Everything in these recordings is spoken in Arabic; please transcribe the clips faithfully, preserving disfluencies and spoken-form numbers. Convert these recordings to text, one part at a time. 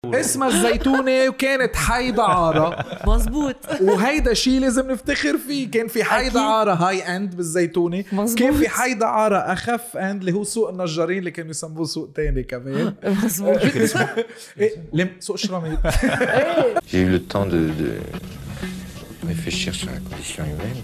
اسمها الزيتونة وكانت حي دعارة. مزبوط. وهيدا شيء لازم نفتخر فيه. كان في حي دعارة هاي اند بالزيتونة. مزبوط. كان في حي دعارة أخف اند اللي هو سوق النجارين اللي كانوا يسموه سوق تاني كمان. مزبوط. لم سوق شراميط. J'ai eu le temps de, de réfléchir sur la condition humaine.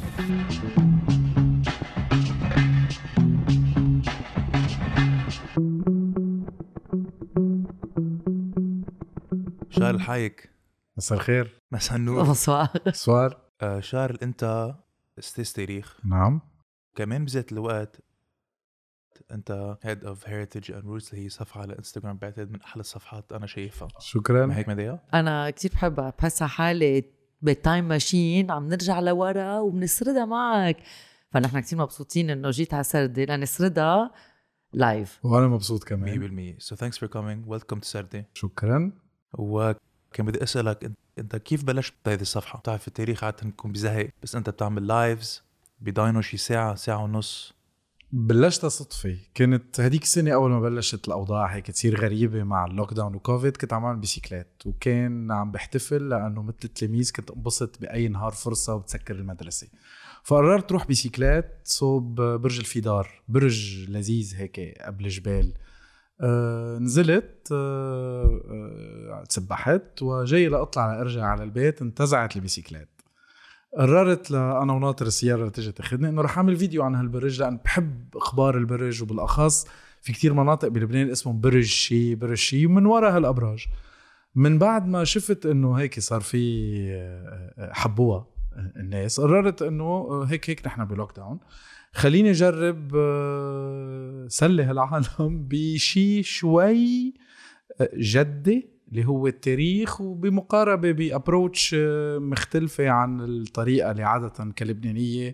شار الحايك، مساء الخير. مساء النور. بونسوار. سوار. آه شار، انت استاذ تاريخ. نعم. كمان بذات الوقت انت Head of Heritage and Roots اللي هي صفحة على انستغرام بعتقد من احلى الصفحات انا شايفها. شكرا. ما هيك مديا؟ انا كتير بحبها، بحسها حالة بالتايم ماشين عم نرجع لورا وبنسردها معك. فنحن كتير مبسوطين انه جيت على سردي لنسردها لايف. وانا مبسوط كمان مية بالمية. So thanks for coming. Welcome to سردي. شكرا. وكان بدي اسالك انت كيف بلشت بهذه الصفحه؟ بتعرف التاريخ عاده نكون بزهق، بس انت بتعمل لايفز بداينو شي ساعه ساعه ونص. بلشتها صدفه. كانت هديك السنه اول ما بلشت الاوضاع هيك تصير غريبه مع اللوك داون وكوفيد، كنت عم اعمل بيسيكلات وكان عم بحتفل لانه مثل التلاميذ كنت انبسط باي نهار فرصه وبتسكر المدرسه. فقررت روح بيسيكلات صوب برج الفيدار، برج لذيذ هيك قبل جبال. آه نزلت آه آه تسبحت وجاي لأطلع لأرجع على البيت انتزعت البيسيكلات. قررت لأنا وناطر السيارة اللي تجي تاخدني إنه رح أعمل فيديو عن هالبرج لأن بحب أخبار البرج، وبالأخص في كتير مناطق بلبنان اسمهم برج شي برج شي ومن وراء هالأبراج. من بعد ما شفت إنه هيك صار في حبوها الناس، قررت إنه هيك هيك نحن بلوك داون، خليني أجرب سلة هالعالم بشي شوي جدي اللي هو التاريخ، وبمقاربة بأبروتش مختلفة عن الطريقة اللي عادة كلبنانية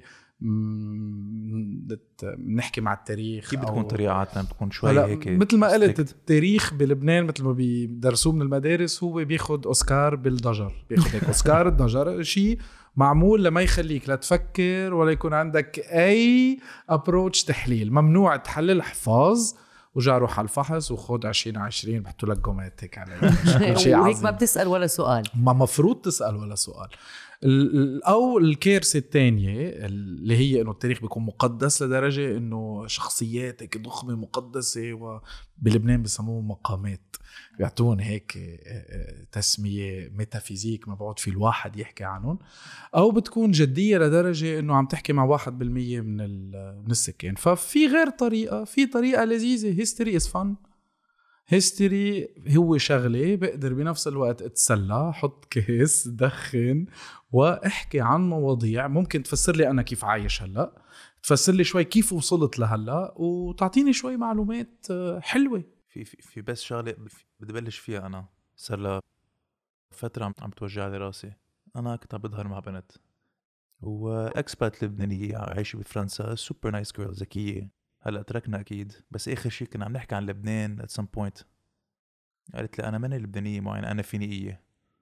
نحكي مع التاريخ. كيف بتكون طريقة عادة؟ بتكون شوي هيك مثل ما قلت التاريخ بلبنان مثل ما بيدرسوه من المدارس هو بياخد أوسكار بالضجر، بياخد هيك أوسكار الضجر، شيء معمول لما يخليك لا تفكر ولا يكون عندك أي أبروتش تحليل. ممنوع تحلل، حفاظ وجا روح على الفحص وخد عشرين عشرين بحطوا لك جومات هيك على شيء عظيم. وهيك ما بتسأل ولا سؤال، ما مفروض تسأل ولا سؤال. أو الكارثة الثانية اللي هي إنه التاريخ بيكون مقدس لدرجة إنه شخصياتك ضخمة مقدسة، وبلبنان بيسموه مقامات، بيعطون هيك تسمية ميتافيزيك ما بعد في الواحد يحكي عنهم. أو بتكون جدية لدرجة إنه عم تحكي مع واحد بالمية من من السكان. ففي غير طريقة، في طريقة لذيذة. history is fun. history هو شغلة بقدر بنفس الوقت اتسلى، حط كيس دخن واحكي عن مواضيع ممكن تفسر لي أنا كيف عايش هلأ، تفسر لي شوي كيف وصلت لهلأ، وتعطيني شوي معلومات حلوة. في في, في بس شغلة بدي بلش فيها. أنا صار لها فترة عم توجع لي راسي. أنا كنت عم بظهر مع بنت وإكسبات لبنانية عايشة بفرنسا، سوبر نايس جيرل ذكية. هلأ تركنا أكيد، بس آخر شيء كنا عم نحكي عن لبنان at some point. قالت لي أنا ماني لبنانية معينة، أنا فينيقية.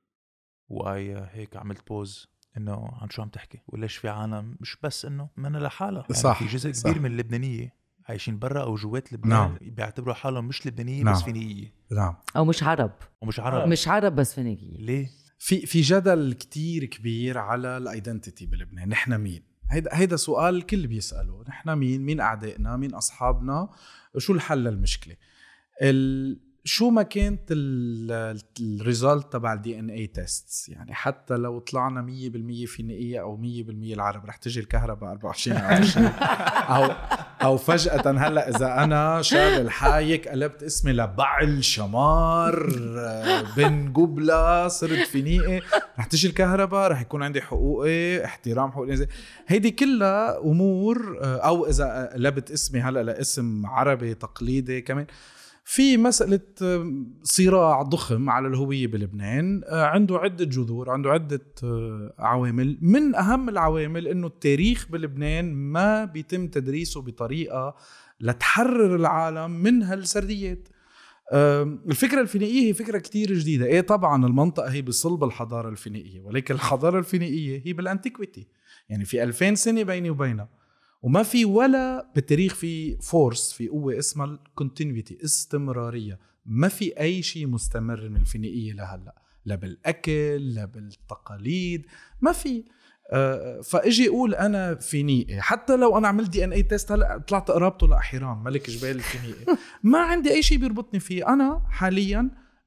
وآي هيك عملت بوز إنه عن شو عم تحكي وليش في عالم مش بس إنه منا لحالها، يعني صح. في جزء صح. كبير من اللبنانية عايشين برا أو جوات لبنان. نعم. بيعتبروا حالهم مش لبنانية. نعم. بس فينيقية. نعم. أو مش عرب. ومش عرب. مش عرب بس فينيقية. ليه؟ في في جدل كتير كبير على الايدنتيتي بلبنان. نحن مين؟ هيدا هيدا سؤال الكل بيسأله. نحن مين؟ مين أعدائنا؟ مين أصحابنا؟ شو الحل للمشكلة؟ ال شو ما كانت الريزالت تبع الدي ان اي تيستس، يعني حتى لو طلعنا مية بالمية فينيقية او مية بالمية العرب، رح تجي الكهرباء أربعة وعشرين او او فجأة هلا اذا انا شاب الحايك قلبت اسمي لبعل شمار بن قبلة صرت فينيقي، رح تجي الكهرباء، رح يكون عندي حقوقي، احترام حقوق الانسان. هيدي كلها امور. او اذا قلبت اسمي هلا لاسم عربي تقليدي كمان. في مسألة صراع ضخم على الهوية بلبنان عنده عدة جذور، عنده عدة عوامل. من أهم العوامل إنه التاريخ بلبنان ما بيتم تدريسه بطريقة لتحرر العالم من هالسرديات. الفكرة الفينيقية هي فكرة كتير جديدة. إيه طبعا المنطقة هي بصلب الحضارة الفينيقية، ولكن الحضارة الفينيقية هي بالأنتيكويتي، يعني في ألفين سنة بيني وبينها. وما في ولا بالتاريخ في فورس، في قوة اسمها الكونتينيوتي، استمرارية. ما في أي شيء مستمر من الفينيقية لهلأ، لا بالأكل لا بالتقاليد، ما في. أه فاجي اقول انا فينيقي، حتى لو انا عملت دي ان اي تيست هلا طلعت قرابته لاحيران ملك جبال الفينيقي، ما عندي اي شيء بيربطني فيه. انا حاليا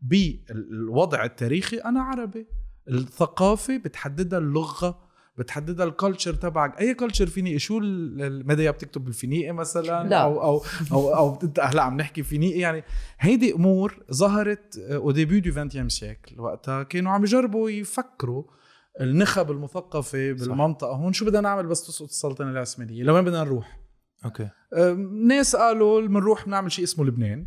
بالوضع التاريخي انا عربي، الثقافه بتحددها اللغه، بتحددها الكالتشر تبعك. اي كالتشر فينيقي، شو الميديا بتكتب بالفينيقي مثلا لا. او او او او انت هلا عم نحكي فينيقي، يعني هيدي امور ظهرت او ديبيو دو عشرين سيكل. وقتها كانوا عم يجربوا يفكروا النخب المثقفة بالمنطقة صح. هون شو بدنا نعمل بس تسقط السلطنة العثمانية؟ لوين بدنا نروح؟ اوكي. ناس قالوا بنروح بنعمل شيء اسمه لبنان.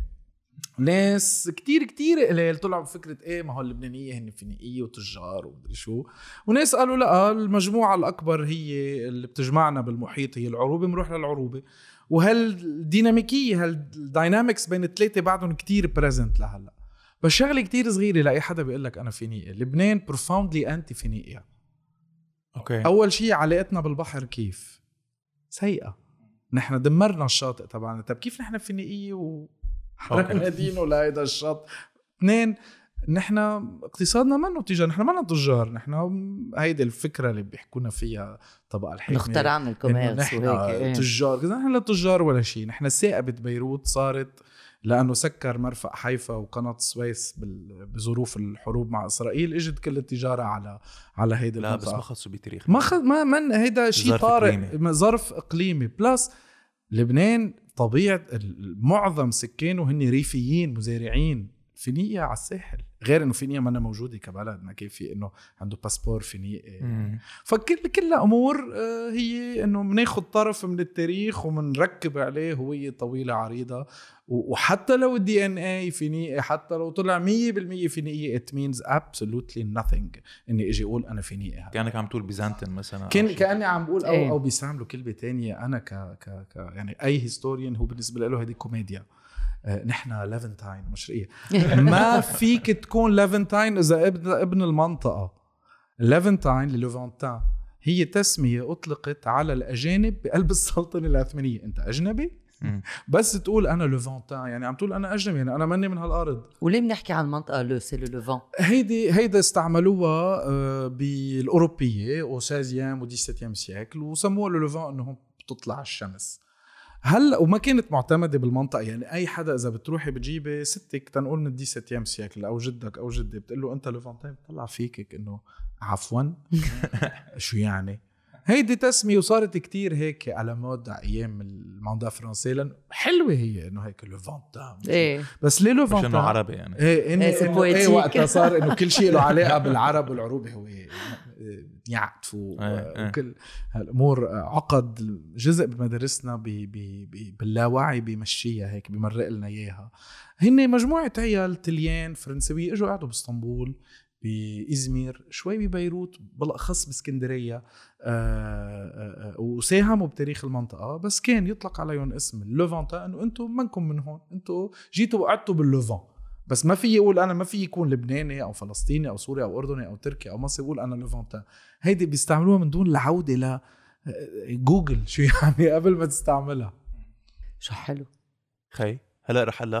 ناس كتير كتير قليل طلعوا بفكرة ايه ما هو اللبنانية هن فينيقية وتجار ومدري شو، وناس قالوا لا المجموعة الأكبر هي اللي بتجمعنا بالمحيط هي العروبة، بنروح للعروبة. وهالديناميكية هالداينامكس بين الثلاثة بعدهم كتير بريزنت لهلا. بس شغله كتير صغيره لاي حدا بيقول لك انا فينيقي. لبنان بروفاوندلي انتي فينيقيا. اوكي. اول شيء علاقتنا بالبحر كيف سيئه، نحن دمرنا الشاطئ تبعنا. طب كيف نحن فينيقيه وحرقنا دينه لهيدا الشط؟ اثنين، نحن اقتصادنا منه تجار، نحن ما تجار. نحن هيدي الفكره اللي بيحكونا فيها طبقه الحكمه، نخترعنا الكوميرس وهيك تجار كذا. نحن لا تجار ولا شيء. نحن ثاقبة بيروت صارت لأنه سكر مرفق حيفا وقناة السويس بظروف الحروب مع إسرائيل، اجت كل التجارة على على هيدا لا المنطقة. بس ما خصوا بتاريخ، ما خ... ما من هيدا شيء طارئ، ظرف إقليمي. بلس لبنان طبيعة معظم سكانه هن ريفيين مزارعين. فينيقيا على الساحل، غير انه فينيقيا ما موجوده كبلد، ما كيف في انه عنده باسبور فينيقي. فكل كلها امور هي انه بناخذ طرف من التاريخ ومنركب عليه هويه طويله عريضه. وحتى لو الدي ان اي فينيقي، حتى لو طلع مية بالمية فينيقي، it means absolutely nothing اني اجي اقول انا فينيقي. كانك عم تقول بيزنطين مثلا، كان كاني عم بقول او ايه. او بيستعملوا كلمه تانية. انا ك ك ك يعني اي هيستوريان هو بالنسبه له هذه كوميديا. نحن ليفنتاين مشرقية. ما فيك تكون ليفنتاين إذا ابن, ابن المنطقة. ليفنتاين لليفانتان هي تسمية أطلقت على الأجانب بقلب السلطنة العثمانية. أنت أجنبي بس تقول أنا ليفانتان، يعني عم تقول أنا أجنبي، يعني أنا مني من هالأرض. وليه بنحكي عن منطقة لو سي لو لوفان؟ هيدي هيدا استعملوها بالأوروبية أو سازيام وديستيام سيكل، وسموها لوفان أنهم بتطلع الشمس. هلا وما كانت معتمدة بالمنطقة. يعني أي حدا إذا بتروحي بتجيبي ستك تنقول ندي ست أيام سيكل أو جدك أو جدي، بتقول له أنت ليفانتين، بتطلع فيك إنه عفوا شو يعني. هيدي تسمية وصارت كتير هيك على مود أيام الماندا فرنسي، لأن حلوة هي إنه هيك ليفانتين. إيه. بس ليه ليفانتين؟ مش إنه عربي يعني. إيه إنه إيه, إيه, إيه وقتها صار إنه كل شيء له علاقة بالعرب والعروبة هو يعطف وكل هالأمور. عقد جزء بمدارسنا بي بي بي باللاوعي بيمشيها هيك، بيمرق لنا إياها. هن مجموعة عيال تليان فرنسوية اجوا قعدوا باسطنبول، بإزمير، شوي ببيروت، بالأخص باسكندرية، وساهموا بتاريخ المنطقة. بس كان يطلق عليهم اسم الليفانتان، إنه أنتم منكم من هون، أنتم جيتوا وقعدتوا بالليفان. بس ما في يقول أنا ما في يكون لبناني أو فلسطيني أو سوري أو أردني أو تركي أو مصري يقول أنا ليفانتان. هيدي بيستعملوها من دون العودة ل جوجل شو يعني قبل ما تستعملها. شو حلو خي هلا رح هلا.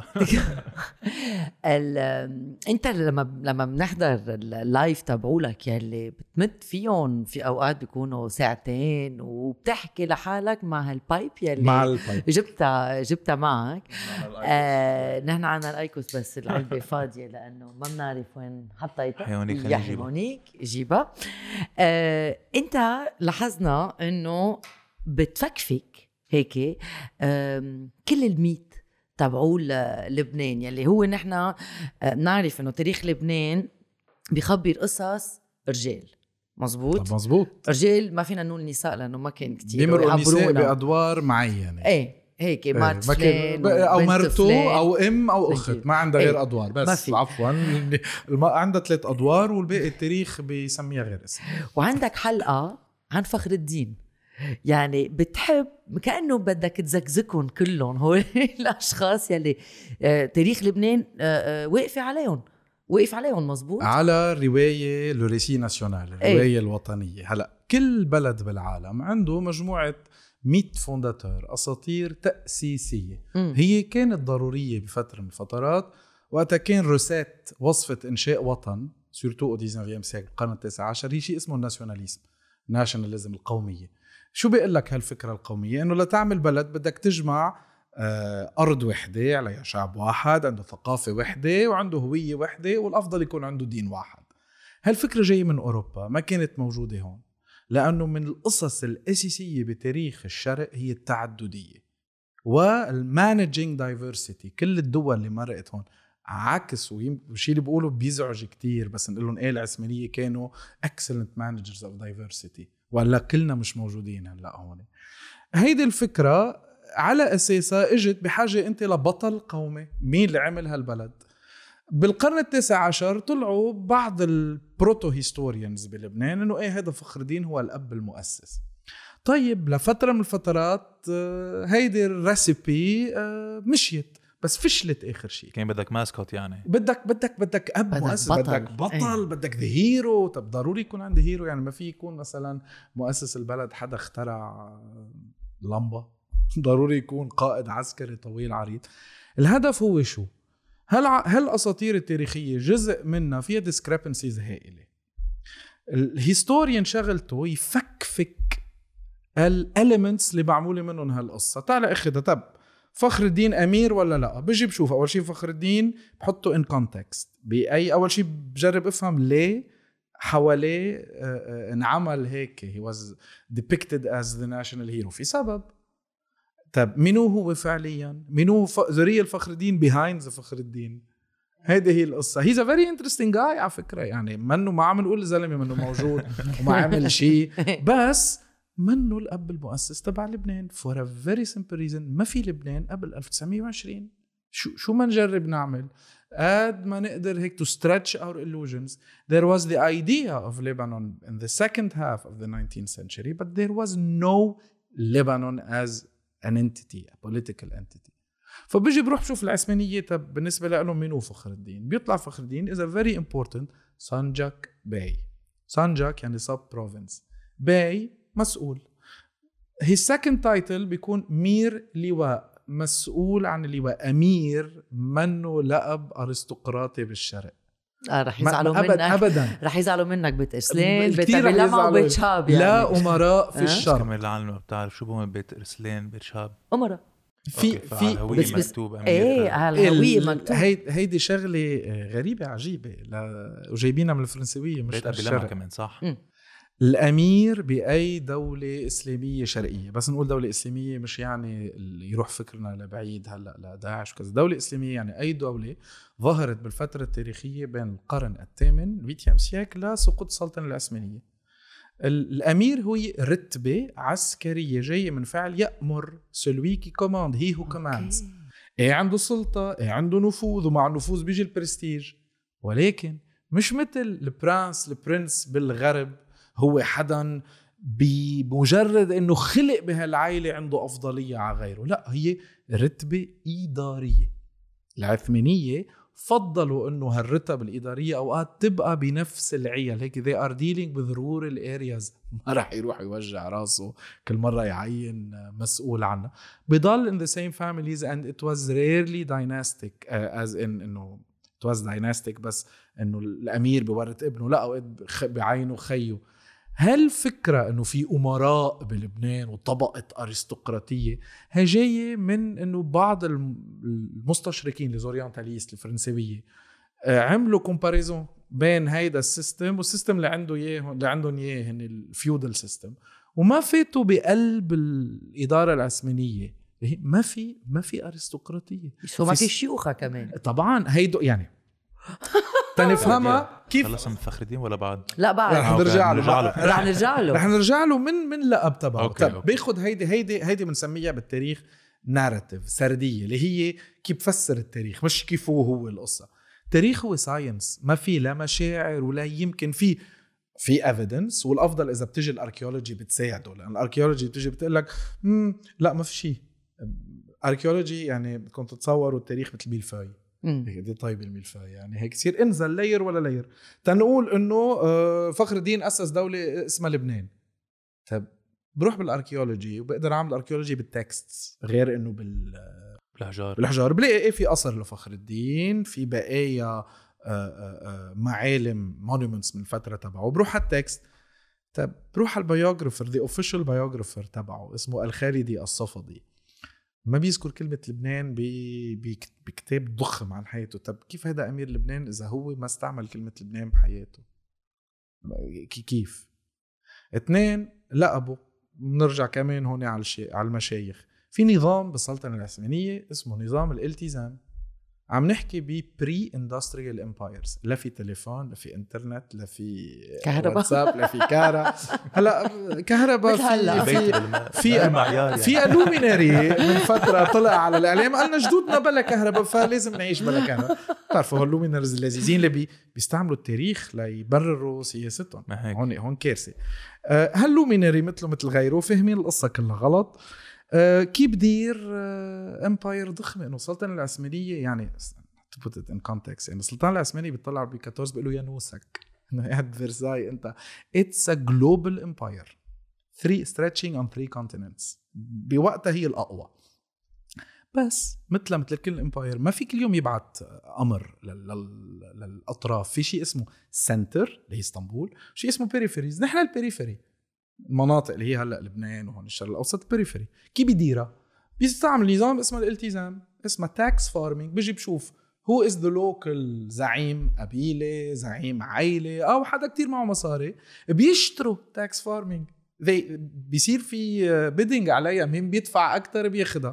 انت لما لما بنحضر اللايف تبعولك يلي بتمد فيهم في اوقات بيكونوا ساعتين وبتحكي لحالك مع هالبايب يلي مع البايب جبتها جبتها معك. آه نحن عنا الايكوس بس العلبه فاضيه لانه ما بنعرف وين حطيتها. هونيك يا هونيك جيبها. آه انت لاحظنا انه بتفكفك هيك كل الميت تبعول لبنان يلي هو نحن بنعرف انه تاريخ لبنان بيخبر قصص رجال. مزبوط مزبوط. رجال ما فينا نقول نساء لانه ما كان كتير بيمرقوا النساء بادوار معينه. ايه هيك مرت فلان او مرتو او ام او اخت، ما عندها غير ايه. ادوار. بس عفوا عندها ثلاث ادوار والباقي التاريخ بيسميها غير اسم. وعندك حلقه عن فخر الدين، يعني بتحب كأنه بدك تزكزكهم كلهم هول الأشخاص يلي آه تاريخ لبنان آه آه واقف عليهم واقف عليهم. مزبوط. على الرواية لوريسي ناسيونال، الرواية ايه. الوطنية. هلأ كل بلد بالعالم عنده مجموعة ميت فونداتور، أساطير تأسيسية. م. هي كانت ضرورية بفترة من الفترات وقتها كان روسات وصفة إنشاء وطن سورتو أو تسعتاشر سيكل القرن التاسع عشر هي شيء اسمه الناسيوناليزم، ناشوناليزم، القومية. شو بيقول لك هالفكرة القومية؟ إنه لتعمل بلد بدك تجمع أرض وحدة عليها شعب واحد عنده ثقافة وحدة وعنده هوية وحدة، والأفضل يكون عنده دين واحد. هالفكرة جاية من أوروبا، ما كانت موجودة هون، لأنه من القصص الأساسية بتاريخ الشرق هي التعددية والمانجينج دايفرسيتي. كل الدول اللي مرقت هون عكسوا وشي اللي بيقولوا بيزعج كتير، بس نقول لهم ايه العثمانية كانوا excellent managers of diversity، ولا كلنا مش موجودين هلا هون. هيدي الفكرة على أساسها اجت بحاجة انت لبطل قومي. مين اللي عمل هالبلد؟ بالقرن التاسع عشر طلعوا بعض البروتو هيستوريانز بلبنان انه ايه هذا فخر الدين هو الاب المؤسس. طيب لفترة من الفترات هيدي الريسيبي مشيت، بس فشلت اخر شيء. كان بدك ماسكوت يعني، بدك بدك بدك اب بدك مؤسس، بطل. بدك بطل ايه. بدك ذا هيرو. طب ضروري يكون عندي هيرو يعني؟ ما في يكون مثلا مؤسس البلد حدا اخترع لمبة، ضروري يكون قائد عسكري طويل عريض. الهدف هو شو؟ هل هالاساطير التاريخيه جزء منها فيها discrepancies هائله. الهيستوريان شغلته يفكفك الاليمنتس اللي معموله منهم هالقصه. تعال اخذها. طب فخر الدين امير ولا لا؟ بيجي بشوف اول شيء فخر الدين بحطه ان كونتكست باي. اول شيء بجرب افهم ليه حواليه انعمل هيك. he was depicted as the national hero في سبب. طب منو هو فعليا؟ منو ف... ذرية الفخر الدين behind the فخر الدين؟ هيدي هي القصة. he's a very interesting guy على فكرة، يعني منه ما عم نقول زلمة منه موجود وما عمل شيء، بس منه الأب المؤسس تبع لبنان for a very simple reason. ما في لبنان قبل ألف وتسعمية وعشرين. شو شو ما نجرب نعمل قد ما نقدر هيك to stretch our illusions. There was the idea of Lebanon in the second half of the nineteenth century, but there was no Lebanon as an entity, a political entity. فبيجي بروح بشوف العثمانية. طب بالنسبة لهم مين هو فخر الدين؟ بيطلع فخر الدين is a very important سانجاك باي. سانجاك يعني sub province. باي مسؤول. his second title بيكون مير لواء، مسؤول عن اللواء. أمير منه لقب أرستقراطي بالشرق. آه رح يزعلوا منك أبدا. رح يزعلوا منك بيت إرسلين، بيت أبيلمع وبيت شاب يعني. لا أمراء في الشرق. كمان العالم بتعرف شو بهم بيت إرسلين بيت شاب أمراء في في بس مكتوب أمير. ايه على الهوية مكتوب. هيد هيدي شغلة غريبة عجيبة لا وجايبينها من الفرنسوية مش بيت أبيلمع كمان صح. م. الأمير بأي دولة إسلامية شرقية، بس نقول دولة إسلامية مش يعني يروح فكرنا لبعيد هلأ لداعش وكذا. دولة إسلامية يعني أي دولة ظهرت بالفترة التاريخية بين القرن الثامن الثامن سيكل لسقوط السلطنة العثمانية. الأمير هو رتبة عسكرية جاية من فعل يأمر، سلوي كي كوماند، هي هو كوماندز. إيه عنده سلطة، إيه عنده نفوذ، ومع النفوذ بيجي البرستيج. ولكن مش مثل البرانس البرنس بالغرب هو حدا بمجرد انه خلق بهالعائلة عنده افضلية على غيره. لا، هي رتبة ادارية. العثمانية فضلوا انه هالرتب الادارية اوقات تبقى بنفس العيال، هيك they are dealing with rural areas. ما رح يروح يوجع راسه كل مرة يعين مسؤول عنها. بضل in the same families and it was rarely dynastic uh, as in انه it was dynastic بس انه الامير بورث ابنه، لا اوقات بعينه خيه. هل فكرة انه في امراء بلبنان وطبقة ارستقراطية هي جاية من انه بعض المستشرقين لزوريانتاليست الفرنسوية عملوا كومباريزون بين هيدا السيستم والسيستم اللي عنده اياه اللي عندهم اياه هن الفيودال سيستم، وما فاتوا بقلب الادارة العثمانية. ما في ما في ارستقراطية، ما في شيوخة كمان طبعا. هيدو يعني تنفهمها كيف. خلص من فخر الدين ولا بعد؟ لا بعد. رح نرجع له رح نرجع له رح نرجع له من من لقب تبعه. طب بياخد هيدي هيدي هيدي بنسميها بالتاريخ ناراتيف، سردية، اللي هي كيف بفسر التاريخ مش كيف هو هو القصة. التاريخ هو ساينس، ما في لا مشاعر ولا يمكن في في evidence. والأفضل إذا بتجي الأركيولوجي بتساعده، لأن الأركيولوجي بتجي بتقلك لا ما في شيء. أركيولوجي يعني بدكم تتصوروا التاريخ مثل ميلفاي. هيك دي طيب الملفاي يعني هيك يصير انزل لاير ولا لاير. تنقول انه فخر الدين اسس دوله اسمها لبنان. طب بروح بالاركيولوجي وبقدر اعمل اركيولوجي بالتكست غير انه بال بالحجار بالحجار بلاقي ايه في قصر لفخر الدين، في بقايا معالم مونيومنتس من الفترة تبعه. بروح على التكست، طب بروح على البيوغرافر the official biographer تبعه اسمه الخالدي الصفدي، ما بيذكر كلمة لبنان بكتاب ضخم عن حياته. طب كيف هذا أمير لبنان إذا هو ما استعمل كلمة لبنان بحياته؟ كيف؟ اثنين لقبوا. بنرجع كمان هون على الشيء على المشايخ. في نظام بالسلطنة العثمانية اسمه نظام الالتزام. عم نحكي ب pre industrial empires، لا في تليفون، لا في انترنت، لا في كهرباء، واتساب، لا في كهرباء. هلا كهرباء في في في في الومينري من فتره طلع على الاعلام قالنا جدودنا بلا كهرباء فلازم نعيش بلا كهرباء. بتعرفوا اللومينرز اللذيذين اللي بي بيستعملوا التاريخ ليبرروا سياستهم. هون هون كارثه. هاللومينري مثله مثل غيره فهمين القصه كلها غلط. Uh, كيف بدير امباير uh, ضخمه؟ انه السلطنه العثمانيه يعني to put it in context، يعني السلطنه العثمانيه بيطلع ب أربعة عشر بيقولوا يا نوسك انه قاعد فرساي انت. it's a global empire three stretching on three continents. بوقتها هي الاقوى. بس مثل مثل كل امباير ما في كل يوم يبعت امر للاطراف. في شيء اسمه سنتر اللي هي اسطنبول، شيء اسمه بيريفيريز. نحن البيريفيري المناطق اللي هي هلا لبنان وهون الشرق الاوسط بريفري. كيف بيديرها؟ بيستعمل نظام اسمه الالتزام، اسمه تاكس فارمينج. بيجي بشوف هو از ذا لوكال زعيم قبيله، زعيم عائله، او حدا كتير معه مصاري بيشتروا تاكس فارمينج. بيصير في بيدنج عليها، مين بيدفع اكثر بياخدها.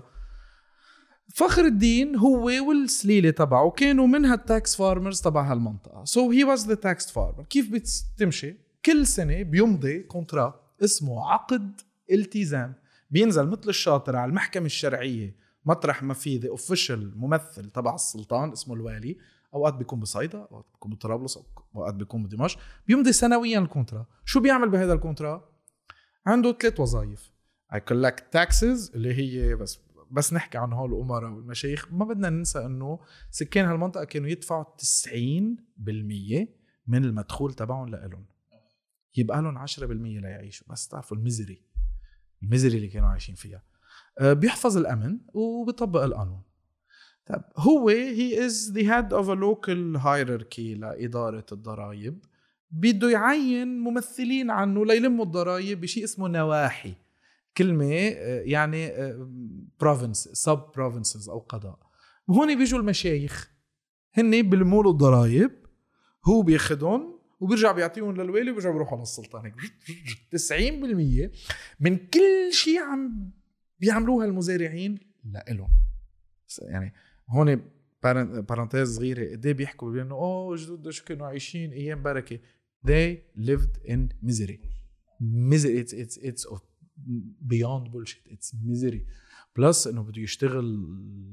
فخر الدين هو والسليله تبعه كانوا من هالتاكس فارمرز تبع هالمنطقه. سو هي واز ذا تاكس فارمر. كيف بتمشي؟ كل سنه بيمضي كونترا اسمه عقد التزام، بينزل مثل الشاطر على المحكمة الشرعية مطرح ما في ذا اوفيشال ممثل تبع السلطان اسمه الوالي. اوقات بيكون بصيدا، اوقات بيكون بطرابلس، اوقات بيكون بدمشق. بيمضي سنويا الكونترا. شو بيعمل بهذا الكونترا؟ عنده ثلاث وظائف. I collect taxes اللي هي بس بس نحكي عن هول الأمراء والمشايخ. ما بدنا ننسى انه سكان هالمنطقة كانوا يدفعوا تسعين بالمية من المدخول تبعهم لإلهم، يبقى لهم عشرة بالمية ليعيشوا. بس تعرفوا المزري المزري اللي كانوا عايشين فيها. أه بيحفظ الأمن وبيطبق القانون. طب هو he is the head of a local hierarchy لإدارة الضرائب. بده يعين ممثلين عنه ليلموا الضرائب بشيء اسمه نواحي. كلمة يعني province sub provinces أو قضاء. وهون بيجوا المشايخ هن بيلموا الضرائب، هو بياخدهم وبيرجع بيعطيهم للوالي وبيرجع بيروحوا على السلطان. تسعين بالمية من كل شيء عم بيعملوها المزارعين لإلهم. يعني هون بارنتيز صغيرة، قديه بيحكوا بيقولوا اوه جدود شو كانوا عايشين ايام بركة. they lived in misery misery it's it's it's beyond bullshit. it's misery plus انه بده يشتغل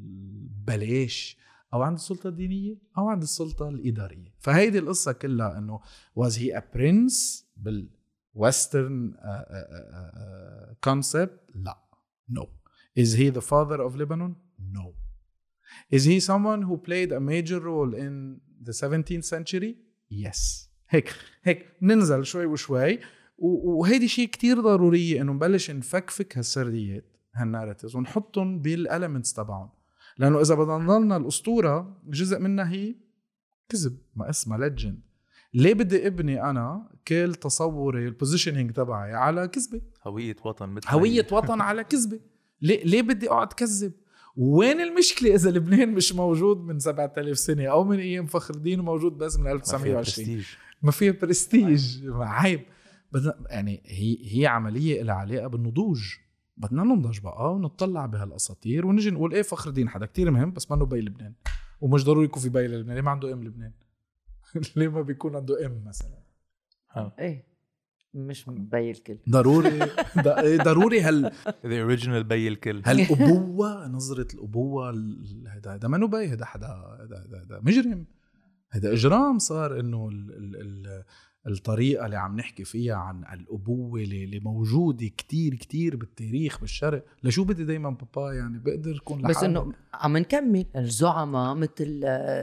بلاش او عند السلطة الدينية او عند السلطة الإدارية. فهيدي القصة كلها انه was he a prince بالwestern uh, uh, uh, concept؟ لا. no. is he the father of Lebanon؟ no. is he someone who played a major role in the seventeenth century؟ yes. هيك هيك ننزل شوي وشوي. وهيدي شيء كتير ضرورية انه نبلش نفكفك هالسرديات هالناريتيفز ونحطهم بالاليمنتس تبعهم. لانه اذا بدنا نضلنا الاسطوره جزء منها هي كذب، ما اسمها ليجند. ليه بدي ابني انا كل تصوري البوزيشنينج تبعي على كذبه؟ هويه وطن مثل هويه وطن على كذبه. ليه ليه بدي اقعد كذب؟ وين المشكله اذا لبنان مش موجود من سبعة آلاف سنه او من ايام فخر الدين وموجود بس من ألف وتسعمية وعشرين؟ ما فيها برستيج. عيب. بدنا يعني هي هي عمليه لها علاقه بالنضوج. بدنا ننضج بقى ونطلع بهالاساطير ونجي نقول ايه فخر الدين حدا كتير مهم بس ما انه بي لبنان، ومش ضروري يكون في بي لبنان. ليه ما عنده ام لبنان؟ ليه ما بيكون عنده ام مثلا؟ ها ايه مش بي الكل ضروري. ضروري هال the original بي الكل. هالابوه، نظره الابوه. هذا هذا ما انه بي، هذا حدا هذا مجرم، هذا اجرام صار. انه ال ال ال الطريقة اللي عم نحكي فيها عن الأبوة اللي موجودة كتير كتير بالتاريخ بالشرق. لشو بدي دايما بابا يعني بقدر يكون لحالي. بس إنه عم نكمل الزعماء مثل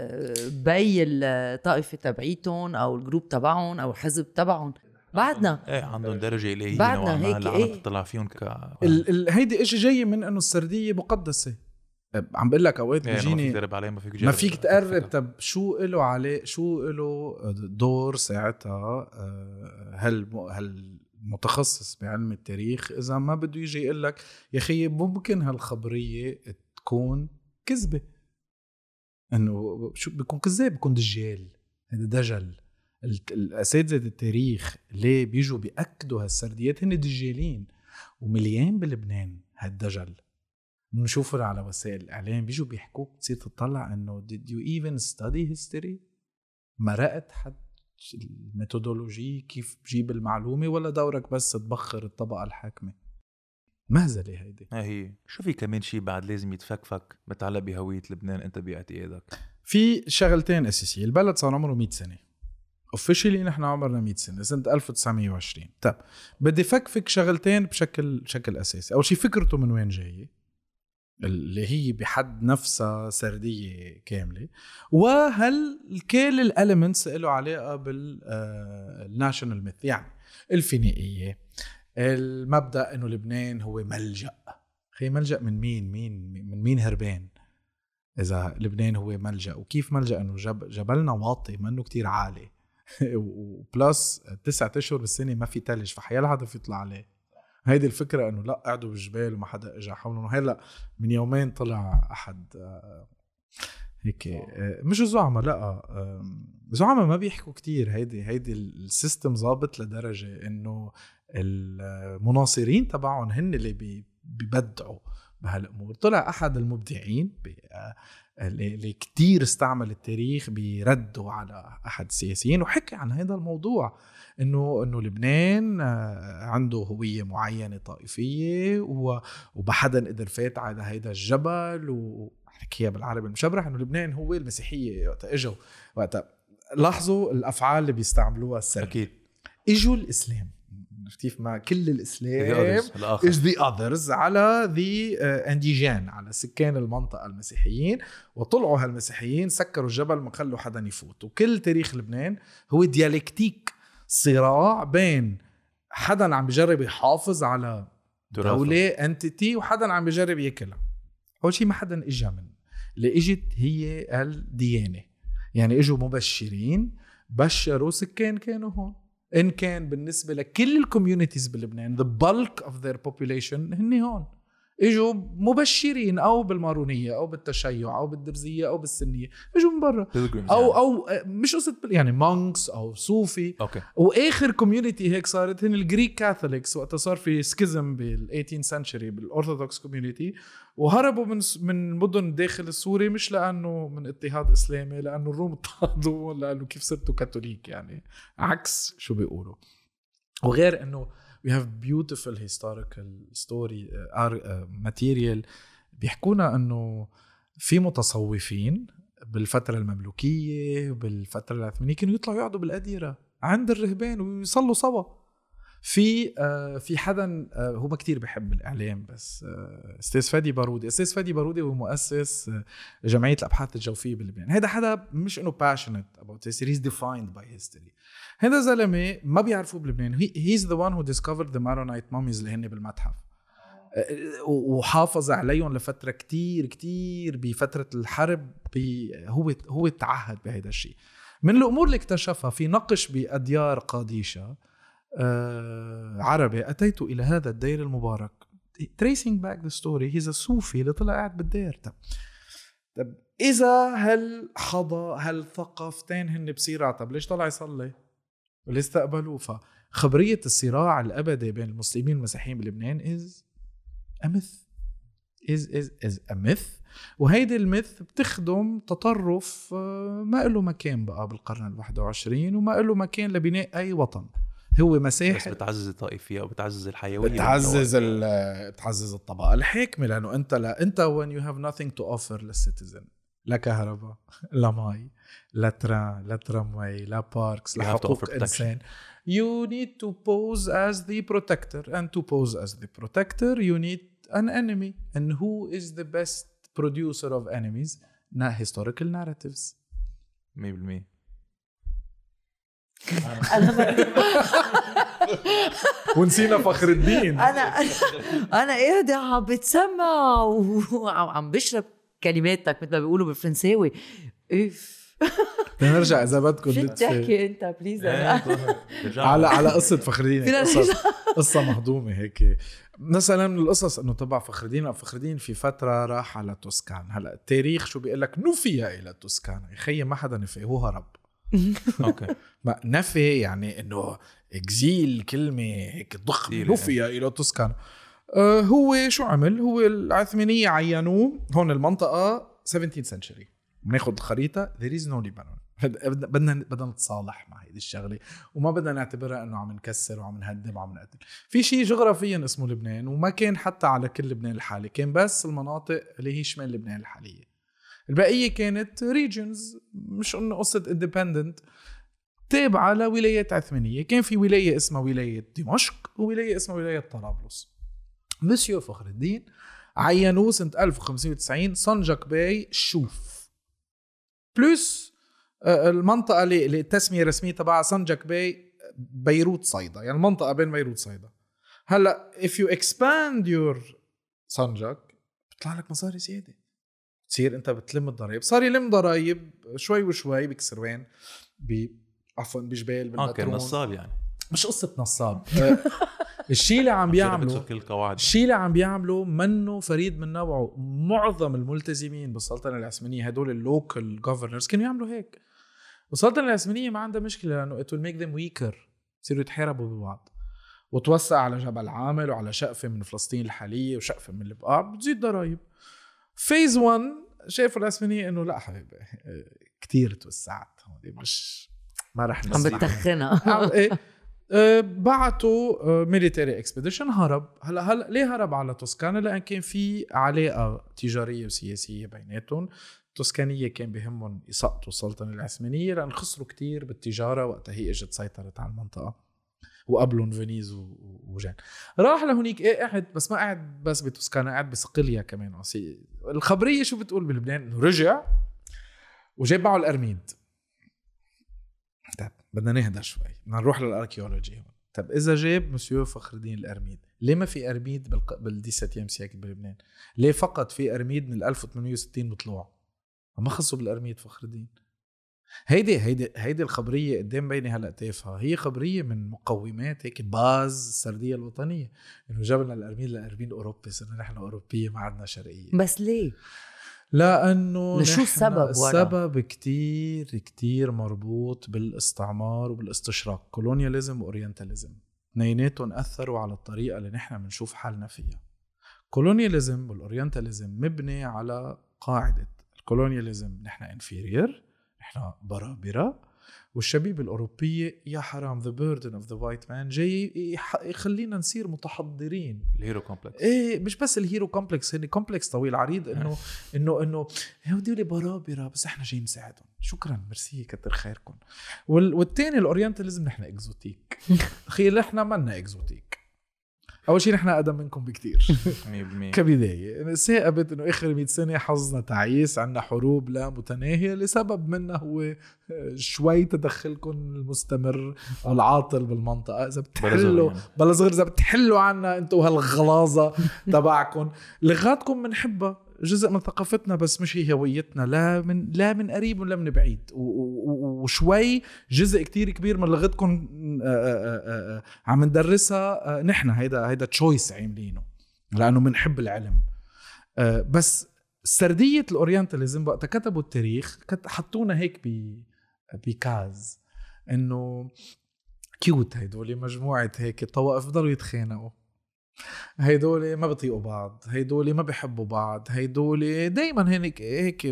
بي الطائفة تبعيتهم أو الجروب تبعهم أو الحزب تبعهم بعدنا ايه عندهم درجة إلهية بعدنا هيك ايه تطلع فيهم ك ال ال هيدي إشي جاي من إنه السردية مقدسة. عم بقول لك اوقات يعني ما فيك بيجيني تقرب عليه، ما فيك ما فيك تقرب. طب شو له عليه شو له دور ساعتها هل هل متخصص بعلم التاريخ اذا ما بده يجي يقول لك يا اخي ممكن هالخبريه تكون كذبه، انه شو بيكون كذاب، بيكون دجال، هذا دجل. الاساتذه التاريخ ليه بيجوا بياكدوا هالسرديات هن دجالين، ومليان بلبنان هالدجل بنشوفه على وسائل الاعلام بيجوا بيحكوك تصير تطلع انه did you even study history؟ مرقت حد الميثودولوجي كيف بجيب المعلومه، ولا دورك بس تبخر الطبقه الحاكمه؟ مهزله هيدي. ها هي شو في كمان شيء بعد لازم يتفكفك متعلق بهويه لبنان انت باعتقادك؟ في شغلتين اساسيه. البلد صار عمره مية سنه اوفيشلي، نحن عمرنا مية سنه سنه ألف وتسعمية وعشرين. طب بدي فكفك شغلتين بشكل بشكل اساسي. اول شيء فكرته من وين جايه اللي هي بحد نفسها سرديه كامله، وهل كل الاليمنتس له علاقه بالناشونال ميث، يعني الفينيقيه، المبدا انه لبنان هو ملجا. خي ملجا من مين مين من مين هربان اذا لبنان هو ملجا؟ وكيف ملجا؟ انه جب جبلنا واطي منه كتير عالي وبلس تسعة اشهر بالسنه ما في تلج، فحيال هذا في يطلع عليه. هيدي الفكرة انه لا قعدوا بالجبال وما حدا اجا حولهم. هلا من يومين طلع احد هيك مش زعماء، لا زعماء ما بيحكوا كتير. هيدي هيدي السيستم ضابط لدرجة انه المناصرين تبعهم هن اللي بيبدعوا بهالامور. طلع احد المبدعين اللي كتير استعمل التاريخ بيردوا على احد السياسيين وحكي عن هذا الموضوع، انه انه لبنان عنده هويه معينه طائفيه وبحدا قدر فات على هيدا الجبل، وحكيها بالعربي المشبرح انه لبنان هو المسيحيه. وقت اجوا وقت لاحظوا الافعال اللي بيستعملوها السلبيه، اكيد اجوا الاسلام كيف ما كل الاسلام is the others على the انديجان على سكان المنطقه المسيحيين، وطلعوا هالمسيحيين سكروا الجبل ما خلوا حدا يفوت. وكل تاريخ لبنان هو ديالكتيك، صراع بين حدا عم بيجرب يحافظ على دولة انتيتي وحدا عم بيجرب ياكلها. اول شيء ما حدا اجا من اللي اجت هي الديانه، يعني اجوا مبشرين بشروا سكان كانوا هون. إن كان بالنسبة لكل الكوميونيتيز بلبنان the bulk of their population هن هون، إجوا مبشرين أو بالمارونية أو بالتشيع أو بالدرزية أو بالسنية، إجوا من برا أو أو مش قصة يعني مونكس أو صوفي. أوكي. وآخر كوميونيتي هيك صارت هن الجريك كاثوليكس وقت صار في سكيزم بال eighteenth century بالأورثوذكس كوميونيتي، وهربوا من من مدن داخل السوري مش لأنه من اضطهاد إسلامي، لأنه الروم اضطهدوا، لأنه كيف صرتوا كاثوليك، يعني عكس شو بيقولوا. وغير إنه we have beautiful historical story uh, material بيحكونا انه في متصوفين بالفترة المملوكية بالفترة العثمانية كانوا يطلعوا يقعدوا بالأديرة عند الرهبان ويصلوا سوا. في uh, في حدا uh, هو ما كتير بحب الإعلام بس uh, أستاذ فادي بارودي. أستاذ فادي بارودي هو مؤسس uh, جمعية الأبحاث الجوفية بلبنان. هذا حدا مش إنه passionate about history, he's defined by history. هذا زلمة ما بيعرفوه بلبنان. he, he's the one who discovered the Maronite mummies اللي هن بالمتحف وحافظ عليهم لفترة كتير كتير بفترة الحرب. هو هو تعهد بهذا الشيء. من الأمور اللي اكتشفها في نقش بأديار قاديشة آه عربي، أتيت إلى هذا الدير المبارك tracing back the story. he's a صوفي اللي طلع قاعد بالدير. طب طب إذا هل حظى هل ثقافتين هن بصراع، طب ليش طلع يصلي واللي استقبلوه؟ فخبرية الصراع الأبدي بين المسلمين والمسيحيين بلبنان is a myth is is is a myth. وهيدي الميث بتخدم تطرف ما له مكان بقى بالقرن الواحد وعشرين، وما له مكان لبناء أي وطن. هو مسيحي بتعزز الطائفية وبتعزز الحيوية، بتعزز بتعزز الطبقة الحاكمة، لأنه أنت لا أنت when you have nothing to offer للcitizen، لا كهرباء لا ماي لا تران لا ترامواي لا باركس لا حقوق إنسان. You need to pose as the protector, and to pose as the protector you need an enemy. And who is the best producer of enemies? Na historical narratives. مية بالمية. ونسينا فخر الدين. أنا أنا قاعدة عم بتسمع وعم بشرب كلماتك مثل ما بيقولوا بالفرنساوي. اف نرجع اذا بدكم شو بتحكي انت بليز؟ على على قصه فخر الدين. قصه قصه مهضومه هيك مثلا من القصص انه تبع فخر الدين. فخر الدين في فتره راح على توسكان. هلا التاريخ شو بيقول لك؟ نفي الى توسكان. يخي ما حدا نفي، هو هرب. اوكي ما نفي يعني انه اكزيل كلمه هيك ضخمه. نفي الى توسكان. آه هو شو عمل؟ هو العثمانيه عينوه هون المنطقه سبعتاشر سنشري. بناخد الخريطه there is no Lebanon. بدنا بدنا نتصالح مع هيدي الشغله وما بدنا نعتبرها انه عم نكسر وعم نهدم وعم نقتل. في شيء جغرافيا اسمه لبنان، وما كان حتى على كل لبنان الحالي، كان بس المناطق اللي هي شمال لبنان الحاليه. البقيه كانت ريجنز، مش انه قصه اندبندنت، تابعه لولايات عثمانيه. كان في ولايه اسمها ولايه دمشق وولايه اسمها ولايه طرابلس. مسيو فخر الدين عينوه سنه ألف وخمسمية وتسعين سانجاك باي شوف بلس المنطقه اللي التسميه الرسميه تبعها سانجاك باي بيروت صيدا، يعني المنطقه بين بيروت صيدا. هلا if you expand your سانجاك بيطلع لك مصاري زياده، تصير انت بتلم الضرائب. صار يلم ضرائب شوي وشوي بكسروان ب عفوا بجبال بالمترون. اه نصاب يعني، مش قصه نصاب. الشيء اللي عم بيعمله الشيء اللي عم بيعمله منه فريد من نوعه. معظم الملتزمين بالسلطنه العثمانيه هدول اللوكال جوفرنرز كانوا يعملوا هيك. والسلطنه العثمانيه ما عندها مشكله لانه it will make them weaker، يصيروا يتحاربوا ببعض وتوسع على جبل عامل وعلى شقفه من فلسطين الحاليه وشقفه من البقاع، بتزيد ضرائب. فيز واحد شافوا العثمانيه انه لا حبيبي كتير توسعت، هودي مش ما رح عم بتخنها. ايه أه بعتوا ميليتري اكسبيديشن، هرب. هلا هلا ليه هرب على توسكانا؟ لان كان في علاقه تجاريه وسياسيه بيناتهم. التوسكانيه كان بهمهم يسقطوا السلطنه العثمانيه لان خسروا كتير بالتجاره وقتها هي اجت سيطرت على المنطقه، وقبلهم فينيز وجان. راح لهونيك ايه قاعد، بس ما قاعد بس بتوسكانا، قاعد بصقليا كمان. الخبريه شو بتقول بلبنان؟ انه رجع وجاب معه الارميد. طب بدنا نهدى شوي، بدنا نروح للاركيولوجي هون. طب اذا جاب مسيو فخر الدين الارميد، ليه ما في ارميد بالديساتيام سيكل بلبنان؟ ليه فقط في ارميد من ألف وثمانمية وستين وطلوع؟ ما خصوا بالارميد فخر الدين. هيدي هيدي هيدي الخبريه قدام بيني هلا تافهه، هي خبريه من مقومات هيك باز السرديه الوطنيه، انه جبنا الارميد لارميد اوروبي، صرنا نحن اوروبيه ما عندنا شرقيه. بس ليه؟ لانه شو السبب؟ السبب كتير كتير مربوط بالاستعمار وبالاستشراق. كولونياليزم واورينتاليزم اثنيناتهم اثروا على الطريقه اللي نحن بنشوف حالنا فيها. كولونياليزم والاورينتاليزم مبني على قاعده الكولونياليزم نحن انفيرير، نحن برابره، والشبيبه الاوروبيه يا حرام the burden of the white man جاي يخلينا نصير متحضرين. الهيرو كومبلكس. ايه مش بس الهيرو كومبلكس، هني كومبلكس طويل عريض انه انه انه هودي برابره بس احنا جايين نساعدهم. شكرا ميرسي كتر خيركم. والثاني الاورينتاليزم نحن اكزوتيك. خير نحن مالنا اكزوتيك. اول شيء نحن اقدم منكم بكتير كبدايه. ثاقبت انه اخر مئة سنه حظنا تعيس، عنا حروب لا متناهيه لسبب منها هو شوي تدخلكم المستمر والعاطل بالمنطقه. اذا بتحلوا بلا صغير، اذا بتحلوا عنا انتوا هالغلاظه تبعكم، لغاتكم بنحبها، جزء من ثقافتنا بس مش هي هويتنا، لا من لا من قريب ولا من بعيد. وشوي جزء كتير كبير من لغتكم عم ندرسها نحن. هيدا هيدا تشويس عاملينه لانه بنحب العلم. بس سرديه الاورينتاليزم وقت كتبوا التاريخ حطونا هيك بكاز انه كيوت، هيدول مجموعه هيك طوائف بضلوا يتخانقوا، هيدول ما بيطيقوا بعض، هيدول ما بيحبوا بعض، هيدول دايما هيك هيك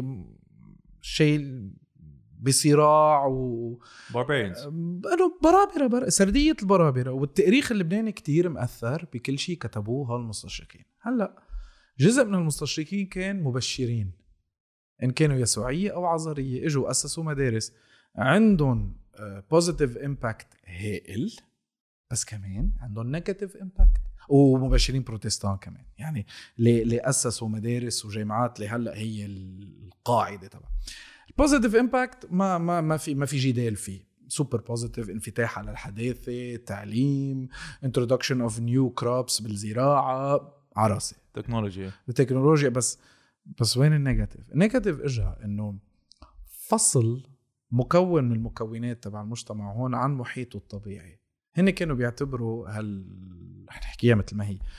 شيء بصراع و باربيريانز، انه برابره بر... سرديه البرابره. والتاريخ اللبناني كتير مأثر بكل شيء كتبوه هالمستشرقين. هلا جزء من المستشرقين كان مبشرين، ان كانوا يسوعيه او عذريه، اجوا اسسوا مدارس عندهم بوزيتيف امباكت هائل، بس كمان عندهم نيجاتيف امباكت. ومبشرين بروتستان كمان، يعني اللي اسسوا مدارس وجامعات اللي هلا هي القاعده تبع البوزيتيف امباكت. ما ما ما في ما في جدال فيه. سوبر بوزيتيف، انفتاح على الحداثه، تعليم، introduction of new crops بالزراعه، عراسه، تكنولوجيا التكنولوجيا. بس بس وين النيجاتيف؟ النيجاتيف اجى انه فصل مكون من المكونات تبع المجتمع هون عن محيطه الطبيعي. هن كانوا بيعتبروا هال نحكيها مثل ما هي،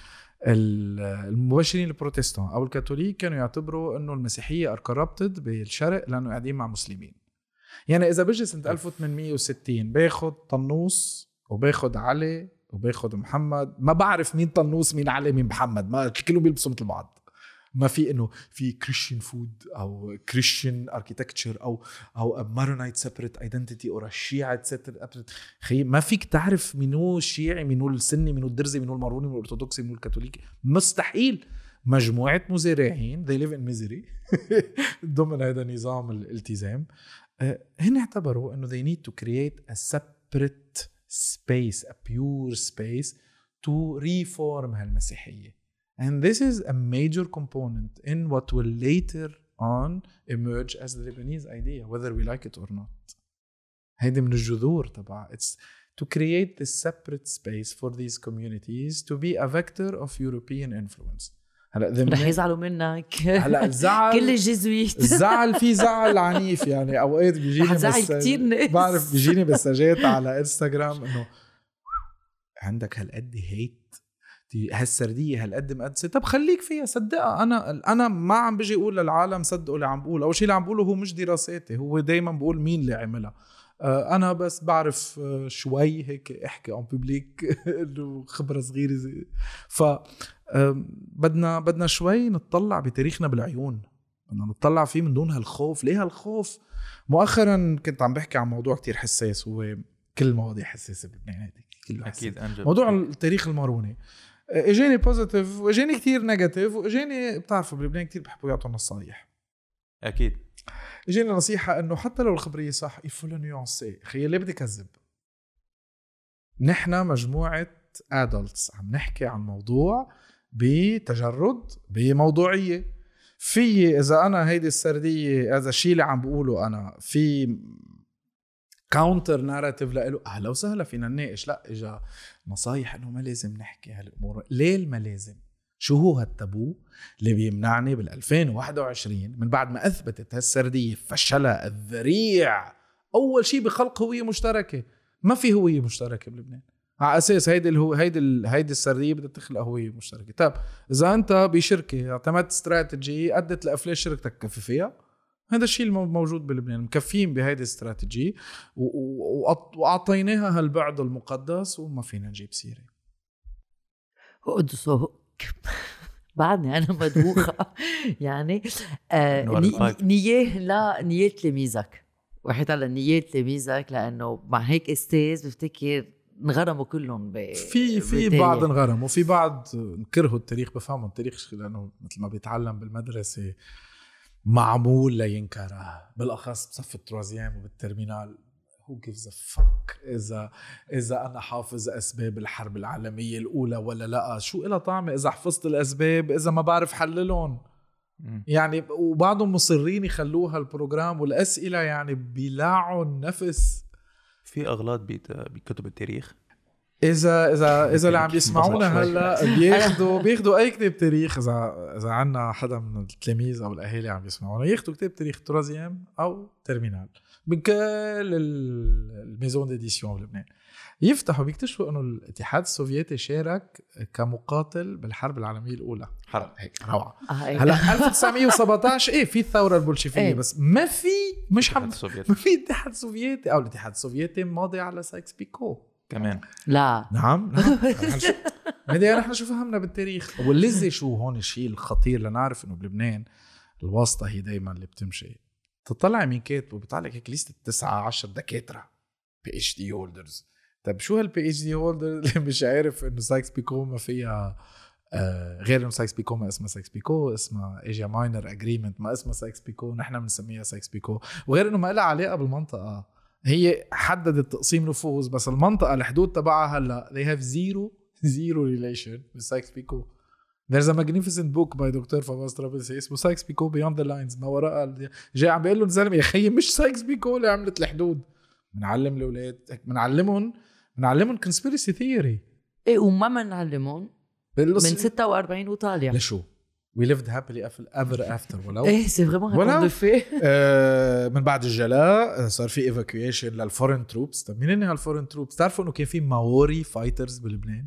المبشرين البروتستان او الكاثوليك كانوا يعتبروا انه المسيحيه ار كوربتد بالشرق لانه قاعدين مع مسلمين. يعني اذا بيجي سنه ألف وثمانمية وستين باخد طنوس وباخد علي وباخد محمد، ما بعرف مين طنوس مين علي مين محمد، ما كلهم بيلبسوا مثل بعض. ما في انه في كريستيان فود او كريستيان اركيتكتشر او او مارونايت سيبريت ايدنتيتي او الشيعة سيبريت. خي ما فيك تعرف منو الشيعي منو السني منو الدرزي منو الماروني منو الارثوذكسي منو الكاثوليكي، مستحيل. مجموعه مزارعين they live in misery ضمن هذا نظام الالتزام. هن اعتبروا انه they need to create a separate space, a pure space to reform هالمسيحيه. And this is a major component in what will later on emerge as the Lebanese idea, whether we like it or not. هيدي من الجذور تبع. It's to create this separate space for these communities to be a vector of European influence. هلا رح يزعلوا منك. هلا الزعل كل الجزويت الزعل في زعل عنيف يعني اوقات بيجيني بس كتير ناس بعرف بيجيني مساجات على انستغرام انه عندك هالقد هيت هالسرديه هالقد مقدسه، طب خليك فيها صدقها. انا انا ما عم بيجي اقول للعالم صدقوا اللي عم بقول. اول شيء اللي عم بقوله هو مش دراساتي، هو دايما بقول مين اللي عملها. انا بس بعرف شوي هيك احكي عن ببليك انه خبره صغيره زي. ف بدنا بدنا شوي نطلع بتاريخنا بالعيون، بدنا نطلع فيه من دون هالخوف. ليه هالخوف؟ مؤخرا كنت عم بحكي عن موضوع كتير حساس، هو كل المواضيع حساسه بلبنان اكيد أنجب. موضوع التاريخ الماروني اجاني بوزيتيف واجاني كتير نيجاتيف، واجاني بتعرفوا بلبنان كتير بحبوا يعطوا نصايح. اكيد اجاني نصيحه انه حتى لو الخبريه صح يفولو نيونسي. خيي ليه بدي كذب؟ نحن مجموعه ادلتس عم نحكي عن موضوع بتجرد بموضوعيه. في اذا انا هيدي السرديه هذا الشيء اللي عم بقوله انا في كاونتر ناراتيف لإله، اهلا وسهلا فينا نناقش. لا اجا نصايح انه ما لازم نحكي هالامور. ليه ما لازم؟ شو هو هالتابو اللي بيمنعني بال2021 من بعد ما اثبتت هالسرديه فشلها الذريع اول شيء بخلق هويه مشتركه؟ ما في هويه مشتركه بلبنان على اساس هيدي اللي هو هيدي هيدي السرديه بدها تخلق هويه مشتركه. طب اذا انت بشركه اعتمدت استراتيجي ادت لافلاس شركتك كفي فيها، هذا الشيء الموجود بلبنان، مكفين بهيدي الاستراتيجي واعطيناها هالبعد المقدس وما فينا نجيب سيره. قدسه بعدني انا مدوخه يعني آه نيه لا نيه تلميذك وحيت على نيه تلميذك، لانه مع هيك استاذ بفتكر انغرموا كلهم ب في في بعض انغرموا وفي بعض كرهوا التاريخ، بفهموا التاريخ لانه مثل ما بيتعلم بالمدرسه معمول لينكره، بالاخص بصف التروازيام وبالترمينال. who gives a fuck اذا اذا انا حافظ اسباب الحرب العالميه الاولى ولا لا، شو إلها طعمه اذا حفظت الاسباب اذا ما بعرف حللهم يعني. وبعضهم مصرين يخلوها البروجرام والاسئله يعني بيلاعوا النفس. في اغلاط بكتب التاريخ. اذا اذا اذا اللي عم يسمعونا هلا بياخذوا بياخذوا اي كتاب تاريخ، اذا اذا عنا حدا من التلاميذ او الاهالي عم يسمعونا ياخذوا كتاب تاريخ تروازيام او ترمينال من كل الميزون ديديسيون بلبنان، يفتحوا بيكتشفوا انه الاتحاد السوفيتي شارك كمقاتل بالحرب العالميه الاولى. حرب هيك روعه. هلا ألف وتسعمية وسبعطعش ايه في الثوره البولشيفيه، بس ما في مش حب ما في اتحاد سوفيتي او الاتحاد السوفيتي ماضي على سايكس بيكو كمان. لا نعم نعم هذا نحن شو فهمنا بالتاريخ. واللي شو هون الشيء الخطير لنعرف انه بلبنان الواسطه هي دايما اللي بتمشي. تطلع مين كاتبه بيطلع لك هيك ليست تسعة عشر دكاتره بي اتش دي هولدرز. طب شو هالبي اتش دي هولدر اللي مش عارف انه سايكس بيكو ما فيها آه غير انه سايكس بيكو ما اسمها سايكس بيكو، اسمها ايجيا ماينر اجريمنت ما اسمها سايكس بيكو، نحن بنسميها سايكس بيكو. وغير انه ما لها علاقه بالمنطقه، هي حددت تقسيم نفوذ بس المنطقه الحدود تبعها هلا they have zero zero relation with سايكس بيكو. There's a magnificent book by دكتور فواز طرابلسي اسمه سايكس بيكو Beyond the Lines. ما وراء جاي عم بيقول له الزلمه يا خيي مش سايكس بيكو اللي عملت الحدود. بنعلم الاولاد بنعلمهم بنعلمهم conspiracy theory ايه وما بنعلمهم من ستة وأربعين وطالع. لشو we lived happily ever after ولو ايه سي فريمون ولا؟ هاكون دفي. آه من بعد الجلاء صار في ايفاكويشن للفورين تروبس. طب مين هن هالفورين تروبس؟ تعرفوا انه كان في ماوري فايترز بلبنان؟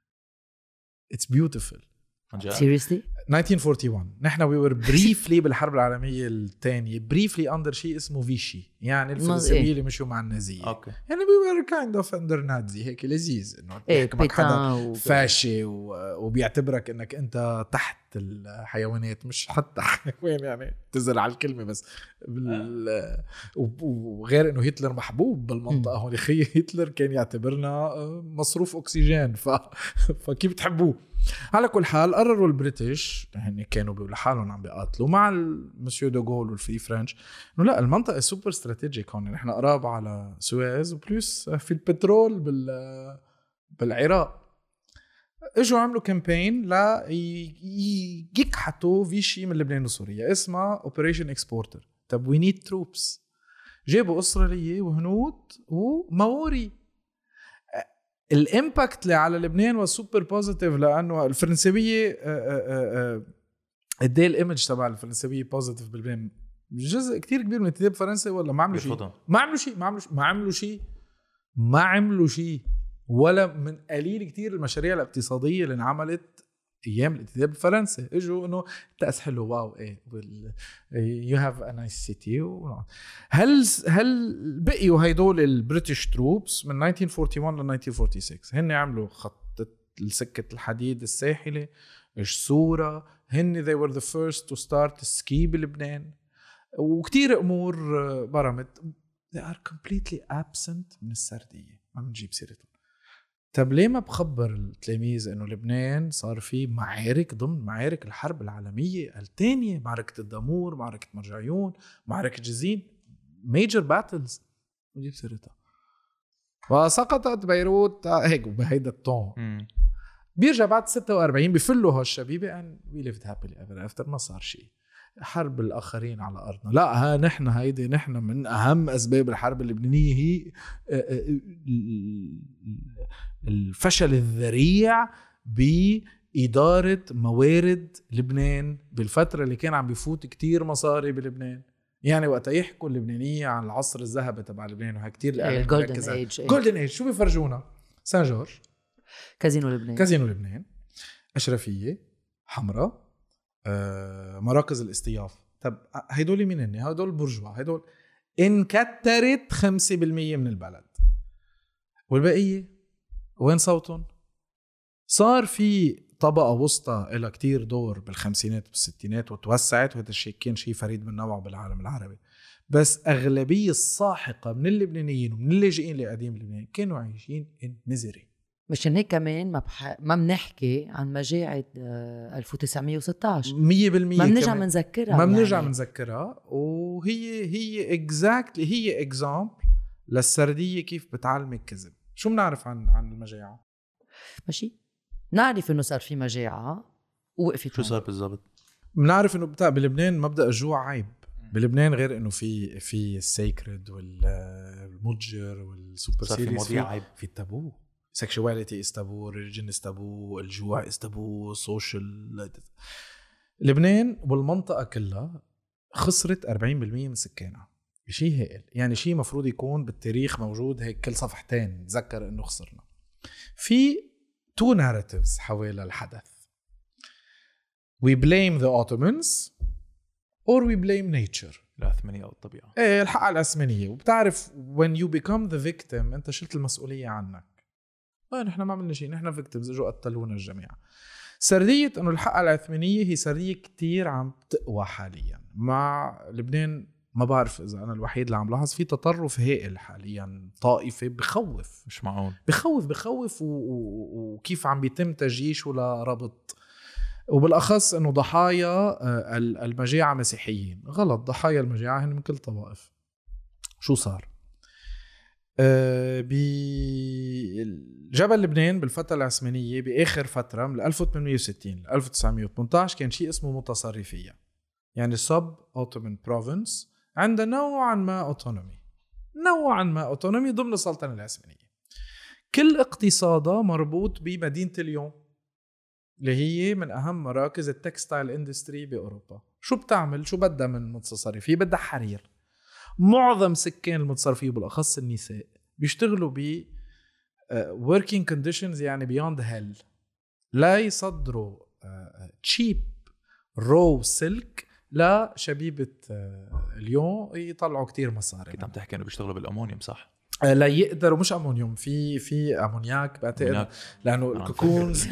اتس بيوتيفل. سيريسلي ألف وتسعمية وواحد وأربعين نحن وي ور بريفلي بالحرب العالميه الثانيه بريفلي اندر شيء اسمه فيشي، يعني الفرنسيين اللي مشوا مع النازيه. اوكي يعني وي ور كايند اوف اندر نازي هيك لذيذ انه ايه يحكمك حدا بيتان فاشي وبيعتبرك انك انت تحت الحيوانات، مش حتى حيوان يعني تزل على الكلمه بس بال... وغير انه هتلر محبوب بالمنطقه هون. اخي هتلر كان يعتبرنا مصروف اكسجين ف... فكيف بتحبوه؟ على كل حال قرروا البريتش يعني كانوا بيقولوا حالهم عم بيقاتلوا مع المسيو دوغول والفري فرنش انه لا المنطقه سوبر استراتيجيك هون، نحن قراب على سويس وبلس في البترول بال بالعراق. اجوا عملوا كامبين لا يكحتوا في شيء من لبنان وسوريا اسمها اوبريشن اكسبورتر. طب وي نيد تروبس، جابوا اسرائيليه وهنود وماوري. الامباكت اللي على لبنان والسوبر بوزيتيف لانه الفرنسويه قد ايه الايمج تبع الفرنسويه بوزيتيف بلبنان. جزء كتير كبير من انتداب فرنسا ولا ما عملوا شيء ما عملوا شيء ما عملوا شيء ما عملوا شيء ما عملوا شيء ولا من قليل كتير المشاريع الاقتصاديه اللي انعملت ايام الانتداب بفرنسا. اجوا انه تأس حلو واو ايه يو هاف ا نايس سيتي. هل هل بقيوا هيدول البريتش تروبس من ألف وتسعمية وواحد وأربعين ل ألف وتسعمية وستة وستين هن عملوا خط السكه الحديد الساحلي الصوره هن they were the first to start السكي بلبنان وكتير امور برمت. they are completely absent من السرديه ما بنجيب سيرتهم. طب ليه ما بخبر التلاميذ انه لبنان صار فيه معارك ضمن معارك الحرب العالميه الثانيه، معركه الدامور، معركه مرجعيون، معركه جزين، ميجر باتلز نجيب سيرتها. وسقطت بيروت هيك بهيدا الطون. بيرجع بعد ستة وأربعين بفلوا هالشبيبه ان وي ليفد هابيلي ايفر افتر ما صار شيء. حرب الآخرين على أرضنا لا ها نحن هيدي نحن من أهم أسباب الحرب اللبنانية هي الفشل الذريع بإدارة موارد لبنان بالفترة اللي كان عم بيفوت كتير مصاري بلبنان. يعني وقت يحكوا اللبنانية عن العصر الذهبي تبع لبنان وها كتير الجولدن ايج جولدن ايج شو بيفرجونا؟ سان جورج، كازينو لبنان، كازينو لبنان، أشرفية، حمراء، آه، مراكز الاستياف. طب هيدول مين هن؟ هيدول برجوا، هيدول انكترت خمسة بالمية من البلد والبقية وين صوتهم؟ صار في طبقة وسطى إلها كتير دور بالخمسينات والستينات وتوسعت وهذا الشيء كان شيء فريد من نوعه بالعالم العربي. بس أغلبية الساحقة من اللبنانيين ومن اللاجئين لقديم لبنان كانوا عايشين in misery. مشان هيك كمان ما بح... ما بنحكي عن مجاعة ألف وتسعمية وستة عشر مية بالمية ما بنرجع منذكرها ما بنرجع يعني. منذكرها وهي هي اكزاكتلي هي اكزامبل للسردية كيف بتعلمك كذب. شو بنعرف عن عن المجاعة؟ ماشي نعرف انه صار في مجاعة ووقفت. شو صار بالضبط؟ بنعرف انه بتاع بلبنان مبدأ الجوع عيب بلبنان، غير انه في في السيكريد والمتجر والسوبر سيريس في عيب. في التابو sexuality is taboo, religion is taboo, الجوع is taboo, social. لبنان والمنطقة كلها خسرت أربعين بالمية من سكانها. شيء هائل، يعني شيء مفروض يكون بالتاريخ موجود هيك كل صفحتين نتذكر انه خسرنا. في two narratives حوالي الحدث. We blame the Ottomans or we blame nature. العثمانية أو الطبيعة. ايه الحق على العثمانية. وبتعرف when you become the victim انت شلت المسؤولية عنك. اه نحن ما عملنا شيء، نحن فيكتيمز اجوا قتلونا الجميع. سردية انه الحق على العثمانية هي سردية كتير عم تقوى حاليا مع لبنان. ما بعرف اذا انا الوحيد اللي عم لاحظ في تطرف هائل حاليا طائفي بخوف. مش معقول. بخوف بخوف و... و... وكيف عم بيتم تجيش ولا ربط. وبالاخص انه ضحايا المجاعة مسيحيين. غلط، ضحايا المجاعة هن من كل طوائف. شو صار؟ بجبل لبنان بالفترة العثمانية بآخر فترة من ألف وثمانمية وستين ل ألف وتسعمية وثمانية عشر كان شيء اسمه متصرفية، يعني sub Ottoman province عندها نوعا ما أوتونومي نوعا ما أوتونومي ضمن السلطنة العثمانية. كل اقتصادها مربوط بمدينة اليوم. اللي هي من أهم مراكز التكستايل اندستري بأوروبا. شو بتعمل؟ شو بدها من متصرفية؟ بدها حرير. معظم سكان المتصرفية بالأخص النساء بيشتغلوا ب working conditions يعني beyond hell. لا يصدروا cheap raw silk لشبيبة اليوم يطلعوا كتير مصاري. كنت عم تحكي انه بيشتغلوا بالامونيوم صح؟ لا يقدروا، مش امونيوم، في في امونياك بعتقد، لانه الكوكونز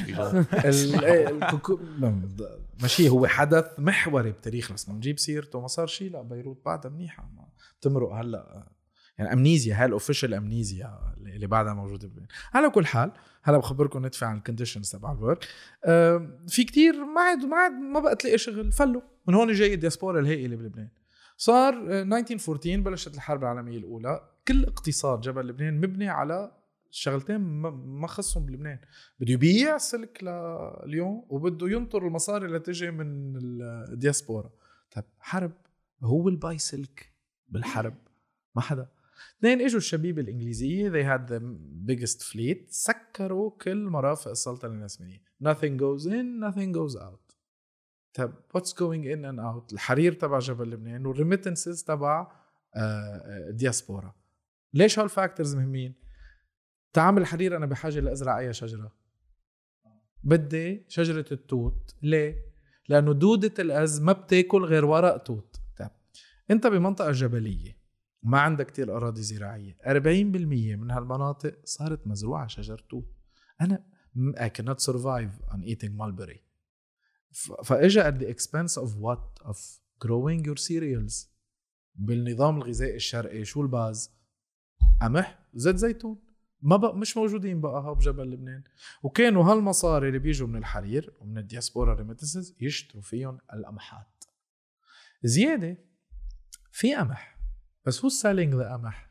الكوكون ماشي هو حدث محوري بتاريخ، بس نجيب سيرته ما صار شيء. لا بيروت بعدها منيحه، ما بتمرق هلا يعني امنيزيا، هاي الاوفيشال امنيزيا اللي بعدها موجوده بين. على كل حال هلا بخبركم ندفع عن الكونديشنز تبع الورك. في كتير ما عاد ما عاد ما بقى تلاقي شغل، فلوا من هون جاي الدياسبورا الهائله بلبنان. صار ألف وتسعمية وأربعتاشر بلشت الحرب العالميه الاولى، كل اقتصاد جبل لبنان مبني على شغلتين ما خصهم بلبنان. بده يبيع سلك لليوم وبده ينطر المصاري اللي تجي من الدياسبورا. طيب حرب، هو الباي سلك بالحرب ما حدا. اثنين اجوا الشبيبه الانجليزيه they had the biggest fleet، سكروا كل مرافق السلطنه العثمانيه. nothing goes in nothing goes out. طب what's going in and out؟ الحرير تبع جبل لبنان والريميتنسز تبع الدياسبورا. ليش هالفاكتورز مهمين؟ تعامل الحرير انا بحاجه لازرع اي شجره، بدي شجره التوت. ليه؟ لانه دوده الاز ما بتاكل غير ورق توت. طب انت بمنطقه جبليه ما عندك كتير اراضي زراعيه، أربعين بالمية من هالمناطق صارت مزروعه شجر توت. انا I cannot survive on eating mulberry. فاجا at the expense of what? of growing your cereals. بالنظام الغذائي الشرقي شو الباز؟ قمح، زيت زيتون، ما بقى مش موجودين بقى ها بجبل لبنان. وكانوا هالمصاري اللي بيجوا من الحرير ومن الدياسبورا ريميتنسز يشتروا فيهم القمحات زياده. في قمح بس who's selling the قمح؟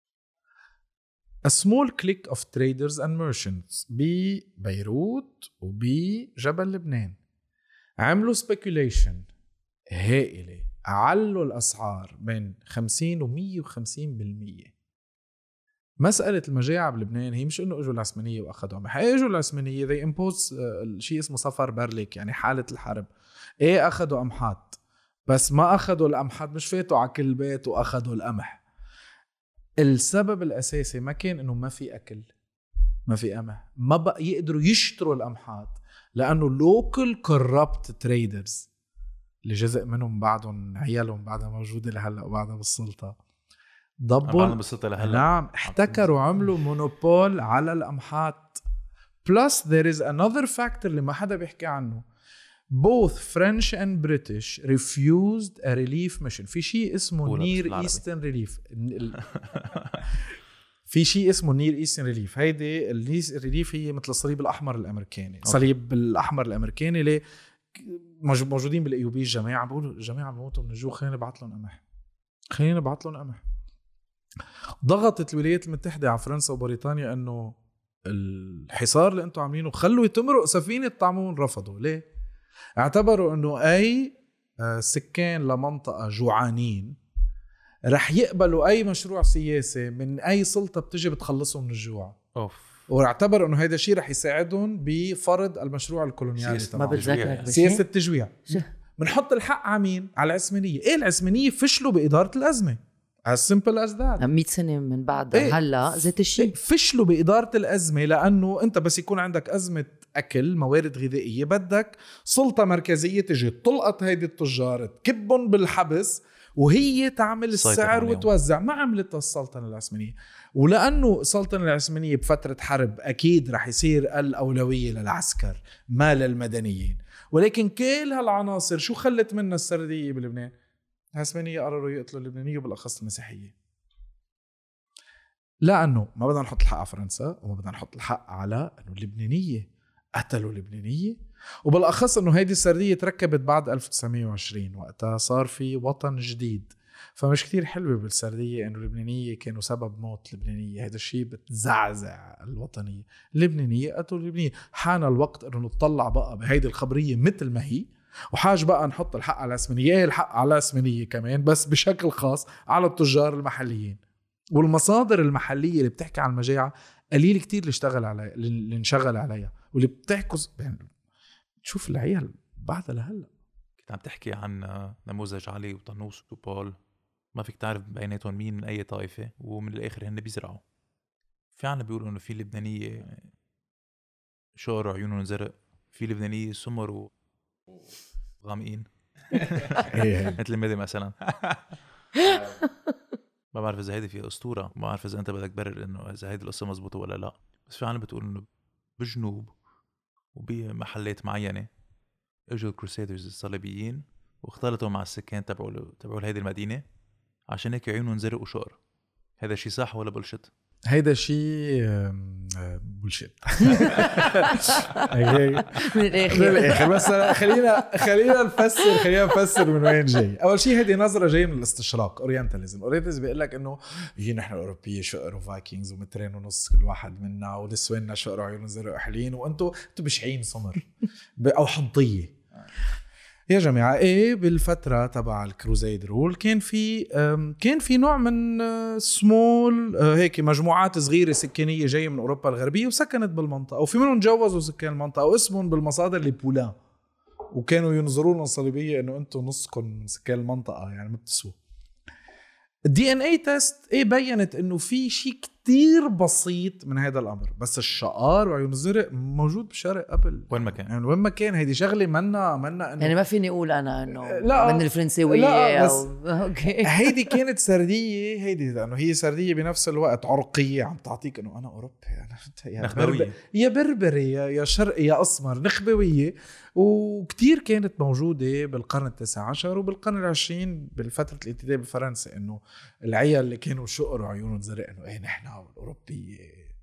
a small clique of traders and merchants ببيروت وبجبل لبنان. عملوا speculation هائلة، علوا الأسعار بين خمسين ومية وخمسين بالمية. مسألة المجاعة بلبنان هي مش إنه إجوا العثمانية وأخذوا قمح، إيه إجوا العثمانية they impose شيء اسمه صفر برليك، يعني حالة الحرب. إيه أخذوا قمحات بس ما أخذوا القمحات، مش فاتوا على كل بيت وأخذوا القمح. السبب الأساسي ما كان إنه ما في أكل، ما في قمح، ما بقى يقدروا يشتروا القمحات، لأنه local corrupt traders اللي جزء منهم بعدهم عيالهم بعدها موجودة لهلأ وبعدها بالسلطة ضبوا بالسلطة لهلأ. نعم احتكروا، عملوا مونوبول على القمحات. plus there is another factor اللي ما حدا بيحكي عنه. both French and British refused a relief mission. في شيء اسمه Near Eastern Relief. في شيء اسمه Near Eastern Relief. هيدي الريليف هي مثل الصليب الأحمر الأمريكاني. الصليب الأحمر الأمريكاني اللي موجودين بالأيوبية الجماعة بيقولوا الجماعة بموتوا من الجوع، خلينا نبعث لهم قمح، خلينا نبعث لهم قمح. ضغطت الولايات المتحدة على فرنسا وبريطانيا أنه الحصار اللي أنتم عاملينه خلوا يتمرق سفينة طعمون. رفضوا. ليه؟ اعتبروا أنه أي سكان لمنطقة جوعانين رح يقبلوا أي مشروع سياسي من أي سلطة بتجي بتخلصهم من الجوع. أوف. واعتبروا أنه هيدا الشيء رح يساعدهم بفرض المشروع الكولونيالي. ما بتذكر سياسة التجويع. بنحط الحق عمين على العثمانية. إيه العثمانية فشلوا بإدارة الأزمة. as simple as that. مية سنة من بعد إيه؟ هلا زيت الشيء إيه؟ فشلوا بإدارة الأزمة، لأنه أنت بس يكون عندك أزمة أكل موارد غذائية بدك سلطة مركزية تجي تلقط هيدي التجار تكبهم بالحبس وهي تعمل السعر وتوزع. ما عملتها السلطنة العثمانية، ولأنه السلطنة العثمانية بفترة حرب أكيد رح يصير الأولوية للعسكر ما للمدنيين. ولكن كل هالعناصر شو خلت منها السردية بلبنان؟ العثمانية قرروا يقتلوا اللبنانية وبالأخص المسيحية، لأنه ما بدنا نحط الحق على فرنسا وما بدنا نحط الحق على أنه اللبنانية قتلوا اللبنانية. وبالأخص أنه هيدي السردية تركبت بعد ألف وتسعمية وعشرين وقتها صار في وطن جديد. فمش كتير حلوة بالسردية أنه اللبنانية كانوا سبب موت اللبنانية. هذا الشيء بتزعزع الوطنية. اللبنانية قتلوا اللبنانية. حان الوقت أنه نطلع بقى بهيدي الخبرية مثل ما هي، وحاج بقى نحط الحق على العثمانية، الحق على العثمانية كمان بس بشكل خاص على التجار المحليين. والمصادر المحلية اللي بتحكي عن المجاعة قليل كتير اللي اشتغل عليها اللي انشغل عليها واللي بتحكي تشوف العيال بعدها لهلا. كنت عم تحكي عن نموذج علي وطنوس وبول، ما فيك تعرف بيناتهم مين من أي طائفة، ومن الآخر هن بيزرعوا. فعلا بيقولوا إنه في لبنانية شعر وعيونهم زرق، في لبنانية سمر وغامقين مثل المدى مثلا. ما بعرف إذا هيدي في أسطورة، ما بعرف إذا أنت بدك تبرر إنه إذا هيدي القصة مزبوطة ولا لا، بس فعلا بتقول إنه بجنوب وبمحلات معينة اجوا الكروسيدرز الصليبيين واختلطوا مع السكان تبعوا تبعوا هيدي المدينة، عشان هيك عيونهم زرق وشقر. هذا شيء صح ولا بلشت؟ هيدا شيء بولشيت من الاخر. من الاخر بس خلينا خلينا نفسر خلينا نفسر من وين جاي. اول شيء هيدي نظره جايه من الاستشراق، اورينتاليزم. اورينتاليزم بيقول لك انه هي نحن الاوروبيه شقر وفايكنجز ومترين ونص كل واحد منا، ونسواننا شقر وعيون زرق وحلين، وانتم انتم بشعين سمر او حنطيه. يا جماعة ايه بالفترة تبع الكروزيد رول كان في كان في نوع من سمول هيك مجموعات صغيرة سكانية جاية من أوروبا الغربية وسكنت بالمنطقة، وفي منهم تجوزوا سكان المنطقة واسمهم بالمصادر لبولان، وكانوا ينظروا لنا الصليبية انه انتم نصكم من سكان المنطقة يعني ما بتسووا. الدي ان اي تيست ايه بينت انه في شيء كتير بسيط من هذا الامر، بس الشقار وعيون الزرق موجود بالشرق قبل وين ما كان، يعني وين ما كان. هيدي شغله منا منا يعني ما فيني اقول انا انه لا من الفرنسويه لا بس او اوكي. هيدي كانت سرديه، هيدي لانه هي سرديه بنفس الوقت عرقيه، عم تعطيك انه انا اوروبي، انا يا بربري يا بربري يا شرقي يا اسمر، نخبويه. وكتير كانت موجوده بالقرن التاسع عشر وبالقرن العشرين بالفتره الامتداد بفرنسا، انه العيال اللي كانوا شقر وعيونهم زرق انه ايه نحن الاوروبي.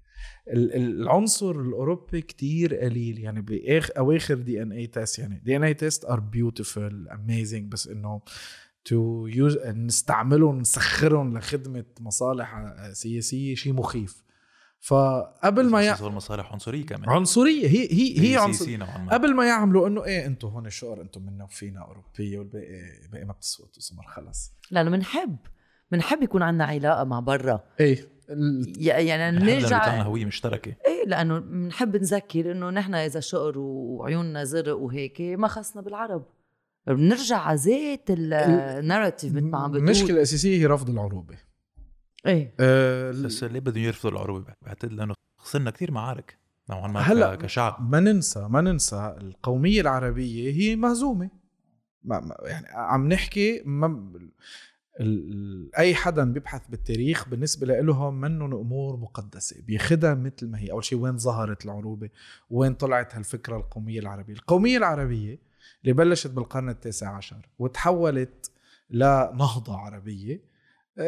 العنصر الاوروبي كتير قليل يعني باخر اواخر دي ان اي تيست. يعني دي ان اي تيست ار بيوتيفول اميزنج، بس انه تو يوز نستعملهم نسخرهم لخدمه مصالح سياسيه شيء مخيف. فقبل ما يعملوا مصالح عنصريه كمان، عنصريه هي هي هي عنصريه قبل ما يعملوا انه ايه انتم هون الشقر انتم منا وفينا اوروبيه والباقي باقي ما بتسووا سمر خلص. لانه بنحب بنحب يكون عندنا علاقه مع برا. ايه يعني نرجع هوية مشتركة. ايه لانه بنحب نذكر انه نحن اذا شقر وعيوننا زرق وهيك ما خصنا بالعرب، بنرجع على زيت الناراتيف مثل ما عم بتقول. المشكله الاساسيه هي رفض العروبه. ايه أه بس ليه بدهم يرفضوا العروبه؟ بعتقد لانه خسرنا كتير معارك نوعا ما هلا كشعب. ما ننسى ما ننسى القوميه العربيه هي مهزومه. ما يعني عم نحكي ما اي حدا بيبحث بالتاريخ بالنسبه لهم منهم امور مقدسه بياخدها مثل ما هي. اول شيء وين ظهرت العروبه، وين طلعت هالفكره القوميه العربيه؟ القوميه العربيه اللي بلشت بالقرن التاسع عشر وتحولت لنهضه عربيه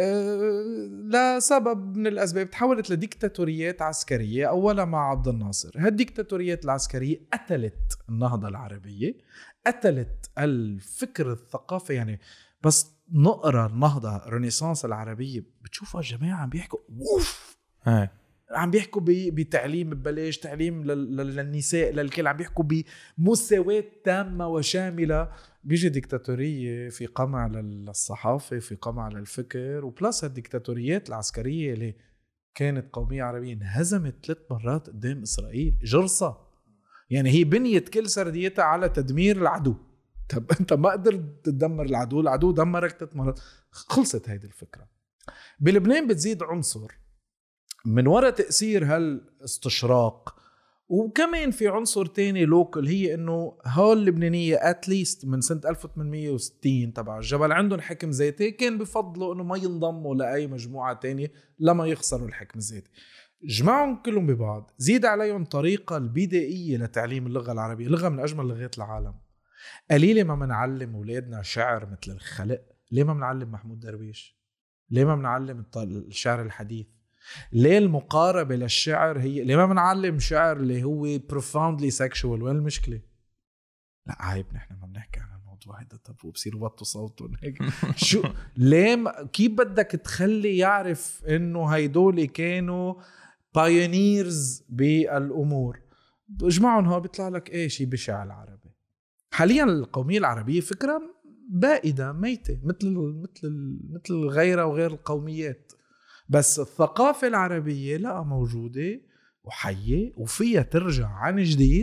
لسبب من الأسباب، تحولت لديكتاتوريات عسكرية أولا مع عبد الناصر. هالديكتاتوريات العسكرية قتلت النهضة العربية، قتلت الفكر الثقافي. يعني بس نقرأ النهضة رينيسانس العربية بتشوفها جماعة عم بيحكوا ووف هاي. عم بيحكوا بتعليم ببلاش، تعليم للنساء للكل، عم بيحكوا بمساواة تامة وشاملة. بيجي ديكتاتورية في قمع للصحافة، في قمع للفكر، وبلاس الديكتاتوريات العسكرية اللي كانت قومية عربية انهزمت ثلاث مرات قدام إسرائيل جرصة. يعني هي بنيت كل سرديتها على تدمير العدو. طب أنت ما قدرت تدمر العدو، العدو دمرك ثلاث مرات. خلصت هيدي الفكرة. بلبنان بتزيد عنصر من وراء تأثير هالاستشراق، وكمان في عنصر تاني لوكل، هي انه هول اللبنانية اتليست من سنة ألف وثمانمية وستين تبع الجبل عندهم حكم ذاتي، كان بفضلوا انه ما ينضموا لأي مجموعة تانية لما يخسروا الحكم الذاتي. جمعهم كلهم ببعض، زيد عليهم طريقة البدائية لتعليم اللغة العربية، لغة من أجمل لغات العالم. قليلة ما منعلم أولادنا شعر مثل الخلق. ليه ما منعلم محمود درويش؟ ليه ما منعلم الشعر الحديث؟ ليه المقاربة للشعر هي ليه ما بنعلم شعر اللي هو profoundly sexual؟ وين المشكلة؟ لا عيب نحن ما بنحكي عن الموضوع هذا. طب وبصيروا بطوا صوتهم هيك شو ليه م... كيف بدك تخلي يعرف انه هيدول كانوا بايونيرز بالامور؟ اجمعهم هو بيطلع لك ايه شيء بشع العربي. حاليا القومية العربية فكرة بائدة ميتة مثل مثل مثل غيرها وغير القوميات، بس الثقافة العربية لا موجودة وحية وفيها ترجع عن جديد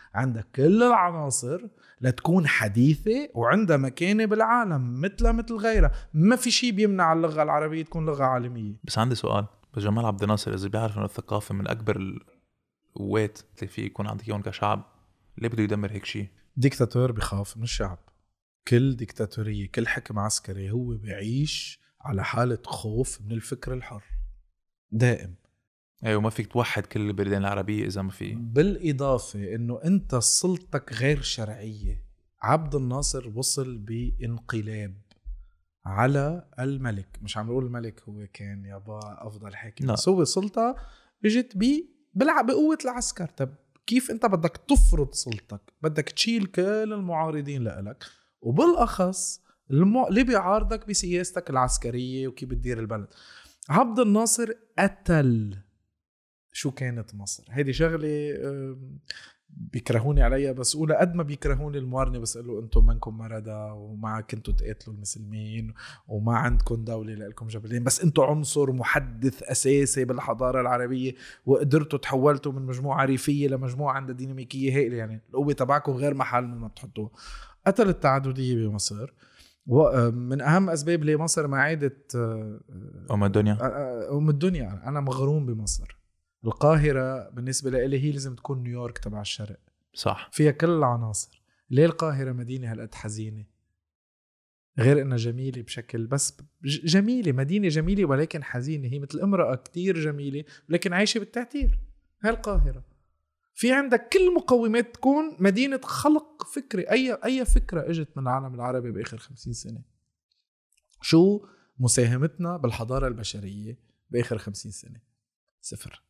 عندك كل العناصر لتكون حديثة وعندها مكانة بالعالم مثل مثل غيرها. ما في شيء بيمنع اللغة العربية تكون لغة عالمية. بس عندي سؤال، بس جمال عبد الناصر إذا بيعرف إنه الثقافة من أكبر القوات اللي فيه يكون عندك يوم كشعب، ليه بده يدمر هيك شيء؟ ديكتاتور بخاف من الشعب. كل ديكتاتورية كل حكم عسكري هو بيعيش على حالة خوف من الفكر الحر دائم. أيوة، وما فيك توحد كل البلدان العربية إذا ما في. بالإضافة إنه أنت سلطتك غير شرعية. عبد الناصر وصل بانقلاب على الملك، مش عم نقول الملك هو كان يابا أفضل حاكم، بس هو سلطة بجت بي بلعب بقوة العسكر. طب كيف أنت بدك تفرض سلطتك؟ بدك تشيل كل المعارضين لإلك، وبالأخص المو... اللي بيعارضك بسياستك العسكرية وكيف بتدير البلد. عبد الناصر قتل شو كانت مصر. هيدي شغلة بيكرهوني عليها، بس أولى قد ما بيكرهوني الموارنة بس قالوا أنتم منكم مردة وما كنتوا تقاتلوا المسلمين وما عندكم دولة لكم جبلين، بس أنتم عنصر محدث أساسي بالحضارة العربية وقدرتوا تحولتوا من مجموعة ريفية لمجموعة عندها ديناميكية هائلة. يعني القوة تبعكم غير محل من ما بتحطوها. قتل التعددية بمصر، ومن أهم أسباب ليه مصر ما عادت أم الدنيا. أم الدنيا. أنا مغروم بمصر. القاهرة بالنسبة لي هي لازم تكون نيويورك تبع الشرق. صح، فيها كل العناصر. ليه القاهرة مدينة هالقد حزينة؟ غير إنها جميلة بشكل، بس جميلة، مدينة جميلة ولكن حزينة. هي مثل امرأة كتير جميلة لكن عايشة بالتعتير. هالقاهرة في عندك كل مقومات تكون مدينة خلق فكري. أي أي فكرة اجت من العالم العربي بآخر خمسين سنة؟ شو مساهمتنا بالحضارة البشرية بآخر خمسين سنة؟ صفر.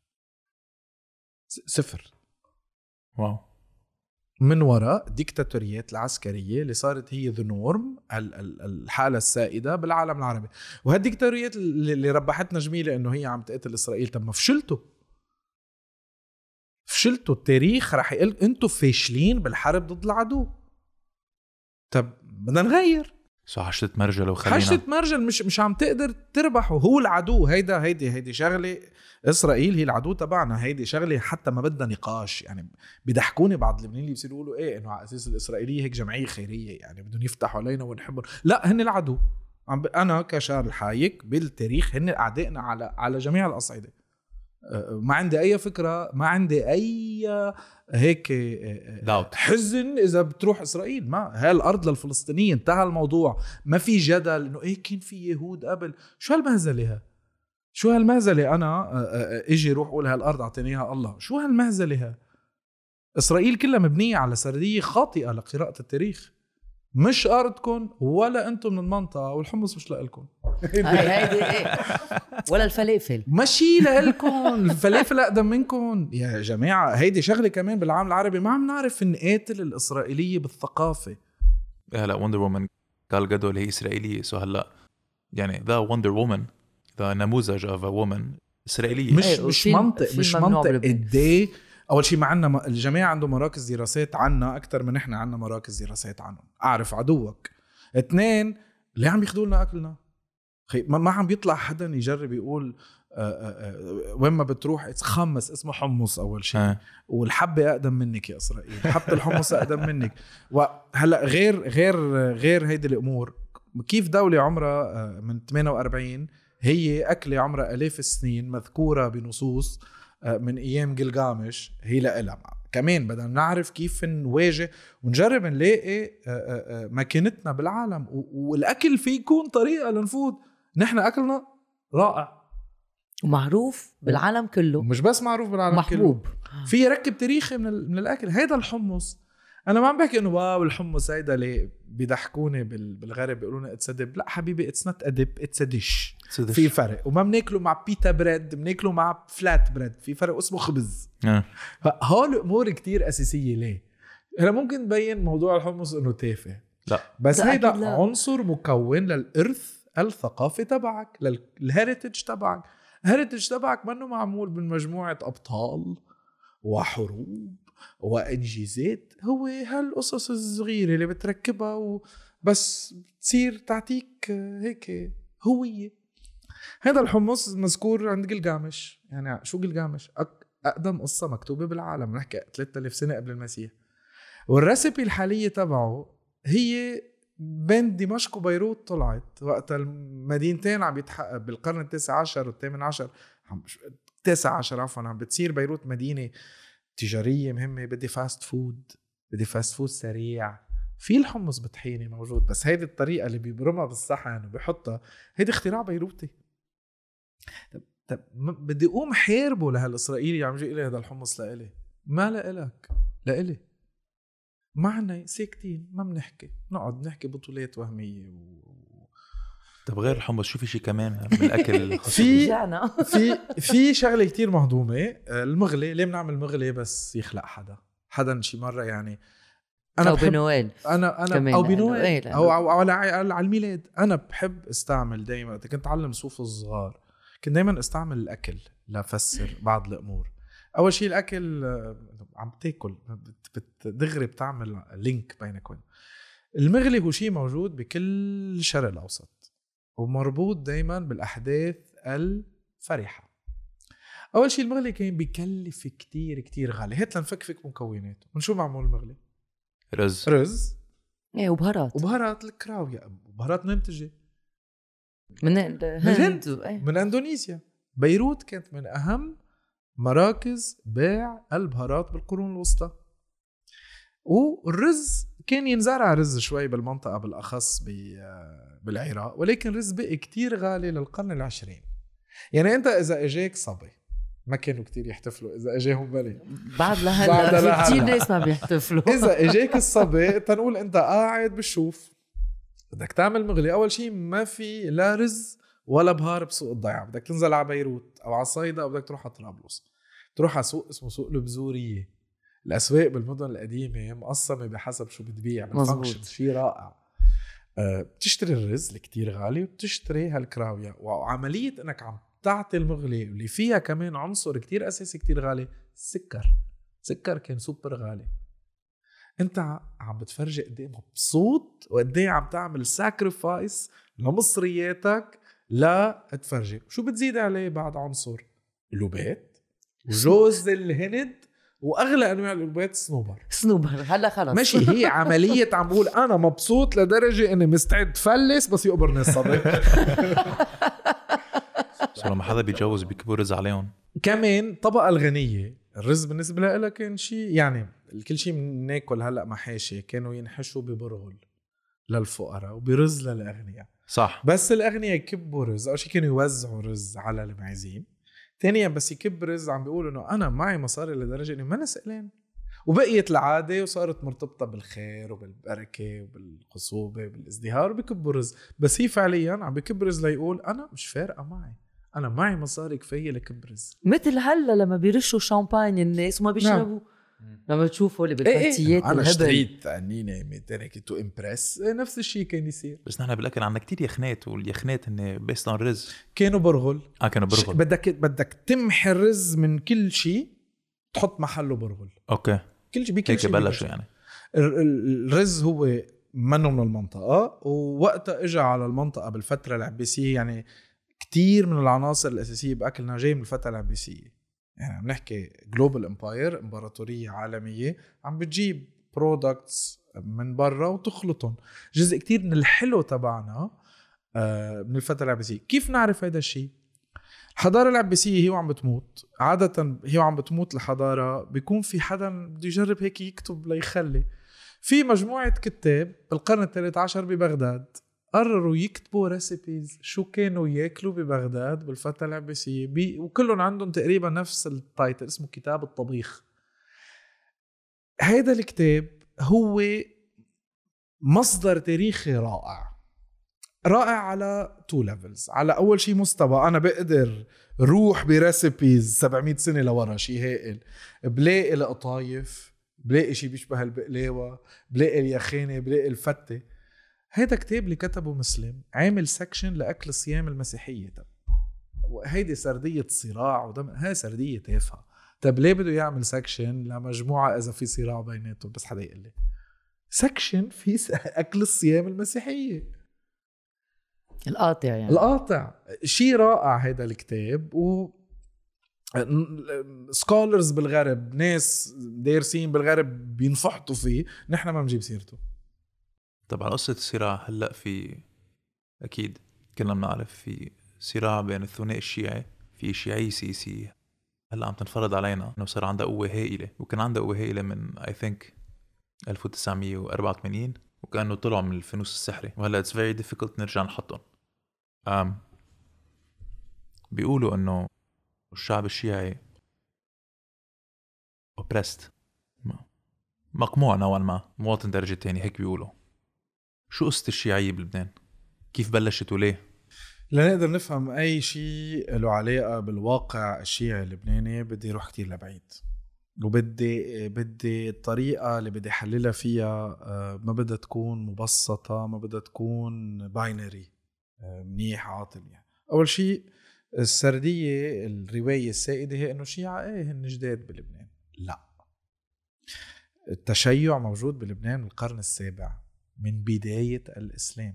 صفر. واو. من وراء الديكتاتوريات العسكرية اللي صارت هي ذا نورم، الحالة السائدة بالعالم العربي. وهالديكتاتوريات اللي ربحتنا جميلة إنه هي عم تقتل إسرائيل. طب ما فشلتوا فشلتوا التاريخ رح يقول أنتوا فاشلين بالحرب ضد العدو. طب بدنا نغير. صح، حشتة مرجل وخلينا حشتة مرجل مش مش عم تقدر تربحوا. هو العدو. هيدا هيدي هيدي شغلة. إسرائيل هي العدو تبعنا. هيدي شغلة حتى ما بدنا نقاش. يعني بيضحكوني بعض اللبنانيين اللي بيصيروا يقولوا إيه إنه على أساس الإسرائيلية هيك جمعية خيرية يعني بدهم يفتحوا علينا ونحبهم. لا، هن العدو. أنا كشارل حايك بالتاريخ هن أعدائنا على على جميع الأصعدة. ما عندي أي فكرة، ما عندي أي هيك داوت حزن إذا بتروح إسرائيل. ما هالأرض للفلسطينيين، انتهى الموضوع. ما في جدل إنه إيه كان في يهود قبل. شو هالمهزلة؟ شو هالمهزلة؟ أنا إجي روح أقول هالأرض أعطينيها الله. شو هالمهزلة؟ إسرائيل كلها مبنية على سردية خاطئة لقراءة التاريخ. مش أرضكم ولا أنتم من المنطقة، والحمص مش لألكم. ولا الفلافل ماشي لألكم. الفلافل أقدم منكم يا جماعة. هيدي شغلة كمان بالعالم العربي ما عم نعرف نقاتل الإسرائيلية بالثقافة. هلا وندر وومن قال جدول هي إسرائيلية. سو هلا يعني ذا وندر وومن ذا نموذج of a woman إسرائيلية. مش أيه مش منطق مش منطق قديه. أول شيء معنا الجميع عنده مراكز دراسات عنا أكتر من إحنا عنا مراكز دراسات عنهم. أعرف عدوك. اثنين، ليه عم ياخدوا لنا أكلنا؟ خي ما عم بيطلع حدا يجرب يقول آآ آآ وين ما بتروح تخمس اسمه حمص أول شيء أه. والحبة أقدم منك يا إسرائيل. حبة الحمص أقدم منك. وهلأ غير غير غير هيدي الأمور. كيف دولة عمرها من ثمانية وأربعين هي أكلة عمرها آلاف السنين مذكورة بنصوص من أيام جلجامش هي لإلها. كمان بدنا نعرف كيف نواجه ونجرب نلاقي مكانتنا بالعالم. والأكل فيه يكون طريقة لنفوت. نحن أكلنا رائع ومعروف بالعالم كله. مش بس معروف بالعالم محبوب. كله، في ركب تاريخي من, من الأكل. هيدا الحمص. أنا ما عم بحكي إنه واو الحمص هيدا اللي بيضحكوني بالغرب بيقولون اتسدب. لا حبيبي اتس نوت أدب اتس ديش. في فرق. وما بناكله مع بيتا بريد، بناكله مع فلات بريد. في فرق اسمه خبز. هول أمور كتير أساسية. ليه هلا ممكن تبين موضوع الحمص إنه تافه؟ لا بس هيدا لا. عنصر مكون للإرث الثقافي تبعك، للهيريتج تبعك. الهيريتج تبعك منه معمول من مجموعة أبطال وحروب وإنجازات. هو هالقصص الصغيرة اللي بتركبها وبس تصير تعطيك هيك هوية. هذا الحمص مذكور عند جلجامش. يعني شو جلجامش؟ أقدم قصة مكتوبة بالعالم. نحكي ثلاثة آلاف سنة قبل المسيح. والريسيبي الحالية تبعه هي بين دمشق وبيروت طلعت وقت المدينتين عم يتحقق بالقرن التاسع عشر والثامن عشر التاسع عشر عفوا عم بتصير بيروت مدينة تجارية مهمة. بدي فاست فود، بدي فاست فود سريع. في الحمص بطحينة موجود، بس هيدي الطريقة اللي بيبرمها بالصحن وبيحطها هيدي اختراع بيروتي. طب, طب بدي أقوم حاربه لهالإسرائيلي عم جي إلي هذا الحمص لإلي؟ ما لإلك، لإلي. معنا ساكتين ما بنحكي، نقعد نحكي بطولات وهمية و... طب غير الحمص شو في شيء كمان من الأكل؟ في في في شغلة كتير مهضومة، المغلي. ليه بنعمل مغلي؟ بس يخلق حدا حدا شي مرة يعني. أنا أو بنويل أنا أنا أو بنويل أو أو على على الميلاد. أنا بحب استعمل دايما، كنت أتعلم صوف الصغار كنت دايما استعمل الأكل لفسر بعض الأمور. أول شيء الأكل عم تاكل بتدغري بتعمل لينك بينك وين. المغلي هو شيء موجود بكل الشرق الأوسط ومربوط دايما بالأحداث الفرحة. أول شيء المغلي كان بيكلف كتير كتير غالي. هات لنفكفك مكوناته. من شو معمول المغلي؟ رز رز ايه وبهارات وبهارات الكراوية. بهارات من بتجي؟ من الهند من, من اندونيسيا. بيروت كانت من اهم مراكز بيع البهارات بالقرون الوسطى. والرز كان ينزرع رز شوي بالمنطقة بالاخص بالعراق، ولكن رز بقي كتير غالي للقرن العشرين. يعني انت اذا اجاك صبي ما كانوا كتير يحتفلوا اذا اجاهم بلي بعد لهلا كتير ناس ما بيحتفلوا. اذا اجاك الصبي تنقول انت قاعد بالشوف بدك تعمل مغلي، اول شيء ما في لا رز ولا بهار بسوق الضيعة. بدك تنزل على بيروت او على صيدا او بدك تروح على طرابلس، تروح على سوق اسمه سوق البزورية. الاسواق بالمدن القديمة مقسمة بحسب شو بتبيع بالفانكشن. شيء رائع. أه بتشتري الرز اللي كتير غالي وبتشتري هالكراوية، وعملية انك عم تعطي المغلي اللي فيها كمان عنصر كتير اساسي كتير غالي، السكر. سكر كان سوبر غالي. انت عم بتفرجي قد ايه مبسوط وقد ايه عم تعمل ساكريفايس لمصرياتك لا تفرجي. شو بتزيد عليه بعد عنصر؟ اللوبات وجوز الهند واغلى انواع اللوبات صنوبر. صنوبر هلا خلص ماشي. هي عمليه عم بقول انا مبسوط لدرجه اني مستعد فلس بس يقبرني الصديق. صار ما حدا بيتجوز بيكبوا رز عليهم. كمان طبقه الغنيه الرز بالنسبه لها كان شيء يعني الكل شيء بناكل هلا محاشي كانوا ينحشوا ببرغل للفقراء وبرز للاغنياء. صح. بس الاغنياء يكبوا رز او شيء كانوا يوزعوا رز على المعازيم. ثانيا بس يكب رز عم بيقولوا انه انا معي مصاري لدرجه اني ما نسألان. وبقيت العاده وصارت مرتبطه بالخير وبالبركه وبالخصوبه وبالازدهار وبكبوا رز. بس هي فعليا عم بكب رز ليقول انا مش فارقه معي، انا معي مصاري كفايه لكب رز. مثل هلا لما بيرشوا شامباين الناس وما بيشربوا. نعم. لما تشوفوا اللي بالبارتيات ايه ايه. انا اشتريت عنينه ميتين تو امبرس نفس الشيء كان يصير. بس نحن بالاكل عندنا كتير يخنات، واليخنات انه بيست اون رز كانوا برغل. اه كانوا برغل. بدك بدك تمحي الرز من كل شيء تحط محله برغل. اوكي. كل شيء بكل شيء بلشوا يعني. الرز هو منه من المنطقه، ووقتها اجى على المنطقه بالفتره العباسيه. يعني كتير من العناصر الاساسيه باكلنا جاي من الفتره العباسيه. يعني عم نحكي جلوبال امباير، امبراطوريه عالميه عم بتجيب برودكتس من برا وتخلطهم. جزء كتير من الحلو تبعنا من الفتره العباسيه. كيف نعرف هذا الشيء؟ الحضاره العباسيه هي وعم بتموت عاده، هي وعم بتموت الحضاره بيكون في حدا بده يجرب هيك يكتب ليخلي. في مجموعه كتاب بالقرن الثالث عشر ببغداد قرروا يكتبوا ريسيبيز شو كانوا ياكلوا ببغداد بالفترة العباسية بي... وكلهم عندهم تقريبا نفس التايتل اسمه كتاب الطبيخ. هذا الكتاب هو مصدر تاريخي رائع رائع على تو ليفلز. على أول شيء مستوى أنا بقدر روح بريسيبيز سبعمية سنة لورا شيء هائل، بلاقي القطايف، بلاقي شيء بيشبه البقلاوة، بلاقي اليخانة، بلاقي الفتة. هيدا كتاب اللي كتبه مسلم عامل سكشن لأكل الصيام المسيحية. طب هيدي سردية صراع ودم، هاي سردية تافهة. طب ليه بده يعمل سكشن لمجموعة إذا في صراع بيناتهم؟ بس حدا يقول لي سكشن في أكل الصيام المسيحية القاطع يعني. القاطع شيء رائع هيدا الكتاب. و سكولرز بالغرب، ناس دارسين بالغرب بينفحطوا فيه، نحن ما بنجيب سيرته. طبعا قصة الصراع هلأ في أكيد كنا بنعرف في صراع بين الثنائي الشيعي، في شيعي سيسي هلأ عم تنفرض علينا إنه صار عندها قوة هائلة، وكان عندها قوة هائلة من I think ألف وتسعمية وأربعة وثمانين، وكأنه طلعوا من الفانوس السحري، وهلأ it's very difficult نرجع نحطهم. um, بيقولوا إنه الشعب الشيعي oppressed، مقموع نوعا ما، مواطن درجة تاني، هيك بيقولوا. شو قصة الشيعية بلبنان؟ كيف بلشت وليه؟ لنقدر نفهم أي شيء له علاقة بالواقع الشيعي اللبناني بدي روح كتير لبعيد، وبدي بدي الطريقة اللي بدي حللها فيها ما بدها تكون مبسطة، ما بدها تكون باينري منيح عاطل. يعني أول شيء السردية الرواية السائدة هي إنه الشيعة إيه هن جداد بلبنان. لا، التشيع موجود بلبنان من القرن السابع، من بداية الإسلام،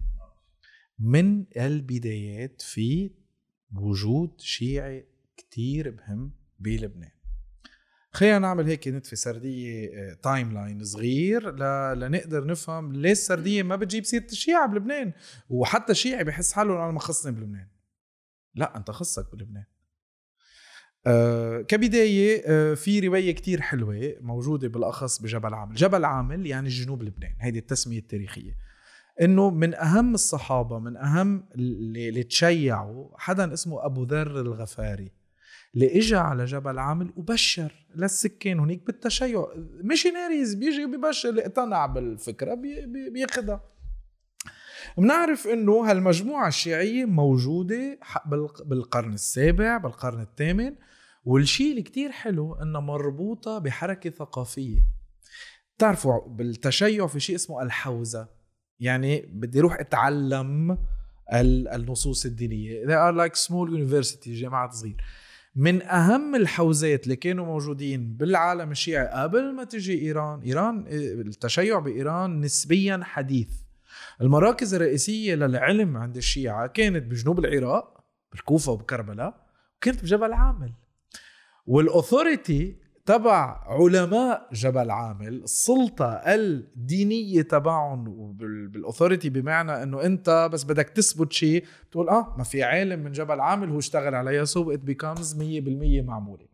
من البدايات في وجود شيعي كتير مهم بلبنان. خلينا نعمل هيك نتفي سردية تايم لاين صغير لنقدر نفهم ليه السردية ما بتجيب سيرة الشيعة بلبنان، وحتى الشيعي بحس حاله أنا ما خصني بلبنان. لا، أنت خصك بلبنان. آه كبداية آه في رواية كتير حلوة موجودة بالأخص بجبل عامل. جبل عامل يعني جنوب لبنان، هيدي التسمية التاريخية. إنه من أهم الصحابة، من أهم اللي تشيعوا، حدا اسمه أبو ذر الغفاري، اللي إجا على جبل عامل وبشر للسكان هناك بالتشيع. ميشناريز بيجي ببشر، اللي اقتنع بالفكرة بي بي بياخدها. بنعرف إنه هالمجموعة الشيعية موجودة بالقرن السابع، بالقرن الثامن، والشيء اللي كتير حلو إنه مربوطة بحركة ثقافية. تعرفوا بالتشيع في شيء اسمه الحوزة، يعني بدي روح اتعلم النصوص الدينية. They are like small university، جامعات صغير. من أهم الحوزات اللي كانوا موجودين بالعالم الشيعي قبل ما تجي إيران، إيران التشيع بإيران نسبيا حديث. المراكز الرئيسية للعلم عند الشيعة كانت بجنوب العراق، بالكوفة وبكربلاء، وكانت بجبل عامل. والأثوريتي تبع علماء جبل عامل، السلطة الدينية تبعهم بالأثوريتي، بمعنى أنه أنت بس بدك تثبت شيء تقول آه ما في عالم من جبل عامل هو اشتغل عليها، so it becomes مية بالمية معمولة.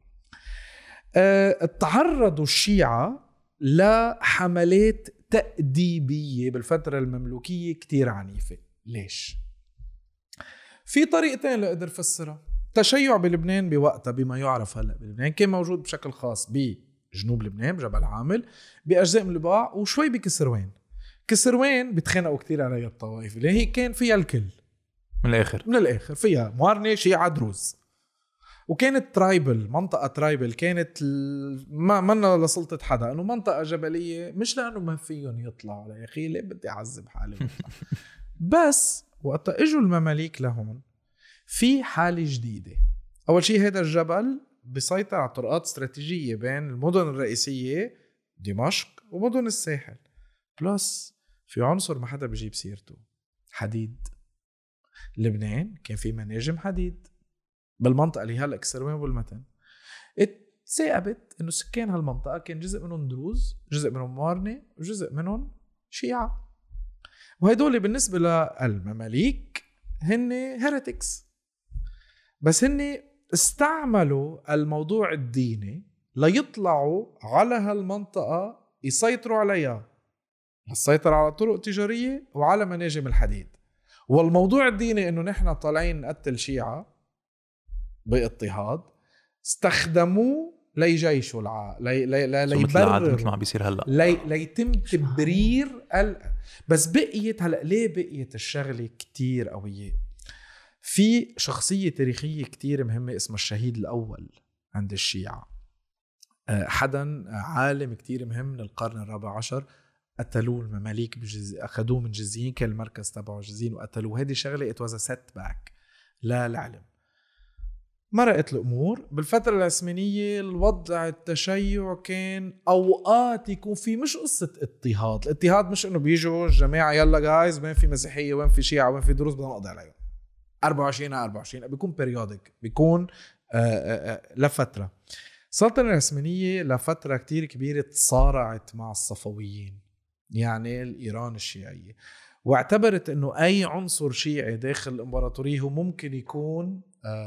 أه تعرضوا الشيعة لحملات تأديبية بالفترة المملوكية كتير عنيفة. ليش؟ في طريقتين لأقدر فسرها. تشيع بلبنان بوقتها بما يعرف هلأ بلبنان كان موجود بشكل خاص بجنوب لبنان بجبل عامل، بأجزاء من الباع، وشوي بكسروان. كسروان بتخانقوا كتير عليها الطوائف، اللي هي كان فيها الكل من الآخر من الآخر فيها موارنة شيعة دروز، وكانت ترايبل، منطقة ترايبل، كانت ما منا لسلطة حدا، انه منطقة جبلية، مش لانه ما فيهم يطلعوا على يا اخي ليه بدي اعذب حالي. بس وقت اجوا المماليك لهون في حالة جديدة. اول شيء هذا الجبل بيسيطر على طرقات استراتيجية بين المدن الرئيسية دمشق ومدن الساحل، بلس في عنصر ما حدا بيجيب سيرته، حديد. لبنان كان في مناجم حديد بالمنطقة اللي هلأ كسروان والمتن. اتثاقبت انه سكان هالمنطقة كان جزء منهم دروز، جزء منهم موارنة، وجزء منهم شيعة. وهيدول بالنسبة للمماليك هن هيريتكس، بس هن استعملوا الموضوع الديني ليطلعوا على هالمنطقة يسيطروا عليها، السيطرة على طرق تجارية وعلى مناجم الحديد. والموضوع الديني انه نحن طالعين نقتل شيعة باضطهاد، استخدموه ليجيشوا الع... لي... لي... لي... ليبرروا مثل ما بيصير هلا لي... ليتم تبرير ال... بس بقيت هلا ليه بقيت الشغله كتير قويه. في شخصيه تاريخيه كتير مهمه اسمها الشهيد الاول عند الشيعة، حدا عالم كتير مهم من القرن الرابع عشر، قتلوه المماليك بجز... اخذوه من جزيين، كان المركز تبعه جزيين وقتلوه. هذه شغله اتوزا سيت باك لا العلم. مرقت الأمور بالفترة العثمانية، الوضع التشيع كان أوقات يكون في مش قصة اضطهاد. الاضطهاد مش إنه بيجوا الجماعة يلا جايز وين في مسيحية وين في شيعة وين في دروز بدنا نقضي عليهم أربعة وعشرين على أربعة وعشرين، بيكون بريودك، بيكون لفترة. السلطنة العثمانية لفترة كتير كبيرة تصارعت مع الصفويين، يعني الإيران الشيعية، واعتبرت أنه أي عنصر شيعي داخل الإمبراطورية هو ممكن يكون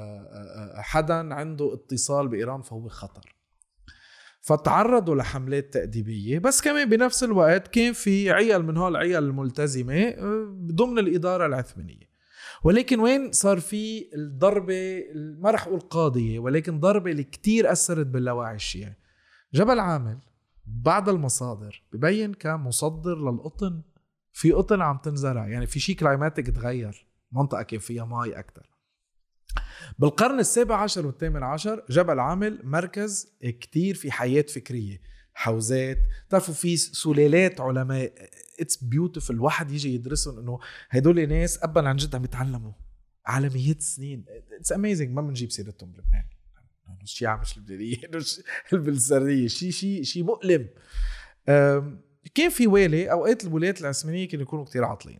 حدا عنده اتصال بإيران فهو خطر. فتعرضوا لحملات تأديبية، بس كمان بنفس الوقت كان في عيال من هول العيال الملتزمة ضمن الإدارة العثمانية. ولكن وين صار في الضربة، ما رح أقول قاضية، ولكن ضربة اللي كتير أثرت باللاوعي الشيعي. جبل عامل بعض المصادر ببين كان مصدر للقطن، في قطن عم تنزرع، يعني في شيء كلايماتيك تغير، منطقة كان فيها ماي أكتر. بالقرن السابع عشر والثامن عشر جبل عامل مركز كتير في حياة فكرية، حوزات، تعرفوا في سلالات علماء اتس بيوتيفل، واحد يجي يدرسهم انه هدول ناس ابا عن جد عم يتعلموا عالميات سنين. اتس اميزنج. ما بنجيب سيرتهم بلبنان، الشيعة مش لبنانيين، بالسردية شيء شيء شيء مؤلم. كان في والي اوقات الولايات العثمانية كانوا يكونوا كتير عاطلين.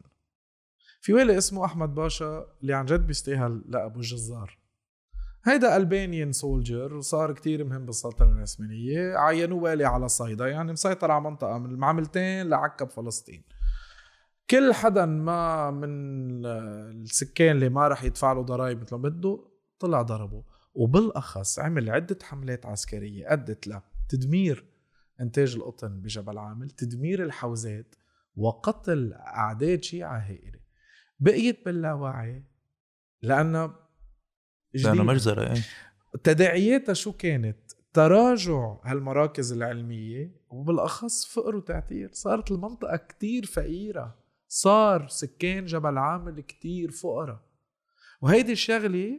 في والي اسمه احمد باشا اللي عن جد بيستاهل لقب الجزار. هيدا ألبانيان سولجر وصار كتير مهم بالسلطنة العثمانية، عينوه والي على صيدا، يعني مسيطر على منطقة من المعملتين لعكب فلسطين. كل حدا ما من السكان اللي ما رح يدفع له ضرائب مثل ما بده طلع ضربه، وبالأخص عمل عدة حملات عسكرية أدت له تدمير إنتاج القطن بجبل عامل، تدمير الحوزات، وقتل أعداد شيعة هائلة. بقيت باللاوعي لأنه لأنه مجزرة. ايه تداعياتها شو كانت؟ تراجع هالمراكز العلمية، وبالأخص فقر وتعتير. صارت المنطقة كتير فقيرة، صار سكان جبل عامل كتير فقراء، وهيدي الشغلة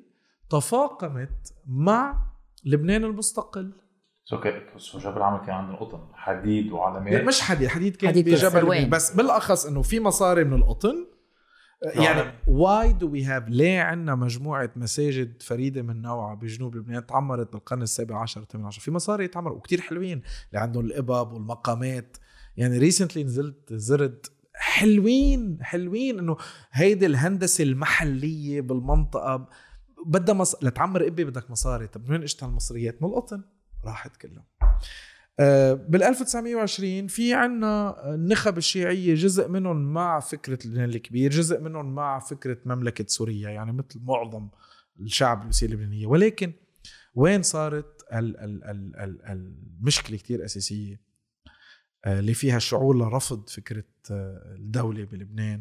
تفاقمت مع لبنان المستقل. سو سو جبل عامل كان عنده قطن حديد وعلامات، مش حديد، حديد كان حديد بجبل، بس بالأخص إنه في مصاري من القطن. يعني why do we have ليه عنا مجموعة مساجد فريدة من نوعها بجنوب لبنان تعمرت بالقرن السابع عشر والثامن عشر، في مصاري يتعمروا وكتير حلوين اللي عندهم الإباب والمقامات. يعني ريسنتلي نزلت زرت حلوين حلوين إنه هيدي الهندسة المحلية بالمنطقة بدها مص... لتعمر إبي بدك مصاري. طب من اشتغل المصريات؟ من القطن راحت كلها. بالألف وتسعمية وعشرين في عنا النخب الشيعية، جزء منهم مع فكرة لبنان الكبير، جزء منهم مع فكرة مملكة سوريا، يعني مثل معظم الشعب المسيحي اللبنانية. ولكن وين صارت ال ال ال ال المشكلة كتير أساسية اللي فيها الشعور لرفض فكرة الدولة بلبنان،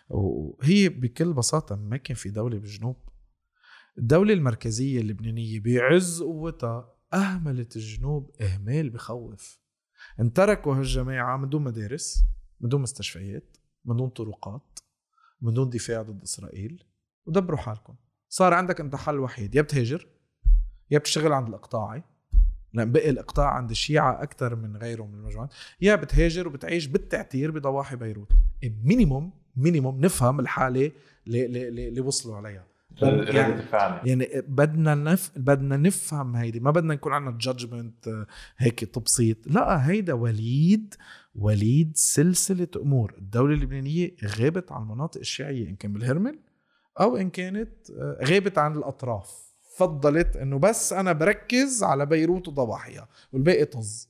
وهي بكل بساطة ما كان في دولة بالجنوب. الدولة المركزية اللبنانية بعز قوتها أهملت الجنوب إهمال بخوف. انتركوا هالجماعة من دون مدارس، من دون مستشفيات، من دون طرقات، من دون دفاع ضد إسرائيل، ودبروا حالكم. صار عندك انت حل وحيد، يا بتهاجر يا بتشتغل عند الإقطاعي، لأن بقي الإقطاع عند الشيعة أكتر من غيرهم من المجموعات، يا بتهاجر وبتعيش بالتعتير بضواحي بيروت. مينيموم مينيموم نفهم الحالة اللي وصلوا عليها. يعني, يعني بدنا نف بدنا نفهم هيدي، ما بدنا نكون عندنا جادجمنت هيك تبسيط، لا هيدا وليد وليد سلسلة أمور. الدولة اللبنانية غابت عن المناطق الشيعية، إن كان بالهرمل أو إن كانت غابت عن الأطراف، فضلت إنه بس أنا بركز على بيروت وضواحيها والباقي طز.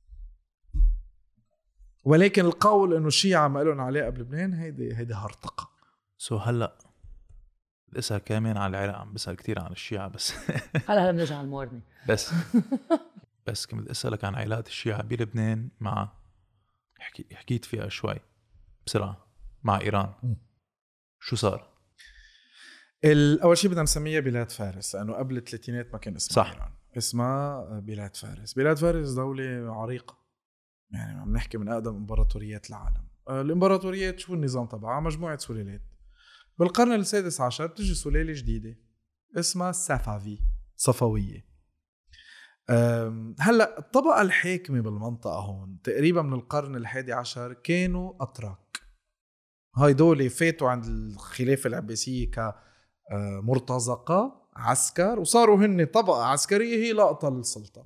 ولكن القول إنه الشيعة ما لهم علاقة بلبنان هيدي هيدي هرطقة. سو هلأ بسأل كمان على العراق، عم بسأل كتير عن الشيعة بس هلا هلا بنرجع على المورني. بس بس كنت أسألك عن علاقة الشيعة بلبنان مع حكي... حكيت فيها شوي بسرعة مع إيران. شو صار؟ الأول شيء بدنا نسميها بلاد فارس، لأنه قبل الثلاثينات ما كان اسمها صح. إيران، اسمها بلاد فارس. بلاد فارس دولة عريقة، يعني عم نحكي من أقدم إمبراطوريات العالم. الإمبراطوريات شو النظام تبعها؟ مجموعة سلالات. بالقرن السادس عشر تجي سلالة جديدة اسمها الصفوي، صفوية. هلأ الطبقة الحاكمة بالمنطقة هون تقريبا من القرن الحادي عشر كانوا أتراك. هاي دولة فاتوا عند الخلافة العباسية كمرتزقة عسكر، وصاروا هن طبقة عسكرية هي لقطة للسلطة.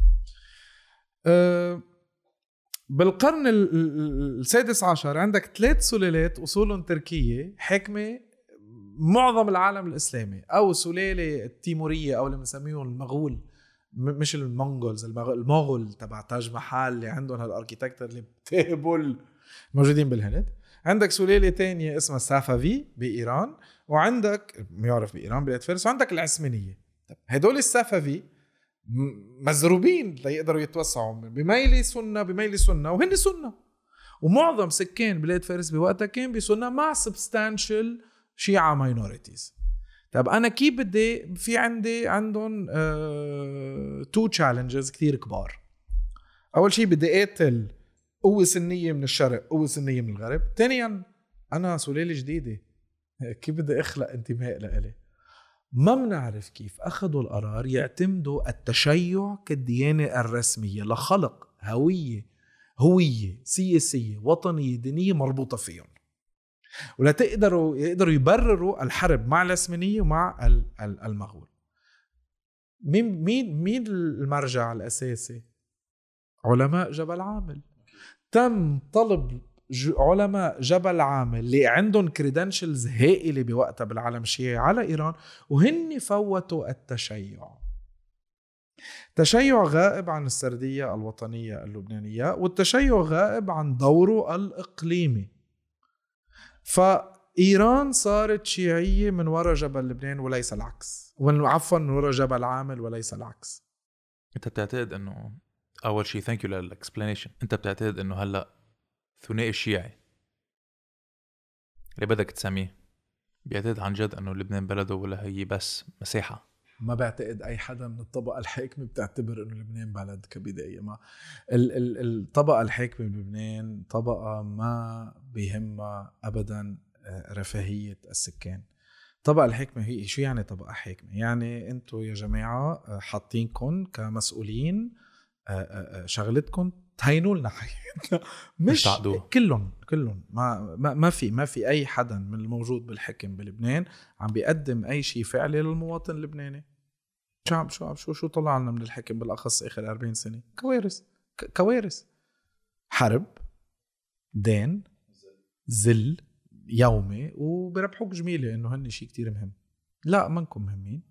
بالقرن السادس عشر عندك ثلاث سلالات أصولهم تركية حاكمة معظم العالم الاسلامي او سلاله التيموريه او اللي بنسميهم المغول، مش المونغولز، المغول تبع تاج محل اللي عندهم هالاركيتكتر اللي بتهبل موجودين بالهند. عندك سلاله تانية اسمها السافافي بايران، وعندك يعرف بايران بلاد فارس، وعندك العثمانيه. هدول السافافي مزروبين ليقدروا يتوسعوا بميلي سنه بميلي سنه وهن سنه، ومعظم سكان بلاد فارس بوقتها كان بسنه مع سبستانشل شيعة ماينوريتيز. طب انا كيف بدي في عندي عندهم تو تشالنجز كثير كبار. اول شيء بدي اقتل قوه سنيه من الشرق قوه سنيه من الغرب. ثانيا انا سلاله جديده، كيف بدي اخلق انتماء لإلي؟ ما بنعرف كيف اخذوا القرار يعتمدوا التشيع كالديانه الرسميه لخلق هويه هويه سياسيه وطنيه دينيه مربوطه فيهم، ولا تقدروا يقدروا يبرروا الحرب مع العثمانيه ومع المغول. مين مين مين المرجع الاساسي؟ علماء جبل عامل. تم طلب علماء جبل عامل اللي عندهم كريدنشلز هائله بوقتها بالعالم الشيعي على ايران، وهن فوتوا التشيع. تشيع غائب عن السرديه الوطنيه اللبنانيه، والتشيع غائب عن دوره الاقليمي. فإيران صارت شيعية من وراء جبل لبنان وليس العكس، عفوا من وراء جبل عامل وليس العكس. انت بتعتقد انه اول شيء ثانك يو للاكسبلانيشن، انت بتعتقد انه هلا ثنائي الشيعي اللي بدك تسميه بيعتقد عن جد انه لبنان بلده ولا هي بس مساحة؟ ما بعتقد اي حدا من الطبقه الحاكمه بتعتبر انه لبنان بلد كبدايه. ما ال ال الطبقه الحاكمه بلبنان طبقه ما بيهمها ابدا رفاهيه السكان. الطبقه الحاكمه هي شو يعني طبقه حاكمه؟ يعني انتم يا جماعه حاطينكم كمسؤولين، شغلتكم تهينوا لنا حياتنا، مش كلهم كلهم ما ما في ما في اي حدا من الموجود بالحكم بلبنان عم بيقدم اي شيء فعلي للمواطن اللبناني. شو شو شو شو طلع لنا من الحكم بالاخص اخر أربعين سنه؟ كوارث كوارث، حرب، دين، ذل يومي، وبربحوك جميله انه هن شيء كتير مهم. لا منكم مهمين.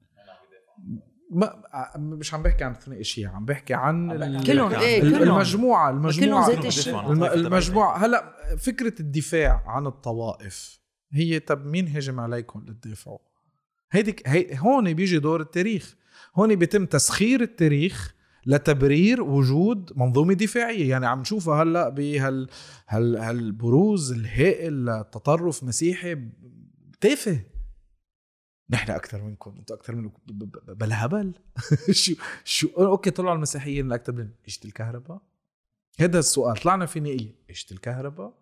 ما مش عم بحكي عن ثنائي الشيعة، عم بحكي عن كلهم ايه المجموعه المجموعه كلهم المجموعه. هلا فكره الدفاع عن الطوائف هي طب مين هجم عليكم للدفاع؟ هيديك هي هون بيجي دور التاريخ. هون بيتم تسخير التاريخ لتبرير وجود منظومه دفاعيه. يعني عم نشوفها هلا بهال هال هالبروز الهائل لتطرف مسيحي تافه. نحن اكثر منكم، انتم اكثر منكم بالهبل. شو شو اوكي طلعوا المسيحيين الاكثر من اجت الكهرباء. هذا السؤال طلعنا في نقيه اجت الكهرباء.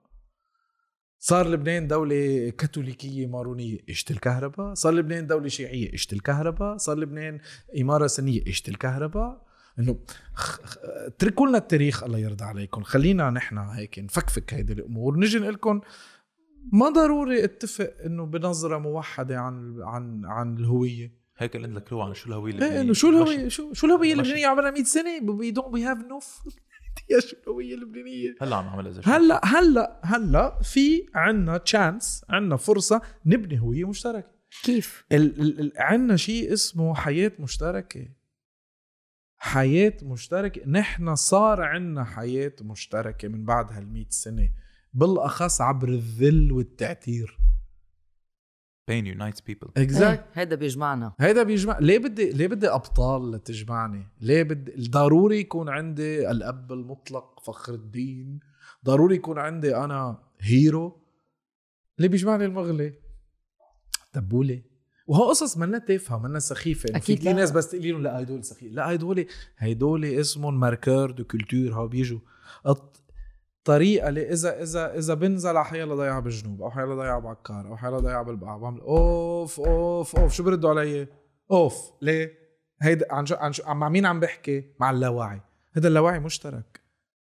صار لبنان دولة كاثوليكية مارونية اجت الكهرباء. صار لبنان دولة شيعية اجت الكهرباء. صار لبنان إمارة سنية اجت الكهرباء. انه اتركوا لنا التاريخ الله يرضى عليكم. خلينا نحن هيك نفكفك هيدي الامور، نجي نقول لكم ما ضروري اتفق انه بنظرة موحدة عن عن عن الهوية. هيك اللي ذكروا عن شو الهوية اللبنانية. انه شو الهوية شو شو الهوية اللبنانية عمرها مئة سنة. we don't we have no يا شو الهوية اللبنانية. هلا عم نعمل إذا هلا هلا هلا في عنا تشانس، عنا فرصة نبني هوية مشتركة. كيف؟ ال ال عنا شيء اسمه حياة مشتركة. حياة مشتركة. نحن صار عنا حياة مشتركة من بعد هالمئة سنة، بالأخص عبر الذل والتعتير. pain unites people. exactly. هيدا بيجمعنا. هيدا بيجمع. ليه بدي ليه بدي أبطال تجمعني؟ ليه بدي ضروري يكون عندي الأب المطلق فخر الدين؟ ضروري يكون عندي أنا هيرو؟ ليه بيجمعني المغلي؟ تبولي. وهو قصص منا تافهة منا سخيفة. أكيد في ناس بس تقولي لهم لا هيدول سخيف. لا هيدول هيدول اسمهم ماركور دو كولتور. هو بيجوا الطريقة اللي إذا إذا إذا بنزل على حيلا ضيع بالجنوب أو حيلا ضيع بعكار أو حيلا ضيع بالبقعة بعمل أوف أوف أوف. شو بردوا علي؟ أوف. ليه؟ هيدا عن شو عن شو مع مين عم بحكي؟ مع اللاوعي. هذا اللاوعي مشترك.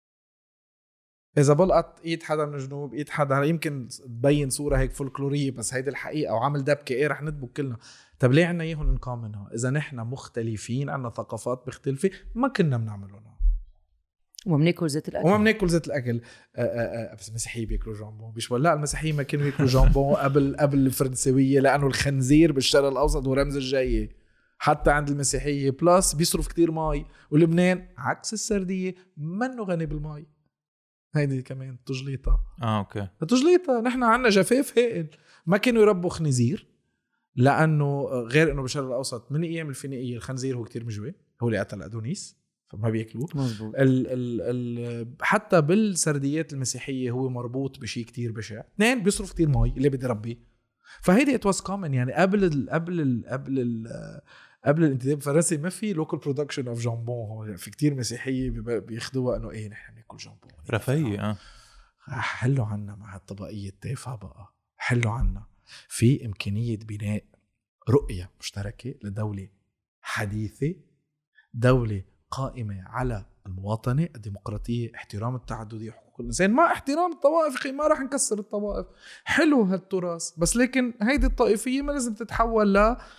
إذا بلقط إيد حدا من الجنوب إيد حدا، يمكن تبين صورة هيك فولكلورية بس هيدي الحقيقة وعامل دبكة إيه رح ندبك كلنا. طب ليه عنا إياهم نقام منها؟ إذا نحن مختلفين عنا ثقافات مختلفة ما كنا بنعملونها. وما بناكل زيت الاكل وما بناكل زيت الاكل. آآ آآ بس المسيحيه بياكلوا جامبون بيشبه. لا المسيحيه ما كانوا ياكلوا جامبون قبل قبل الفرنسويه لانه الخنزير بالشرق الاوسط هو رمز الجايه. حتى عند المسيحيه بلس بيصرف كتير ماي. ولبنان عكس السرديه منه غني بالماي. هيدي كمان تجليطه. اه اوكي تجليطه. نحن عنا جفاف هائل. ما كانوا يربوا خنزير لانه غير انه بالشرق الاوسط من ايام الفينيقيه الخنزير هو كتير مجوي. هو اللي قتل ادونيس فما بياكلوه. مزبوط. ال ال ال حتى بالسرديات المسيحيه هو مربوط بشيء كتير بشع. اثنين بيصرف كتير مي اللي بدي ربيه. فهيدي ات واز كومن يعني قبل ال قبل ال قبل ال قبل الانتداب الفرنسي ما في لوكال برودكشن اوف جامبون. في كتير مسيحيه بياخدوها انه ايه نحن بناكل جامبون رفاهيه. اه حلوا عنا مع الطبقيه التافهه بقى. حلوا عنا في امكانيه بناء رؤيه مشتركه لدوله حديثه. دولة قائمة على المواطنة الديمقراطية احترام التعددية حقوق الإنسان مع احترام الطوائف. ما راح نكسر الطوائف. حلو هالتراث بس لكن هيدي الطائفية ما لازم تتحول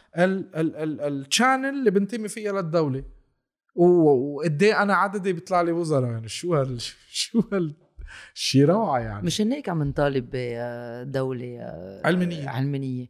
للشانل اللي بنتمي فيها للدولة. وقدي أنا عددي بيطلع لي وزراء يعني شو هال شو هال شي روعة يعني. مش هنيك عم نطالب بدولة علمانية علمانية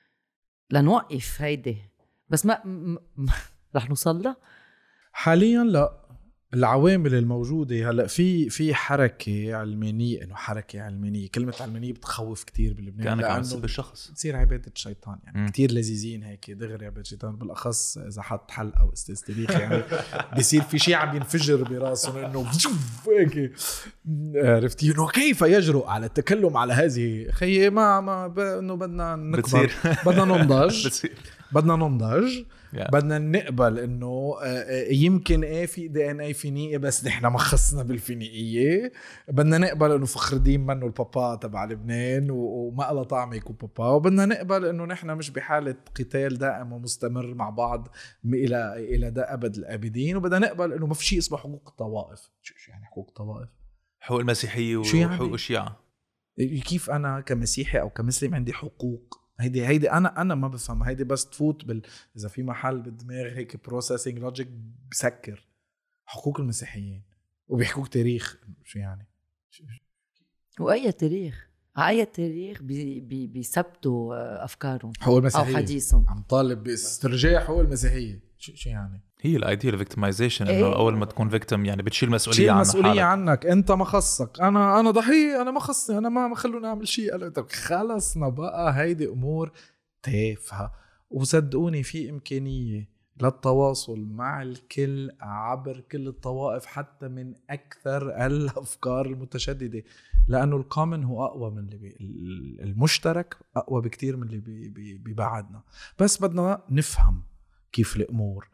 لنوقف هيدي. بس ما م... م... رح نوصل لها حاليا. لا العوامل الموجودة هلا في في حركة علمانية. إنه حركة علمانية كلمة علمانية بتخوف كتير بلبنان كأنك عم تسب الشخص. تصير عبادة الشيطان يعني. م. كتير لذيذين هيك دغري عبادة الشيطان بالأخص إذا حط حلقة أو استاذ تاريخ يعني بيصير في شيء عم ينفجر براسهم إنه هيك عرفتي إنه كيف يجرؤ على التكلم على هذه خيي ما ما ب... إنه بدنا نكبر بدنا ننضج بدنا ننضج yeah. بدنا نقبل انه يمكن ايه في دي ان اي فينيقي بس نحن ما خصنا بالفينيقيه. بدنا نقبل انه فخر الدين منه البابا تبع لبنان وما له طعم يكون بابا. وبدنا نقبل انه نحن مش بحاله قتال دائم ومستمر مع بعض الى الى ده ابد الابدين. وبدنا نقبل انه ما في شيء اسمه حقوق الطوائف. شو يعني حقوق الطوائف؟ حقوق المسيحيه وحقوق يعني؟ الشيعة. كيف انا كمسيحي او كمسلم عندي حقوق؟ هيدي هيدي انا انا ما بفهم. هيدي بس تفوت بال اذا في محل بالدماغ هيك بروسيسنج لوجيك بسكر. حقوق المسيحيين وبيحكوك تاريخ شو يعني؟ واي تاريخ اي تاريخ بي بي بيثبتوا افكارهم حقوق المسيحيه او حديثهم. عم طالب باسترجاع حقوق المسيحيه. شو شو يعني؟ هي الايديا فيكتمايزيشن انه إيه؟ اول ما تكون فيكتم يعني بتشيل مسؤوليه شيل عن مسؤوليه حالك. عنك. انت ما خصك. انا انا ضحيه. انا ما خصني. انا ما ما خلوني اعمل شيء. خلصنا بقى. هيدي امور تافهه. وصدقوني في امكانيه للتواصل مع الكل عبر كل الطوائف حتى من اكثر الافكار المتشدده لانه الكومن هو اقوى من اللي بي المشترك اقوى بكتير من اللي بي بي بيبعدنا. بس بدنا نفهم كيف الامور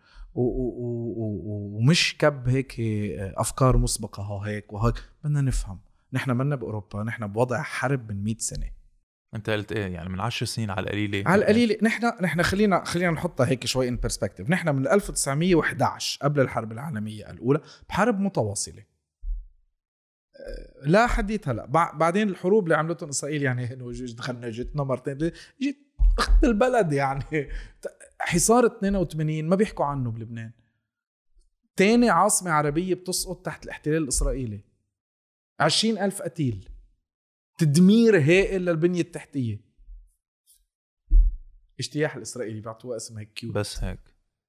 ومش كب هيك افكار مسبقه ها هيك وهيك. بدنا نفهم نحن منا باوروبا. نحن بوضع حرب من مئة سنه. انت قلت ايه يعني من عشر سنين على القليله على القليله. نحن نحن خلينا خلينا نحطها هيك شوي ان برسبكتيف. نحن من ألف وتسعمية وإحدى عشر قبل الحرب العالميه الاولى بحرب متواصله لا حديث. هلا بعدين الحروب اللي عملتهم اسرائيل يعني انه دخلنا جتنا مرتين جيت اخت البلد يعني. حصار اثنين وثمانين ما بيحكوا عنه بلبنان. تاني عاصمة عربية بتسقط تحت الاحتلال الإسرائيلي. عشرين ألف قتيل. تدمير هائل للبنية التحتية. اجتياح الإسرائيلي بعطوها اسم هيك كيوت. بس هيك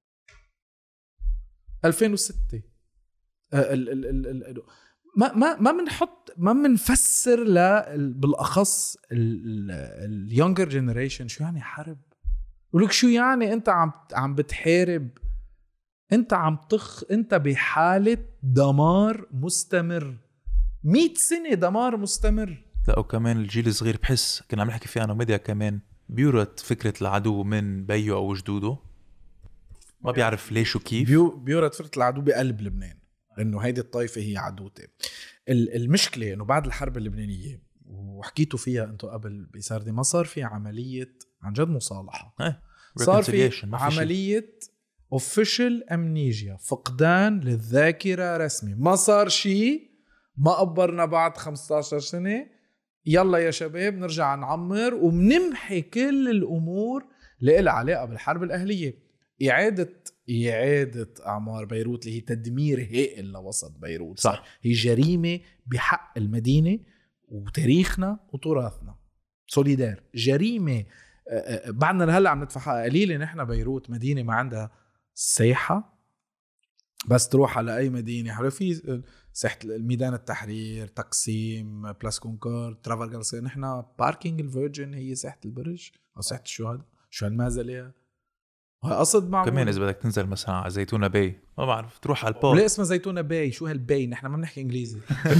ألفين وستة ال ال ال ال ما ما ما بنحط ما بنفسر لا بالاخص اليونجر جينيريشن شو يعني حرب. ولك شو يعني انت عم عم بتحارب. انت عم تخ انت بحاله دمار مستمر. مئة سنه دمار مستمر. لا وكمان الجيل الصغير بحس كنا عم نحكي فيه انا وميديا كمان بيورث فكره العدو من بيو او جدوده. ما بيعرف ليش وكيف. بيو بيورث فكره العدو بقلب لبنان لانه هيدي الطائفه هي عدوته. المشكله انه بعد الحرب اللبنانيه وحكيتوا فيها انتم قبل بساردي ما صار في عمليه عن جد مصالحه. صار في عمليه اوفيشال امنيجيا فقدان للذاكره رسمي. ما صار شيء. ما قبرنا بعد خمسة عشر سنه. يلا يا شباب نرجع نعمر ومنمحي كل الامور اللي لها علاقه بالحرب الاهليه. إعادة إعادة أعمار بيروت اللي هي تدمير هائل لوسط بيروت. صح. هي جريمة بحق المدينة وتاريخنا وتراثنا. سوليدار جريمة بعدنا لهلا عم ندفع حقها. قليلة نحن بيروت مدينة ما عندها ساحة، بس تروح على أي مدينة حلو في ساحة الميدان التحرير، تقسيم، بلاس كونكورد، ترافالغار. نحن باركينج الفيرجن هي ساحة البرج أو ساحة الشهداء. شو هالمازة ليها؟ قصد معمول. كمان إذا بدك تنزل مثلا على زيتونة باي ما بعرف تروح على البول. ليه اسمها زيتونة باي؟ شو هالباي؟ نحن ما بنحكي إنجليزي.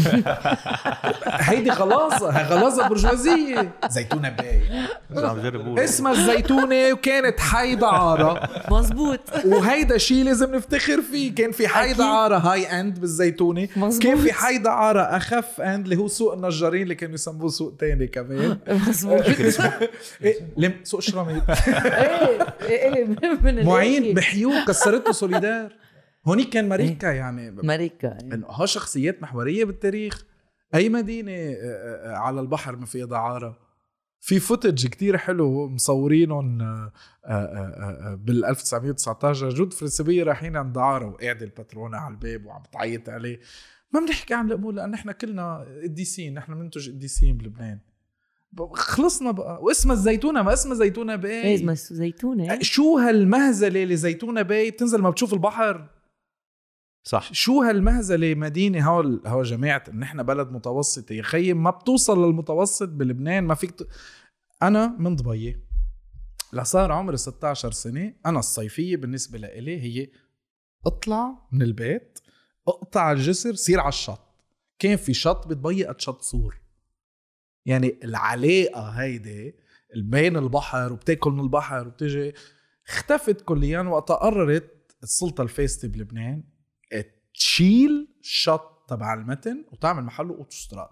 هيدي خلاص خلاص برجوازية. زيتونة باي عم جربوا اسمها الزيتونة وكانت حي دعارة. مزبوط. وهيدا شيء لازم نفتخر فيه. كان في حي دعارة هاي اند بالزيتونة. مزبوط. كان في حي دعارة أخف اند اللي هو سوق النجارين اللي كانوا يسموه سوق تاني كمان. مزبوط. إيه لم سوق شراميط. ايه ايه من معين بحيو كسرته سوليدار. هونيك كان ماريكا يعني ماريكا. انه ها شخصيات محورية بالتاريخ. اي مدينة على البحر ما فيها دعارة. في فوتج كتير حلو مصورينهم بال ألف وتسعمية وتسعتاشر جود فرنسوية رايحين عند دعارة وقاعدة الباترونة على الباب وعم بتعيط عليه. ما بنحكي عن الامور لان احنا كلنا قديسين. نحن بننتج قديسين بلبنان. خلصنا بقى. واسمها الزيتونة ما اسمها زيتونة باي. اسمها زيتونة. شو هالمهزلة اللي زيتونة باي بتنزل ما بتشوف البحر. صح. شو هالمهزلة مدينة هول هو جماعة ان احنا بلد متوسطة يا خيي ما بتوصل للمتوسط بلبنان. ما فيك ت... انا من ضبية لصار عمري ستة عشر سنة. انا الصيفية بالنسبة لإلي هي اطلع من البيت اقطع الجسر سير على الشط. كان في شط بضبية قد شط صور. يعني العلاقة هيدي بين البحر وبتاكل من البحر وبتجي اختفت كليا. وقت قررت السلطة الفاسدة بلبنان تشيل الشط تبع المتن وتعمل محله اوتوستراد.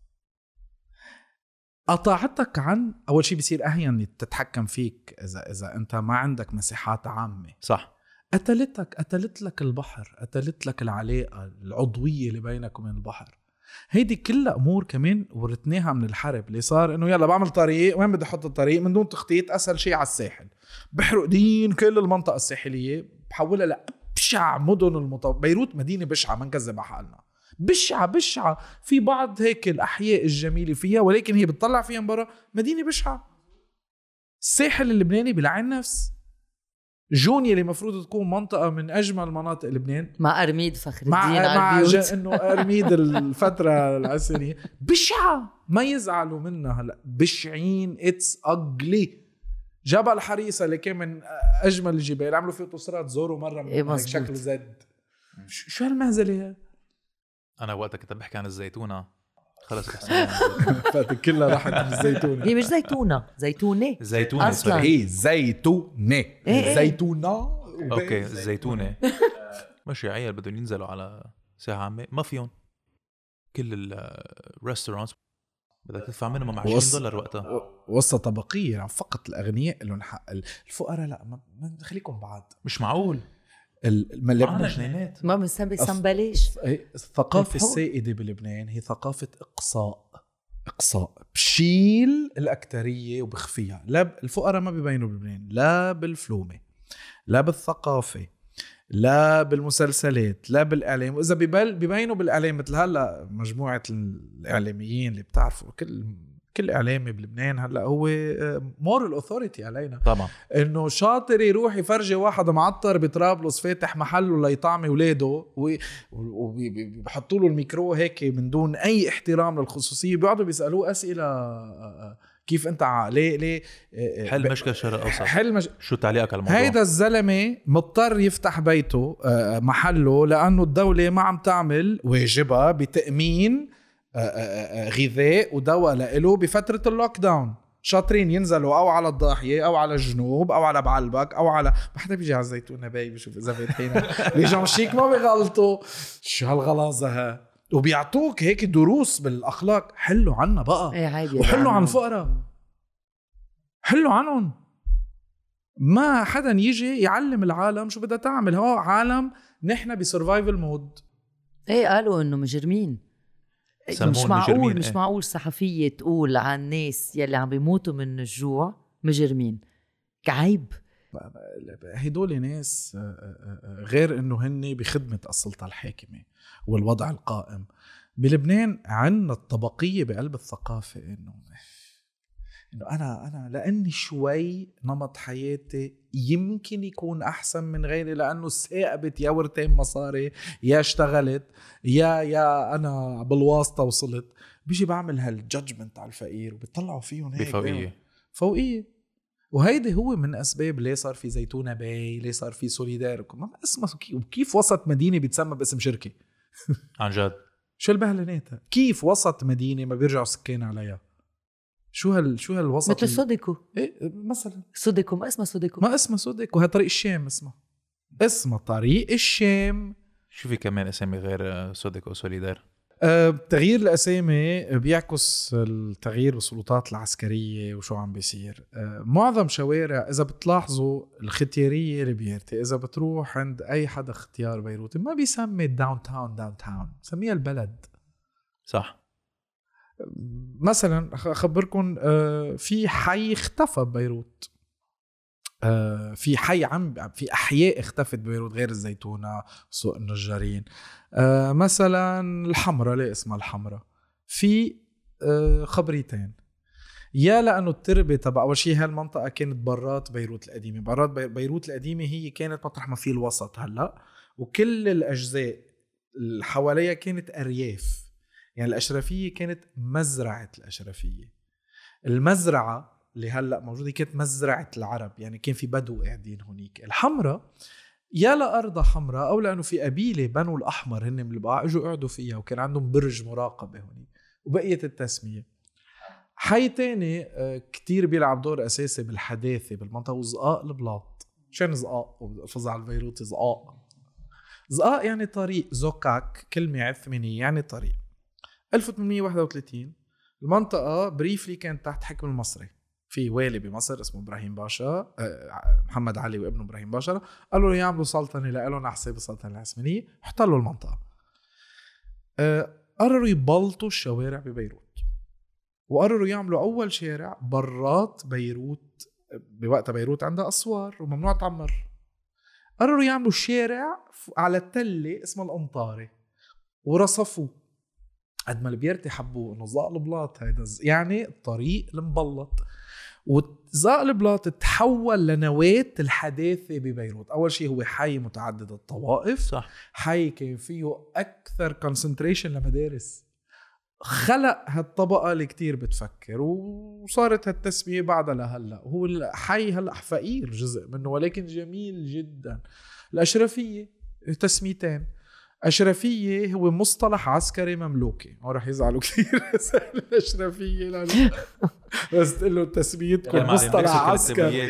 قطعتك عن اول شيء بيصير اهين تتحكم فيك اذا اذا انت ما عندك مساحات عامة. صح. قتلتك قتلت لك البحر. قتلت لك العلاقة العضوية اللي بينك وبين البحر. هيدي كلها امور كمان ورثناها من الحرب اللي صار انه يلا بعمل طريق وين بدي احط الطريق من دون تخطيط. اسهل شيء على الساحل بحرق دين كل المنطقه الساحليه بحولها لابشع مدن المطو... بيروت مدينه بشعه ما نكذب على حالنا. بشعه بشعه في بعض هيك الاحياء الجميله فيها ولكن هي بتطلع فيها من برا مدينه بشعه. الساحل اللبناني بالعين نفس جونيا اللي مفروض تكون منطقة من أجمل مناطق لبنان مع أرميد فخر مع الدين على مع البيوت. ج... إنه أرميد الفترة العسرية بشعة ما يزعلوا منها. هلا بشعين اتس أجلي. جبل حريصة اللي كان من أجمل الجبال عملوا فيه اوتوستراد زوروا مرة من إيه شكل زد. شو هالمهزلة؟ أنا وقتها كنت بحكي عن الزيتونة خلص بحسن فاتك كلها راحت بالزيتونة. هي مش زيتونة زيتونة زيتونة أصلاً. هي زيتونة إيه. زيتونة. اوكي الزيتونة. ماشي عيال بدهم ينزلوا على ساحة عامة ما فيهم. كل الريستورانتس بدك تدفع منهم عشرين دولار وقتها. وصة طبقية يعني فقط الأغنياء لهم حق. الفقراء لا ما خليكم بعض. مش معقول. الملبن جنينات ما بنسمي سنبليش. الثقافة السائدة بلبنان هي ثقافة إقصاء. إقصاء بشيل الأكترية وبخفيها. لا الفقراء ما بيبينوا بلبنان لا بالفلومة لا بالثقافة لا بالمسلسلات لا بالإعلام. وإذا بيبل بيبينوا بالإعلام مثل هلأ مجموعة الإعلاميين اللي بتعرفوا كل كل إعلامي بلبنان هلأ هو مورال أوثوريتي علينا طبعا. إنه شاطر يروح يفرجي واحد معطر بطرابلس فاتح محله ليطعمي ولاده وبيحطوا له الميكرو هيك من دون أي احترام للخصوصية. بيقعدوا بيسألوه أسئلة كيف انت ليه ليه حل مشكلة الشرق الاوسط. حل مش... شو تعليقك على الموضوع؟ هيدا الزلمه مضطر يفتح بيته محله لانه الدوله ما عم تعمل واجبها بتامين غذاء ودواء له بفتره اللوك داون. شاطرين ينزلوا او على الضاحيه او على الجنوب او على بعلبك او على ما حدا بيجي على الزيتونه باي بشوف اذا فاتحين بيجوا مشيك ما بيغلطوا. شو هالغلاظه ها. وبيعطوك هيك دروس بالاخلاق. حلوا عنا بقى ايه وحلوا عن الفقراء. حلوا عنهم. ما حدا يجي يعلم العالم شو بدها تعمل. هو عالم نحن بسرفايفل مود. ايه قالوا انه مجرمين. مش معقول مش معقول صحفية تقول عن الناس يلي عم بيموتوا من الجوع مجرمين. كعيب هدول ناس غير انه هن بخدمة السلطة الحاكمة والوضع القائم بلبنان. عنا الطبقية بقلب الثقافة انه انه انا انا لاني شوي نمط حياتي يمكن يكون احسن من غيري، لانه ثاقبت يا ورتين مصاري يا اشتغلت يا يا انا بالواسطة وصلت، بيجي بعمل هالجادجمنت على الفقير وبيطلعوا فيهم هيك بفوقية فوقية. وهيدي هو من أسباب ليه صار في زيتونة باي، ليه صار في سوليدار، ما اسمه كيف وسط مدينة بيتسمى باسم شركة عن جد. شو البهلناتها؟ كيف وسط مدينة ما بيرجعوا سكان عليها؟ شو هال شو هالوسط مثل سوديكو. ايه مثلا سوديكو ما اسمه سوديكو، ما اسمه سوديكو، وهي طريق الشام اسمه اسمه طريق الشام. شو في كمان اسامي غير سوديكو وسوليدار؟ أه تغيير الأسامي بيعكس التغيير بالسلطات العسكرية وشو عم بيصير. أه معظم شوارع إذا بتلاحظوا الختيارية البيرتي، إذا بتروح عند أي حدا اختيار بيروت ما بيسمي داون تاون داون تاون، بسميها البلد. صح. مثلا أخبركم أه في حي اختفى ببيروت، أه في حي عم في أحياء اختفت ببيروت غير الزيتونة سوق النجارين. أه مثلا الحمرة، ليه اسمها الحمرة؟ في أه خبريتين، يا لأنه التربة تبع أول شيء هالمنطقة كانت برات بيروت القديمة. برات بيروت القديمة هي كانت مطرح ما في الوسط هلأ، وكل الأجزاء اللي حواليها كانت أرياف. يعني الأشرفية كانت مزرعة الأشرفية. المزرعة اللي هلأ موجودة كانت مزرعة العرب، يعني كان في بدو قاعدين هونيك. الحمرة يا لأرضها حمراء أو لأنه في قبيلة بنو الأحمر هن من البقاع اجوا قعدوا فيها وكان عندهم برج مراقبة هوني وبقية التسمية. حي تاني كتير بيلعب دور أساسي بالحداثة بالمنطقة وزقاق البلاط. شان زقاق؟ وفظع البيروتي زقاق. زقاق يعني طريق، زوكاك كلمة عثمانية يعني طريق. ألف وثمانمية وواحد وثلاثين المنطقة بريفلي كانت تحت حكم المصري. في والي بمصر اسمه إبراهيم باشا، محمد علي وابنه إبراهيم باشا، قالوا له يعملوا سلطنة لقالوا حساب السلطنة العثمانية، احتلوا المنطقة. قرروا يبلطوا الشوارع ببيروت وقرروا يعملوا أول شارع برات بيروت. بوقتها بيروت عندها أسوار وممنوع تعمر. قرروا يعملوا شارع على التلة اسمه الأنطاري ورصفوه. قد ما البيرتي حبوه انه زاق البلاط هيدا يعني الطريق المبلط. وزاق البلاط تحول لنواة الحداثة ببيروت. أول شيء هو حي متعدد الطوائف. صح. حي كان فيه أكثر كونسنتريشن لمدارس، خلق هالطبقة اللي كتير بتفكر وصارت هالتسمية بعدها لهلأ. هو الحي هلأ فقير جزء منه ولكن جميل جدا. الأشرفية تسميتين. أشرفية هو مصطلح عسكري مملوكي، هو رح يزعلوا كثير الأشرفية لأنه بس تقول له تسميتكم مصطلح عسكري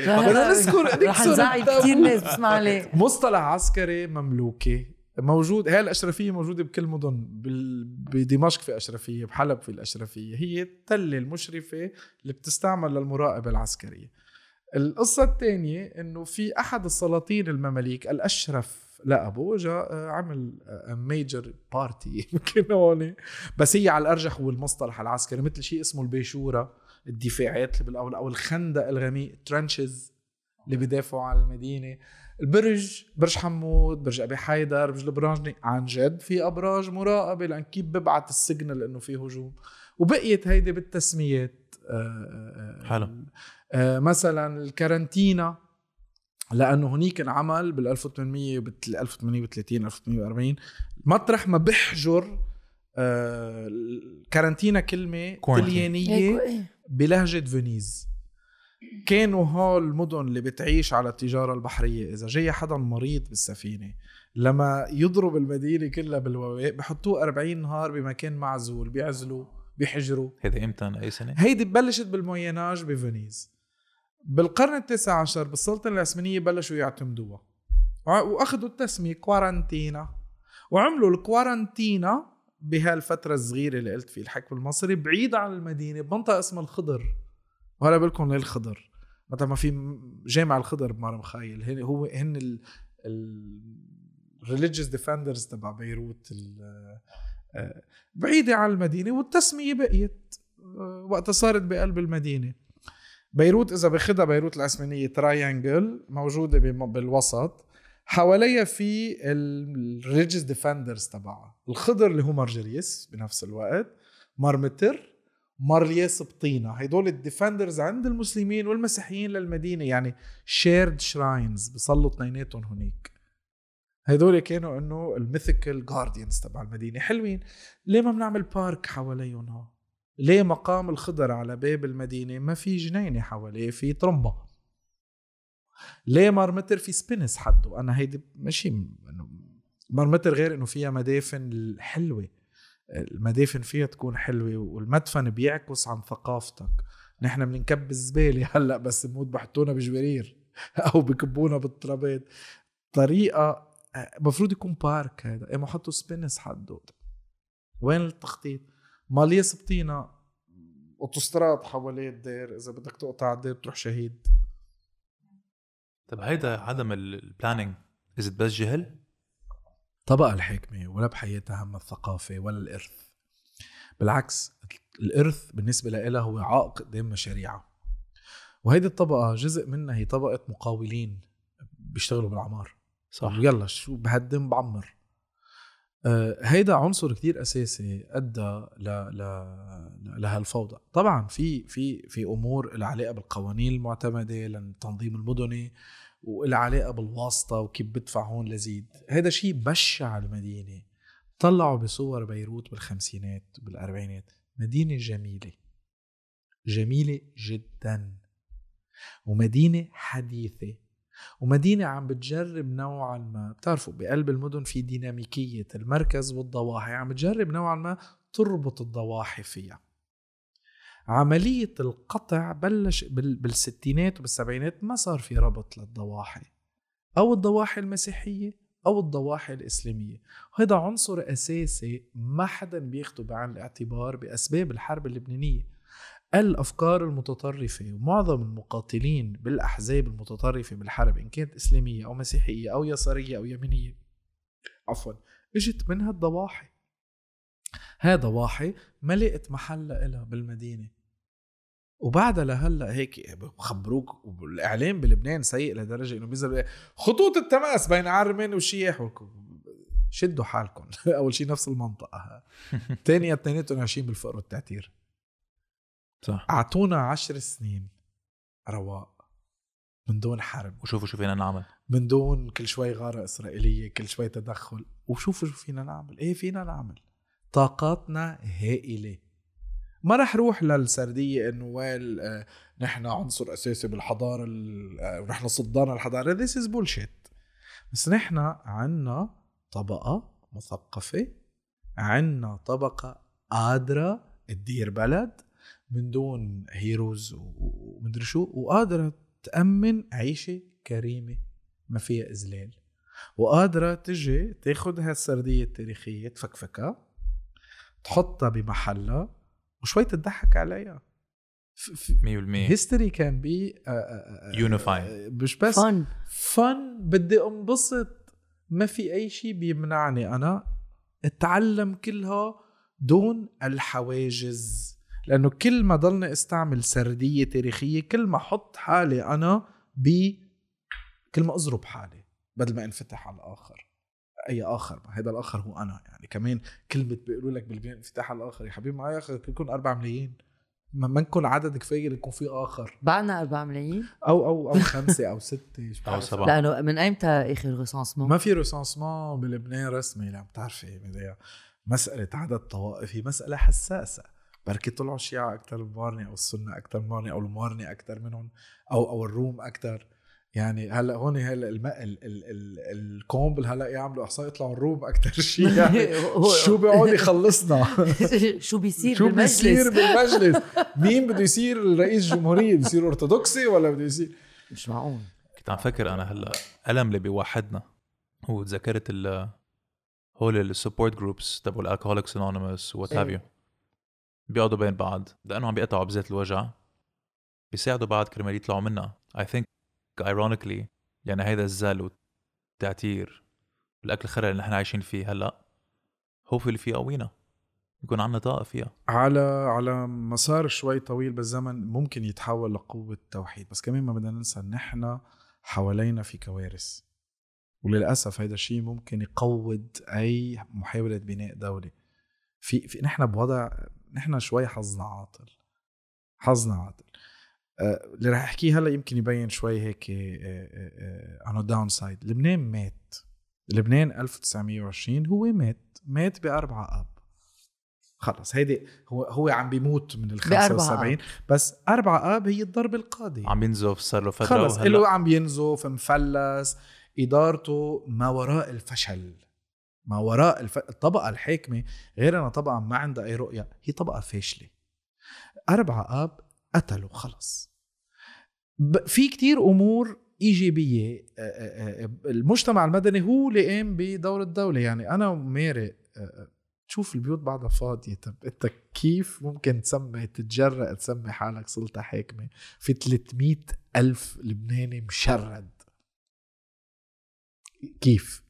رح نزعل كثير ناس بسمع عليه. مصطلح عسكري مملوكي موجود. هاي الأشرفية موجودة بكل مدن. بدمشق في أشرفية، بحلب في الأشرفية، هي التلة المشرفة اللي بتستعمل للمراقبة العسكرية. القصة الثانية إنه في أحد السلاطين المماليك الأشرف لأبو جاء عمل ميجر بارتي يمكن هون، بس هي على الأرجح هو المصطلح العسكري مثل شيء اسمه البيشورة، الدفاعات اللي بالأول أو الخندق الغميق، ترنشز اللي بيدافعوا على المدينة. البرج، برج حمود، برج أبي حيدر، برج البرانجني، عن جد في أبراج مراقبة لأن كيف ببعت السيجنال لأنه فيه هجوم. وبقيت هيدي بالتسميات. حلو. مثلا الكارنتينا لأنه هنيك انعمل بال ألف وثمانمية وثلاثين ألف وثمانمية وأربعين مطرح ما بحجر. آه الكارنتينا كلمة طليانية بلهجة فينيز. كانوا هول المدن اللي بتعيش على التجارة البحرية. إذا جاي حدا مريض بالسفينة لما يضرب المدينة كلها بالوباء بحطوه أربعين نهار بمكان معزول، بيعزلوا بيحجروا. هيدا إمتى أي سنة؟ هيدي بلشت بالمويناج بفينيز. بالقرن التاسع عشر بالسلطنة العثمانية بلشوا يعتمدوها وأخذوا التسمية كوارنتينا، وعملوا الكوارنتينا بهالفترة الصغيرة اللي قلت فيه الحكم المصري بعيد عن المدينة بمنطقة اسمها الخضر. وهلا بالكم ليه الخضر؟ مثلا ما في جامع الخضر بمرم خايل، هو هن ال religious defenders تبع بيروت بعيدة عن المدينة، والتسمية بقيت وقت صارت بقلب المدينة. بيروت إذا بخدها بيروت العثمانية تراينجل موجودة بالوسط، حواليها في الريجز ديفندرز تبعها، الخضر اللي هو مارجريس بنفس الوقت، مارمتر، مارليس بطينة. هيدول الديفندرز عند المسلمين والمسيحيين للمدينة، يعني شيرد شراينز بيصلوا اثنيناتهم هناك. هيدول كانوا انه الميثيكال جارديانز تبع المدينة. حلوين. ليه ما بنعمل بارك حواليهم؟ ها ليه مقام الخضر على باب المدينة ما في جنينة حواليه في طرمبة؟ ليه مارمتر في سبينس حده؟ انا هيدي ماشي مارمتر غير انه فيها مدافن حلوة، المدافن فيها تكون حلوة، والمدفن بيعكس عن ثقافتك. نحن بننكب الزبالة هلأ بس بموت بحطونا بجوارير أو بكبونا بالترابات. طريقة مفروض يكون بارك هذا، ايه ما حطوا سبينس حده. وين التخطيط؟ ماليس بطينة اوتوستراد حواليه الدير، إذا بدك تقطع الدير تروح شهيد. طب هيدا عدم البلانينج إذا بس جهل؟ طبقة الحكمة ولا بحياتها هم الثقافة ولا الإرث. بالعكس الإرث بالنسبة لها هو عائق قدام مشاريعها. وهيدي الطبقة جزء منها هي طبقة مقاولين بيشتغلوا بالعمار. صح. يلا شو بهدم بعمر. آه هيدا عنصر كتير أساسي أدى ل ل لهالفوضى. طبعا في في في أمور العلاقة بالقوانين المعتمدة للتنظيم المدني، والعلاقة بالواسطة وكيف بدفع هون لزيد. هذا شيء بشع المدينة. طلعوا بصور بيروت بالخمسينات بالأربعينات، مدينة جميلة جميلة جدا، ومدينة حديثة، ومدينة عم بتجرب نوعا ما. بتعرفوا بقلب المدن في ديناميكية المركز والضواحي، عم بتجرب نوعا ما تربط الضواحي فيها. عملية القطع بلش بالستينات وبالسبعينات، ما صار في ربط للضواحي، أو الضواحي المسيحية أو الضواحي الإسلامية. وهذا عنصر أساسي ما حدا بياخده بعين الاعتبار بأسباب الحرب اللبنانية. الأفكار المتطرفة ومعظم المقاتلين بالأحزاب المتطرفة بالحرب، إن كانت إسلامية أو مسيحية أو يسارية أو يمينية عفوا، اجت منها الضواحي. هذا ضواحي ما لقت محل إلها بالمدينة. وبعدها لهلا هيك بخبروك، والإعلام بلبنان سيء لدرجة إنه بيزل خطوط التماس بين عرمن والشياح. شدوا حالكم. أول شيء نفس المنطقة، تانية التانيتون عايشين بالفقر والتعتير. صح. أعطونا عشر سنين رواق من دون حرب، وشوفوا شو فينا نعمل، من دون كل شوي غارة إسرائيلية، كل شوي تدخل. وشوفوا شو فينا نعمل. إيه فينا نعمل؟ طاقاتنا هائلة. ما رح روح للسردية إنه ويل آه نحن عنصر أساسي بالحضارة آه ونحن صدانا الحضارة. This is bullshit. بس نحن عنا طبقة مثقفة، عنا طبقة قادرة تدير بلد من دون هيروز ومدري شو، وقادرة تأمن عيشة كريمة ما فيها إذلال، وقادرة تجي تاخد هالسردية التاريخية تفكفكها تحطها بمحلها وشوي تضحك عليها. مية بالمية هيستوري كان بي يونيفاي، مش بس فن فن. بدي انبسط، ما في أي شيء بيمنعني أنا اتعلم كلها دون الحواجز. لأنه كل ما ضلني استعمل سردية تاريخية، كل ما حط حالي أنا ب كل ما أضرب حالي بدل ما انفتح على الآخر. أي آخر؟ هذا الآخر هو أنا. يعني كمان كلمة بيقولوا لك بالبين انفتح على الآخر، يا حبيبي معي آخر يكون أربعة ملايين، ما نكون عدد كفاية يكون فيه آخر. بعدنا أربعة ملايين أو أو أو خمسة أو ستة أو سبعة. لأنه من أيمتى آخر ريسانسمون؟ ما في ريسانسمون بلبنان رسمي. لا بتعرفي بداية مسألة عدد طوائف هي مسألة حساسة. بركي طلعوا الشيعة أكتر الموارنة، أو السنة أكتر الموارنة، أو الموارنة أكتر منهم، أو أو الروم أكتر. يعني هلا هون هلا الماء ال ال ال الكومبل هلا يعملوا إحصاء يطلعوا الروم أكتر شيء. يعني شو بيقعد يخلصنا؟ شو بيصير شو بالمجلس؟ بيصير بالمجلس؟ مين بده يصير الرئيس الجمهورية؟ بده يصير أرثوذكسي ولا بده يصير؟ مش معقول. كنت عم فكر أنا هلا ألم اللي بيوحدنا، وتذكرت ال هول السبورت جروبس تبع الالكوهوليكس انونيمس وات هاف يو، بيقعدوا بين بعض لأنه عم بيقطعوا بزيت الوجع، بيساعدوا بعض كرمال يطلعوا منها. I think ironically يعني هيدا الزل والتعتير والأكل الخرا اللي نحن عايشين فيه هلا hopefully في قوينا. يكون عنا طاقة فيها. على على مسار شوي طويل بالزمن ممكن يتحول لقوة توحيد، بس كمان ما بدنا ننسى ان احنا حوالينا في كوارث، وللأسف هذا الشيء ممكن يقود اي محاولة بناء دولة. في, في نحن بوضع نحن شوي حظنا عاطل حظنا عاطل أه اللي رح احكيه هلا يمكن يبين شوي هيك انه داون سايد. لبنان مات، لبنان ألف وتسعمية وعشرين هو مات مات بأربعة آب. خلص هيدي هو هو عم بيموت من الخمسة وسبعين، بس أربعة آب هي الضرب القاضي، عم ينزف صار له فترة، خلص له عم ينزف مفلس، إدارته ما وراء الفشل، ما وراء الف... الطبقة الحاكمة غير أنها طبقة ما عندها أي رؤية، هي طبقة فاشلة. أربعة آب قتلوا خلص. ب... في كتير أمور إيجابية. المجتمع المدني هو اللي قام بدور الدولة. يعني أنا ومارق تشوف البيوت بعدها فاضية. طب انت كيف ممكن تسمي تتجرأ تسمي حالك سلطة حاكمة في ثلاثمية ألف لبناني مشرد؟ كيف؟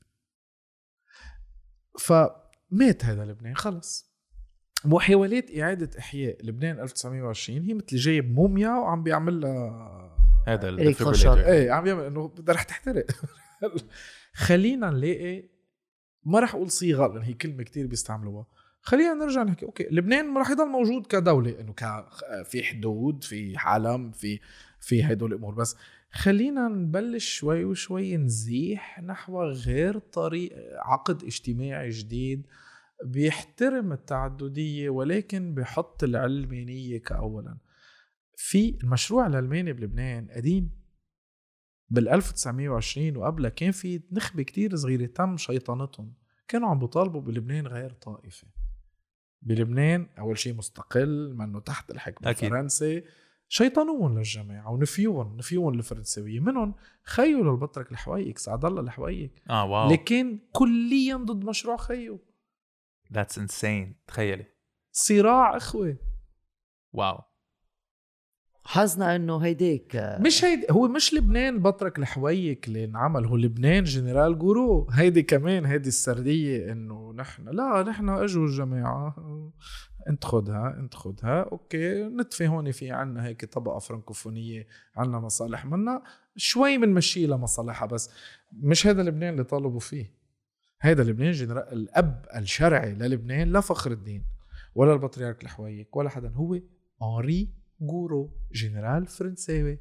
فمات هذا لبنان خلص. محاولات إعادة إحياء لبنان ألف وتسعمية وعشرين هي مثل جايب موميا وعم بيعمل لها هذا الديفيبريليتر، ايه عم بيعمل انه بدها رح تحترق. خلينا نلاقي، ما رح أقول صيغة لأن هي كلمة كتير بيستعملوها، خلينا نرجع نحكي أوكي لبنان رح يضل موجود كدولة، إنه ك في حدود، في عالم، في في هدول الأمور، بس خلينا نبلش شوي وشوي نزيح نحو غير طريق عقد اجتماعي جديد بيحترم التعددية ولكن بيحط العلمانية كأولا. في المشروع العلماني بلبنان قديم بالألف وتسعمية وعشرين وقبلها كان في نخبة كتير صغيرة تم شيطانتهم، كانوا عم بيطالبوا بلبنان غير طائفة، بلبنان أول شيء مستقل منه تحت الحكم الفرنسي. شيطانوهم للجماعة ونفيوهم نفيوهم الفرنسوية، منهم خيو للبطرك الحويك سعد الله الحويك اه واو، لكن كليا ضد مشروع خيو. That's insane. تخيلي صراع أخوة. واو. حظنا انه هيديك مش هيدي هو مش لبنان بطرك الحويك اللي انعمل، هو لبنان جنرال جورو. هيدي كمان هيدي السردية انه نحن لا نحن اجوا الجماعة انت خدها انت خدها اوكي نتفي هون في عنا هيك طبقة فرنكوفونية عنا مصالح منا شوي من مشي لها مصالحها، بس مش هذا لبنان اللي طالبوا فيه. هذا لبنان جنرال. الاب الشرعي للبنان لا فخر الدين ولا البطريرك الحويك ولا حدا، هو أنري جورو جنرال فرنساوي.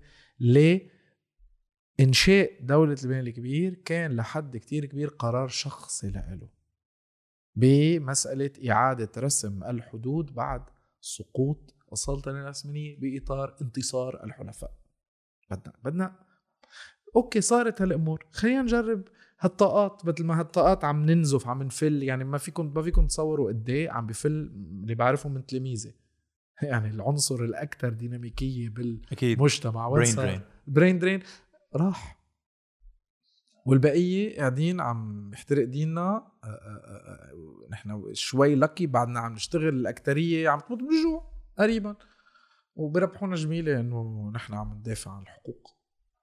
لإنشاء دولة لبنان الكبير كان لحد كتير كبير قرار شخصي لإله بمسألة إعادة رسم الحدود بعد سقوط السلطنة العثمانية بإطار انتصار الحلفاء. بدنا بدنا أوكي صارت هالأمور، خلينا نجرب هالطاقات بدل ما هالطاقات عم ننزف عم نفل. يعني ما فيكم ما فيكم تصوروا قديه عم بفل اللي بعرفه من تلاميذي، يعني العنصر الأكثر ديناميكية بالمجتمع برين درين برين درين راح، والبقية قاعدين عم يحترق ديننا. نحن شوي لكي بعدنا عم نشتغل، الأكترية عم تموت بالجوع قريبا وبربحونا جميلة إنه نحن عم ندافع عن الحقوق.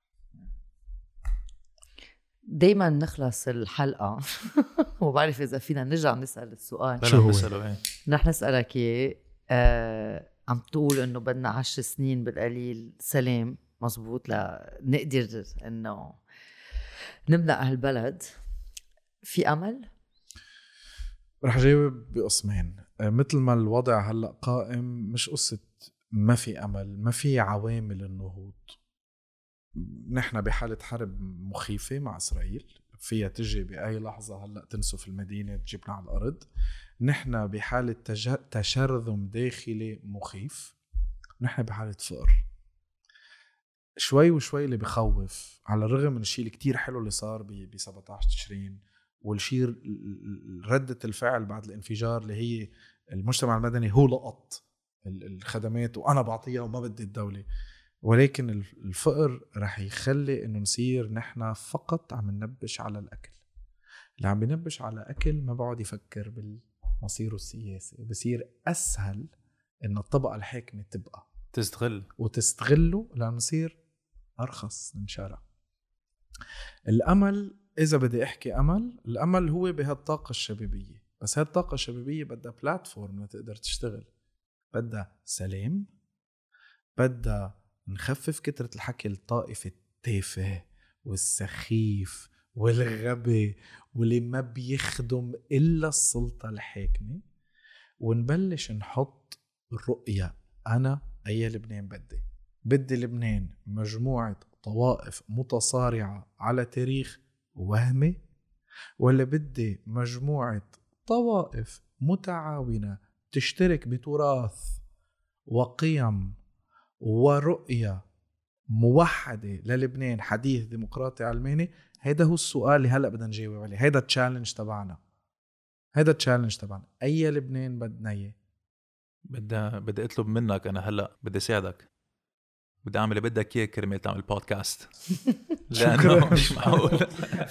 دايما نخلص الحلقة وبعرف إذا فينا نرجع نسأل السؤال. شو هو؟ نحن نسألك إيه. آه عم تقول إنه بدنا عشر سنين بالقليل سلام، مزبوط، لنقدر إنه نملأ هالبلد. في أمل؟ رح جاوب بقسمين. آه مثل ما الوضع هلأ قائم مش قصة ما في أمل، ما في عوامل النهوض. نحن بحالة حرب مخيفة مع إسرائيل فيها تجي بأي لحظة هلأ تنسف المدينة تجيبنا على الأرض. نحن بحالة تشرذم داخلي مخيف. نحن بحالة فقر شوي وشوي اللي بخوف، على الرغم من الشيء اللي كتير حلو اللي صار ب سبعة عشر تشرين والشيء ردة الفعل بعد الانفجار اللي هي المجتمع المدني هو لقط الخدمات وأنا بعطيها وما بدي الدولة. ولكن الفقر رح يخلي انه نصير نحن فقط عم ننبش على الاكل. اللي عم بنبش على اكل ما بعد يفكر بالمصير السياسي، بصير اسهل ان الطبقة الحاكمة تبقى تستغل وتستغله لأن نصير ارخص ننشرى. الامل اذا بدي احكي امل، الامل هو بهالطاقة الشبابية. بس هاي الطاقة الشبابية بدها بلاتفورم لتقدر تشتغل، بدها سلام، بدها نخفف كترة الحكي الطائفي التافه والسخيف والغبي واللي ما بيخدم إلا السلطة الحاكمة، ونبلش نحط الرؤية. أنا أي لبنان بدي بدي لبنان مجموعة طوائف متصارعة على تاريخ وهمي، ولا بدي مجموعة طوائف متعاونة تشترك بتراث وقيم ورؤية موحدة للبنان حديث ديمقراطي علماني؟ هيدا هو السؤال اللي هلأ بدنا نجاوب عليه. هيدا التشالنج تبعنا، هيدا التشالنج تبعنا. أي لبنان بدنا إياه؟ بدي بدي أطلب منك أنا هلأ، بدي ساعدك، بدي أعمل اللي بدك إياه كرمال تعمل بودكاست. لأنه مش معقول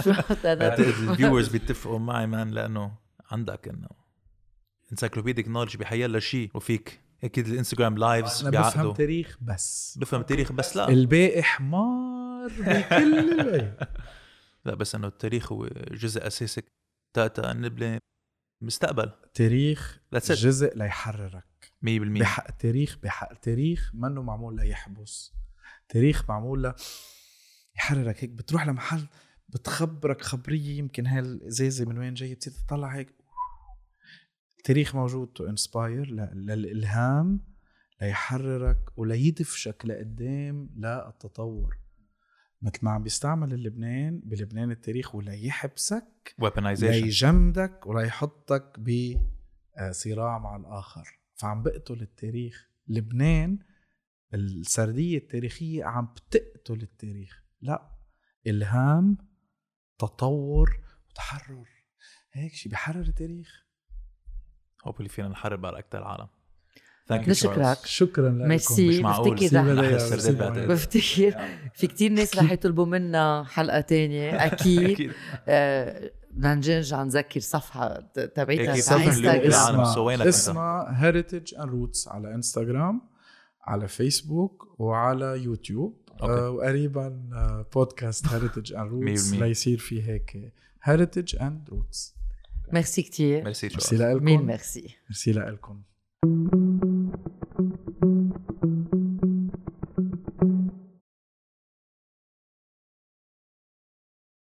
الفيورز بيتفقوا معي مان، لأنه عندك إنه انسايكلوبيديك نولج بحيلا شيء، وفيك أكيد الانستغرام لايفز أنا بيعقدوا. بفهم تاريخ بس بفهم تاريخ بس لا الباقي حمار بكل الوقت. لا بس إنه التاريخ هو جزء أساسي تاتا نبني مستقبل. تاريخ جزء ليحررك مية بالمية. بحق تاريخ، بحق تاريخ منه معمول ليحبس، تاريخ معمول ل يحررك. هيك بتروح لمحل بتخبرك خبرية يمكن هاي الإزازة من وين جاي، بتصير تطلع هيك. التاريخ موجود تو انسباير، للإلهام، ليحررك وليدفشك لقدام للتطور. مثل ما عم بيستعمل اللبنان بلبنان التاريخ، ولا يحبسك ليجمدك ولا يحطك بصراع مع الآخر. فعم بقتل التاريخ. لبنان السردية التاريخية عم بتقتل التاريخ. لا، إلهام، تطور وتحرر، هيك شي بيحرر التاريخ. هوبلي فينا نحرر على أكتر العالم. نشكرك، شكرا لكم. مش معقول بفتكر بفتكر في كتير ناس رح يطلبوا منا حلقة تانية أكيد. بدنا نرجع نذكر صفحة تبعتها على انستغرام، اسمها Heritage and Roots على انستغرام، على فيسبوك وعلى يوتيوب. آه وقريبا بودكاست Heritage and Roots ليصير فيه هيك Heritage and Roots. ميرسي كتير. ميرسي لكم. ميرسي ميرسي لكم.